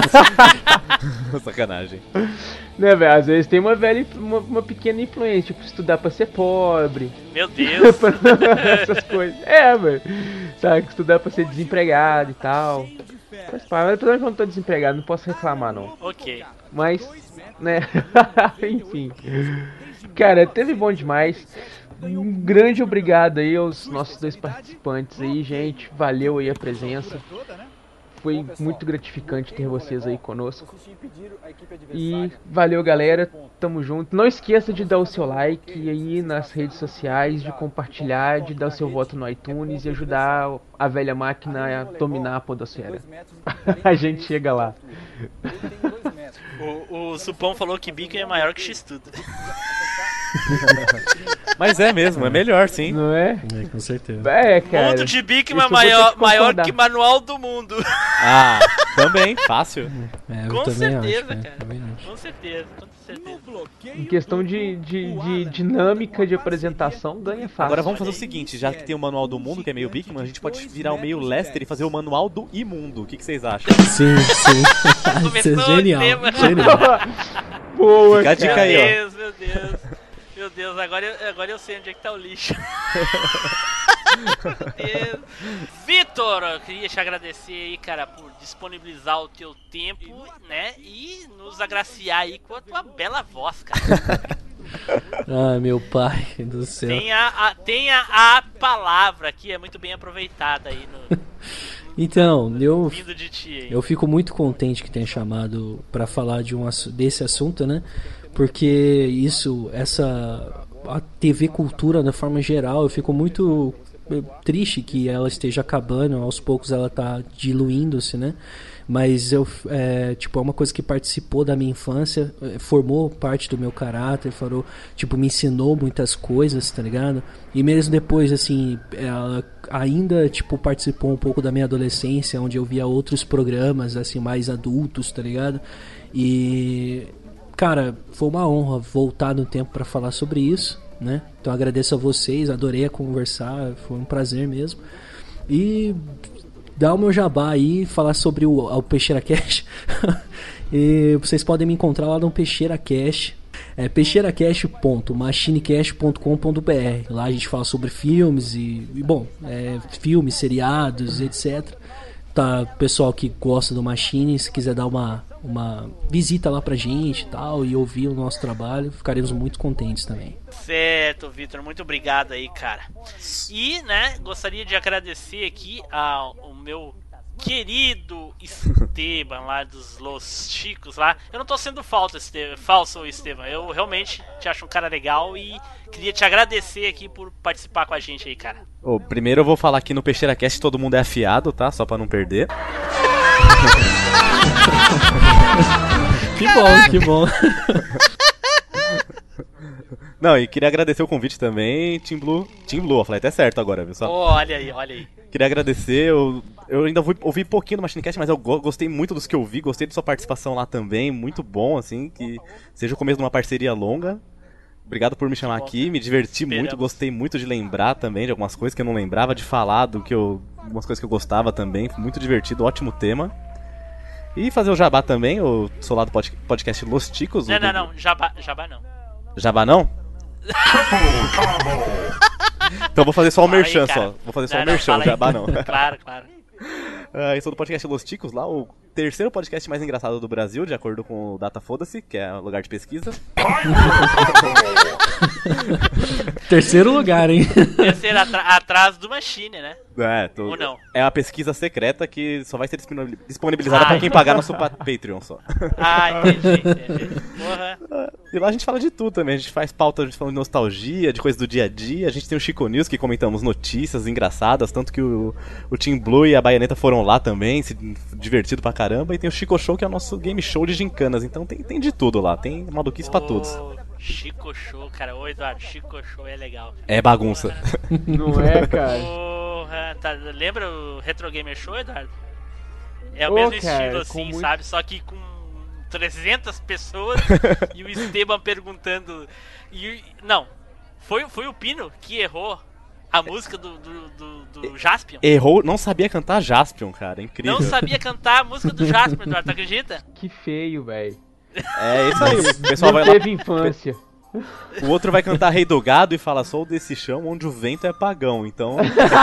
Sacanagem. Né, velho? Às vezes tem uma velha, uma, uma pequena influência, tipo, estudar pra ser pobre. Meu Deus. Essas coisas. É, velho. Sabe, estudar pra ser desempregado e tal. Mas, pá, mas apesar de eu não tô desempregado, não posso reclamar, não. Ok. Mas, né? Enfim. Cara, teve bom demais. Um grande obrigado aí aos nossos dois participantes aí, gente. Valeu aí a presença. Foi muito gratificante ter vocês aí conosco. E valeu, galera. Tamo junto. Não esqueça de dar o seu like aí nas redes sociais, de compartilhar, de dar o seu voto no iTunes e ajudar a velha máquina a dominar a podosfera. A gente chega lá. O, o Supão falou que Bico é maior que X-Tudo. Mas é mesmo, é melhor, sim. Não é? É, com certeza. É, cara. Mundo de Bikman isso eu vou ter maior, que maior concordar. que Manual do Mundo. Ah, também, fácil. É, eu Com também certeza, acho, cara. também acho. Com certeza, com certeza. Em questão de, de, de dinâmica de apresentação, ganha fácil. Agora vamos fazer o seguinte, já que tem o Manual do Mundo, que é meio Bigman, a gente pode virar o meio Lester e fazer o Manual do Imundo. O que, que vocês acham? Sim, sim. Isso é Começou o genial. tema. Genial. Boa, Fica a dica cara. aí, Meu ó. Deus, meu Deus. Meu Deus, agora eu, agora eu sei onde é que tá o lixo. Meu Deus. Vitor, eu queria te agradecer aí, cara, por disponibilizar o teu tempo, né? E nos agraciar aí com a tua bela voz, cara. Ah, meu pai do céu. Tenha a, tenha a palavra aqui, é muito bem aproveitada aí no, Então, eu, vindo de ti aí. eu fico muito contente que tenha chamado pra falar de um, assu- desse assunto, né? Porque isso, essa a T V Cultura, de forma geral, eu fico muito eh, triste que ela esteja acabando, aos poucos ela tá diluindo-se, né? Mas eu, é, tipo, é uma coisa que participou da minha infância, eh, formou parte do meu caráter, falou, tipo, me ensinou muitas coisas, tá ligado? E mesmo depois, assim, ela ainda, tipo, participou um pouco da minha adolescência, onde eu via outros programas, assim, mais adultos, tá ligado? E, cara, foi uma honra voltar no tempo pra falar sobre isso, né? Então agradeço a vocês, adorei conversar, foi um prazer mesmo. E dar o meu jabá aí, falar sobre o, o Peixeira Cash. E vocês podem me encontrar lá no Peixeira Cash. É peixeiracast ponto machinecast ponto com ponto b r. Lá a gente fala sobre filmes e, e bom, é, filmes, seriados, etcétera. Tá, pessoal que gosta do Machine, se quiser dar uma, uma visita lá pra gente e tal, e ouvir o nosso trabalho, ficaremos muito contentes também. Certo, Vitor, muito obrigado aí, cara. E, né, gostaria de agradecer aqui ao, ao meu querido Esteban lá dos Los Chicos lá. Eu não tô sendo falso, Esteban, falso, Esteban. Eu realmente te acho um cara legal e queria te agradecer aqui por participar com a gente aí, cara. Ô, primeiro eu vou falar aqui no Peixeira Cast, todo mundo é afiado, tá? Só pra não perder. Que bom, que bom. Não, e queria agradecer o convite também, Team Blue. Team Blue, eu falei até certo agora, viu? Só... Oh, olha aí, olha aí. Queria agradecer, eu, eu ainda ouvi, ouvi pouquinho do MachineCast, mas eu go- gostei muito dos que eu vi, gostei da sua participação lá também, muito bom, assim, que seja o começo de uma parceria longa. Obrigado por me chamar aqui, me diverti Esperamos. muito, gostei muito de lembrar também de algumas coisas que eu não lembrava, de falar do que eu, algumas coisas que eu gostava também, muito divertido, ótimo tema. E fazer o jabá também, eu sou lá do pod- podcast Los Ticos. Não, o não, do- não, jabá, jabá não. Jabá não? Então vou fazer só o Fala aí, merchan cara. só. Vou fazer só Não, o não, merchan, fala aí. jabá não. Claro, claro. Ah, eu sou do podcast Los Ticos, lá o terceiro podcast mais engraçado do Brasil, de acordo com o Data Foda-se, que é o lugar de pesquisa. Terceiro lugar, hein? Terceiro atra- atrás do Machine, né? É, tô... Ou não? é uma pesquisa secreta que só vai ser disponibil- disponibilizada Ah, pra quem pagar nosso pa- Patreon só. Ah, entendi, entendi. Porra. E lá a gente fala de tudo também, a gente faz pauta, a gente fala de nostalgia, de coisas do dia a dia, a gente tem o Chico News que comentamos notícias engraçadas, tanto que o, o Team Blue e a Baianeta foram lá também, se divertido pra caramba, e tem o Chico Show que é o nosso game show de gincanas, então tem, tem de tudo lá, tem maluquice pra todos. Chico Show, cara. Ô, Eduardo, Chico Show é legal. É bagunça. Não é, cara? Porra, tá, lembra o Retro Gamer Show, Eduardo? É o Ô, mesmo cara, estilo com assim, muito- sabe? Só que com trezentas pessoas e o Esteban perguntando. E, não, foi, foi o Pino que errou a música do, do, do, do Jaspion. Errou, não sabia cantar Jaspion, cara, incrível. Não sabia cantar a música do Jaspion, Eduardo, tu acredita? Que feio, velho. É isso aí, o pessoal Não vai lá. teve infância. O outro vai cantar Rei do Gado e fala: sou desse chão onde o vento é pagão. Então.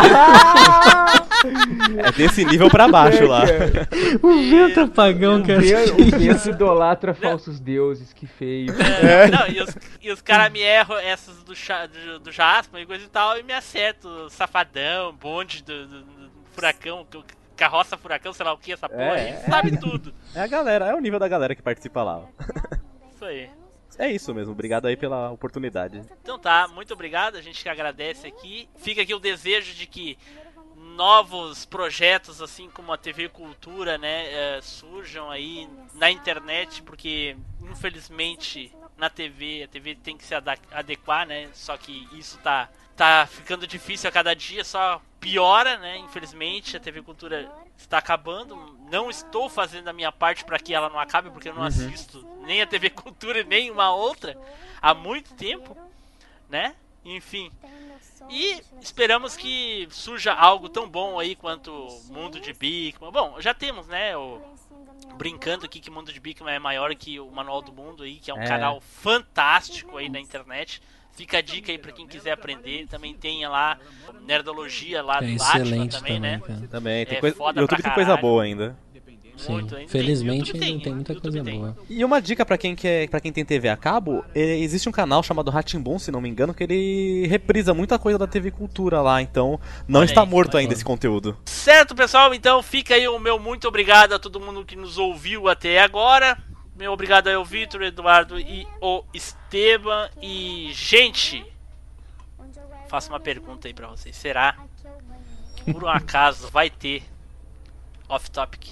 É desse nível pra baixo lá. O vento é pagão, cara. O vento idolatra falsos deuses, que feio. É, não, e os, e os caras me erram essas do, cha- do, do Jasper e coisa e tal, e me acertam. Safadão, bonde do, do- do furacão, do- carroça furacão, sei lá o que, essa porra aí, É, sabe é. tudo. É a galera, é o nível da galera que participa lá. Isso aí. É isso mesmo, obrigado aí pela oportunidade. Então tá, muito obrigado, a gente que agradece aqui. Fica aqui o desejo de que novos projetos, assim como a T V Cultura, né, eh, surjam aí na internet, porque infelizmente na T V, a T V tem que se ada- adequar, né, só que isso tá, tá ficando difícil a cada dia, só piora, né, infelizmente, a T V Cultura está acabando. Não estou fazendo a minha parte para que ela não acabe, porque eu não Uhum. assisto nem a T V Cultura nem uma outra há muito tempo, né, enfim. E esperamos que surja algo tão bom aí quanto o Mundo de Bigman. Bom, já temos, né, o... brincando aqui que o Mundo de Bigman é maior que o Manual do Mundo aí, que é um É. canal fantástico aí na internet. Fica a dica aí pra quem quiser aprender. Também tem lá Nerdologia lá É do Batman excelente também, também, né? cara. Também, tem É coisa. foda YouTube pra tem coisa caralho. boa ainda. Sim, Muito, hein? felizmente YouTube tem, não tem muita YouTube coisa tem. boa. E uma dica pra quem quer, para quem tem T V a cabo, é, existe um canal chamado Ratimbun, se não me engano, que ele reprisa muita coisa da T V Cultura lá, então não Olha está aí, morto olha ainda aí. esse conteúdo. Certo, pessoal, então fica aí o meu muito obrigado a todo mundo que nos ouviu até agora. Meu obrigado aí ao Vitor, Eduardo e o Esteban. E, gente, faço uma pergunta aí pra vocês. Será que por um acaso vai ter off-topic?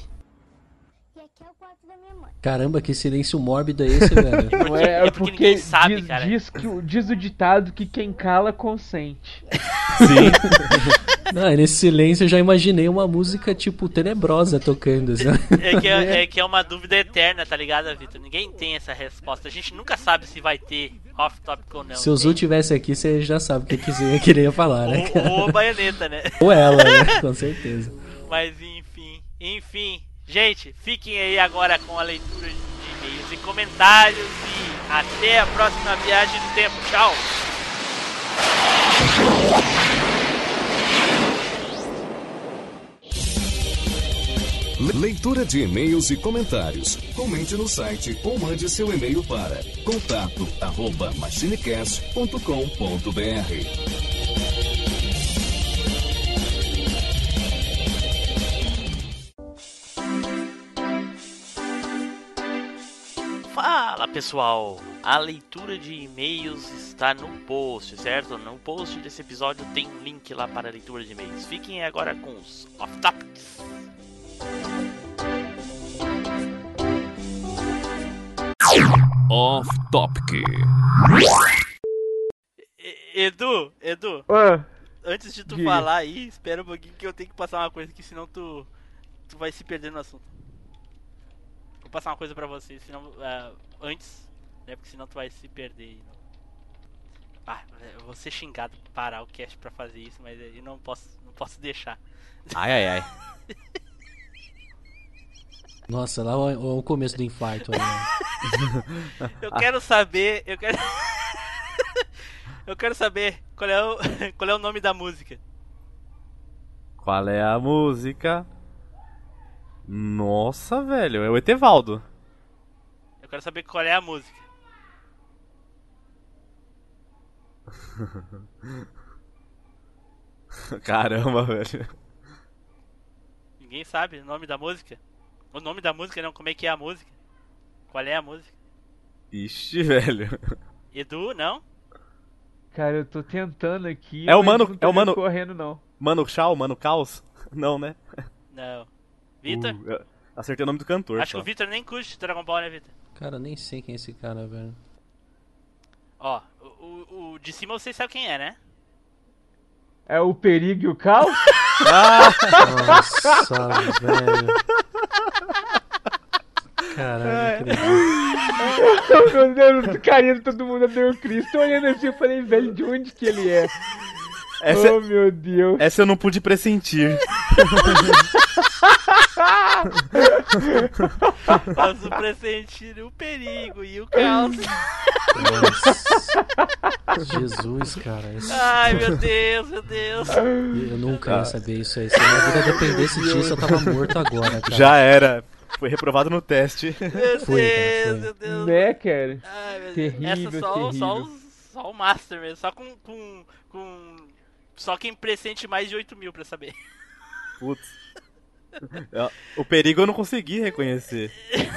Caramba, que silêncio mórbido é esse, velho? Não é, é porque ninguém sabe, diz, cara. Diz, que, o- diz o ditado que quem cala consente. Sim. Não, nesse silêncio eu já imaginei uma música, tipo, tenebrosa tocando, sabe? É que é, é que é uma dúvida eterna, tá ligado, Vitor? Ninguém tem essa resposta. A gente nunca sabe se vai ter off-topic ou não. Se o Zu tivesse aqui, você já sabe o que que você queria falar, né, Ou, cara? ou a Baianeta, né? Ou ela, né? Com certeza. Mas enfim, enfim. Gente, fiquem aí agora com a leitura de e-mails e comentários e até a próxima viagem do tempo. Tchau! Leitura de e-mails e comentários. Comente no site ou mande seu e-mail para contato arroba machinecast ponto com ponto br. Fala pessoal, a leitura de e-mails está no post, certo? No post desse episódio tem um link lá para a leitura de e-mails. Fiquem agora com os off-topics. Off Topic. Edu, Edu. Ah, antes de tu diga. falar aí, espera um pouquinho que eu tenho que passar uma coisa aqui, senão tu, tu vai se perder no assunto. Vou passar uma coisa pra você, senão, uh, antes, né, porque senão tu vai se perder aí. Ah, eu vou ser xingado pra parar o cast pra fazer isso, mas eu não posso, não posso deixar. Ai, ai, ai. Nossa, lá é o começo do infarto. Aí, né? Eu quero saber, eu quero... eu quero saber qual é o, qual é o nome da música. Qual é a música? Nossa, velho, é o Etevaldo. Eu quero saber qual é a música. Caramba, velho. Ninguém sabe o nome da música? O nome da música não, como é que é a música? Qual é a música? Ixi, velho. Edu, não? Cara, eu tô tentando aqui. É o mas mano, não tô é o mano correndo não. Mano Chao, Mano Caos? Não, né? Não. Vitor? Uh, eu acertei o nome do cantor. Acho só. que o Vitor nem curte Dragon Ball, né, Vitor? Cara, nem sei quem é esse cara, velho. Ó, o, o, o de cima vocês sabem quem é, né? É o Perigo e o Caos? Ah! Nossa, velho. Caralho, acredito. Meu Deus, o carinha de todo mundo deu o Cristo. Tô olhando assim, eu falei, velho, de onde que ele é? Essa, oh, meu Deus. Essa eu não pude pressentir. Posso pressentir o perigo e o caos. Nossa. Jesus, cara. Esse... Ai, meu Deus, meu Deus. Eu nunca ia saber isso aí. Se a minha vida dependesse disso, eu tava morto agora, cara. Já era. Foi reprovado no teste. Meu Foi, Deus, cara, foi. meu Deus. Né, cara? Ai, meu Deus. Terrível, Essa só, terrível. só, o- só o Master mesmo. Só com, com, com... Só quem pressente mais de oito mil pra saber. Putz. O perigo eu não consegui reconhecer.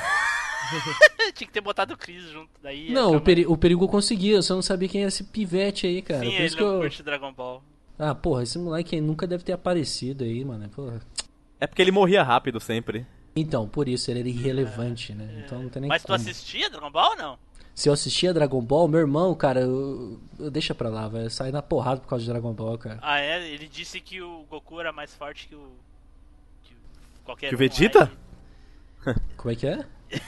Tinha que ter botado o Chris junto. Daí ia Não, ficar o, peri o perigo eu conseguia, eu só não sabia quem era esse pivete aí, cara. Sim, Por ele isso que não eu... curte Dragon Ball. Ah, porra, esse moleque aí nunca deve ter aparecido aí, mano. Porra. É porque ele morria rápido sempre. Então, por isso, ele era irrelevante, né? Então não tem nem Mas tu como. assistia Dragon Ball ou não? Se eu assistia Dragon Ball, meu irmão, cara, eu, eu deixa pra lá, velho. Sai na porrada por causa de Dragon Ball, cara. Ah, é? Ele disse que o Goku era mais forte que o... Que o qualquer Que o um Vegeta? aí. Como é que é?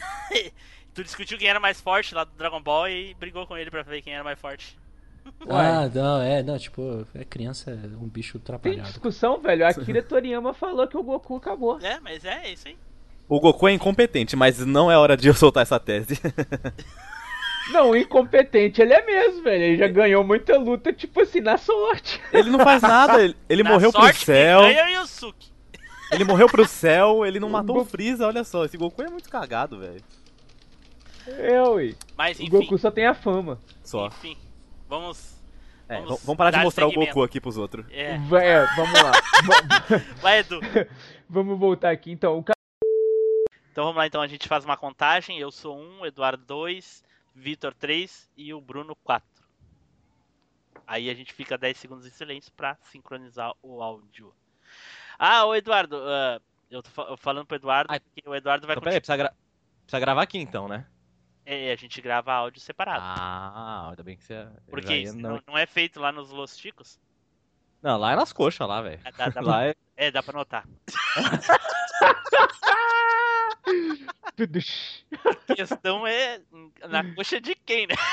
Tu discutiu quem era mais forte lá do Dragon Ball e brigou com ele pra ver quem era mais forte. Ah, não, é, não, tipo, é criança, é um bicho Tem atrapalhado. discussão, velho. A Akira Toriyama falou que o Goku acabou. É, mas é, é isso aí. O Goku é incompetente, mas não é hora de eu soltar essa tese. Não, incompetente ele é mesmo, velho. Ele já ganhou muita luta, tipo assim, na sorte. Ele não faz nada, ele, ele Na morreu pro sorte, céu. quem ganha é o Yusuke. Ele morreu pro céu, ele não O matou o Goku- Freeza, olha só. Esse Goku é muito cagado, velho. É, ui. Mas O enfim, Goku só tem a fama. Só. enfim. Vamos... É, vamos v- vamos parar de dar mostrar o segmento. Goku aqui pros outros. É. Vai, é, vamos lá. Va- Vai, Edu. Vamos voltar aqui, então. O ca- Então vamos lá, então a gente faz uma contagem. Eu sou um, Eduardo dois, Vitor três e o Bruno quatro. Aí a gente fica dez segundos em silêncio pra sincronizar o áudio. Ah, ô Eduardo, ah, eu tô fa- falando pro Eduardo, Ah, porque o Eduardo vai Então, peraí, continuar. precisa, gra- precisa gravar aqui então, né? É, a gente grava áudio separado. Ah, ainda bem que você. eu porque já ia- isso não... não, não é feito lá nos Los Ticos. não, lá é nas coxas, lá, velho. É, dá, dá Lá pra... é. é, dá pra notar. Tudo. A questão é na coxa de quem, né?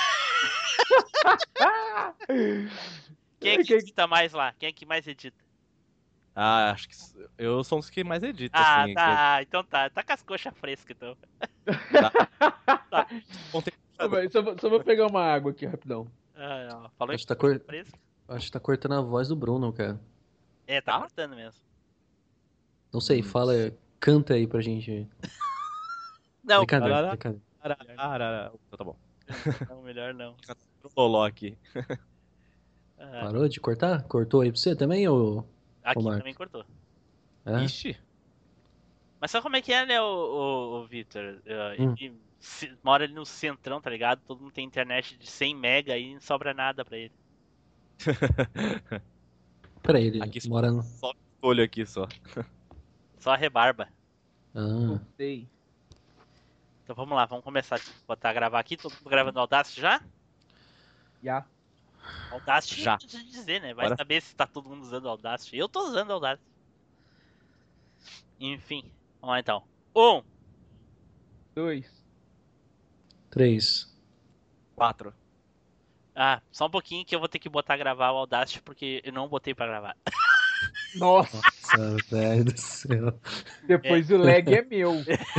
Quem é que edita mais lá? Quem é que mais edita? Ah, acho que eu sou um dos que mais edita, Ah, assim. tá. Então tá. Tá com as coxas frescas, então. Tá. Ontem- Só, vai- só vou- só vou pegar uma água aqui rapidão. Ah, não. Falou Acho em que tá coxa cor- fresca? Acho que tá cortando a voz do Bruno, cara. É, tá cortando mesmo. Não Hum. sei, fala, canta aí pra gente. Não, Brincadeira, Arara- brincadeira. Arara- arara- Então tá bom. não, melhor não. Loló aqui. Ah, Parou de cortar? Cortou aí pra você também, ou... aqui Ô, Marcos. também cortou. É? Ixi. Mas sabe como é que é, né, o, o, o Vitor? Ah, Hum. Ele se- mora ali no centrão, tá ligado? Todo mundo tem internet de cem mega e não sobra nada pra ele. Peraí, ele Aqui mora no... Só olho aqui só. Só a rebarba. Ah, Sei. Então vamos lá, vamos começar a botar a gravar aqui. Todo mundo gravando no Audacity já? Já. Audacity, Já. não precisa dizer, né? Vai Bora. saber se tá todo mundo usando Audacity. Eu tô usando Audacity. Enfim, vamos lá então. Um. Dois. Três. Quatro. Ah, só um pouquinho que eu vou ter que botar gravar o Audacity porque eu não botei pra gravar. Nossa. Nossa, velho do céu. Depois o lag é meu.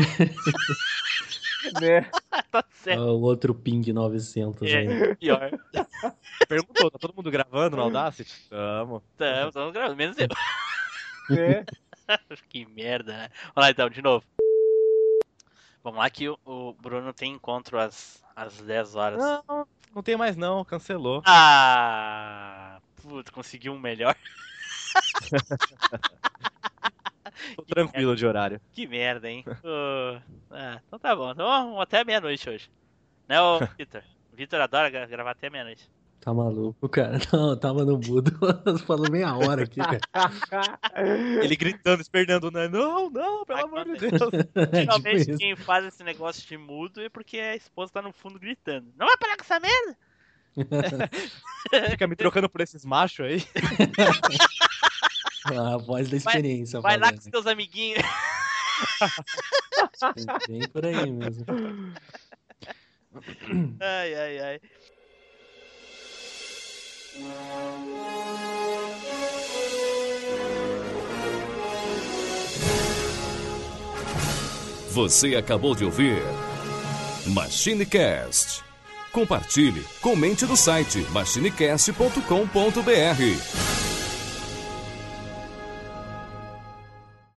Né? Tá certo. Ah, o outro ping novecentos É, aí. pior. Perguntou, tá todo mundo gravando no Audacity? Tamo. Tamo, tamo gravando, menos eu. É. Que merda, né? Vamos lá então, de novo. Vamos lá que o, o Bruno tem encontro às, às dez horas. Não, não tem mais não, cancelou. Ah, putz, conseguiu um melhor. Tô tranquilo de horário. Que merda, hein? Uh, ah, então tá bom, então vamos até meia-noite hoje. Né, ô Vitor? O Vitor adora gra- gravar até meia-noite. Tá maluco, cara. Não, tava no mudo. Falou meia hora aqui, cara. Ele gritando, esperando, né? Não, não, pelo amor de Deus. Geralmente tipo isso. quem faz esse negócio de mudo é porque a esposa tá no fundo gritando. Não vai parar com essa merda? Fica me trocando por esses machos aí. A voz da experiência. Vai lá falando. com seus amiguinhos. Bem por aí mesmo. Ai, ai, ai. Você acabou de ouvir MachineCast. Compartilhe, comente no site machinecast ponto com ponto br.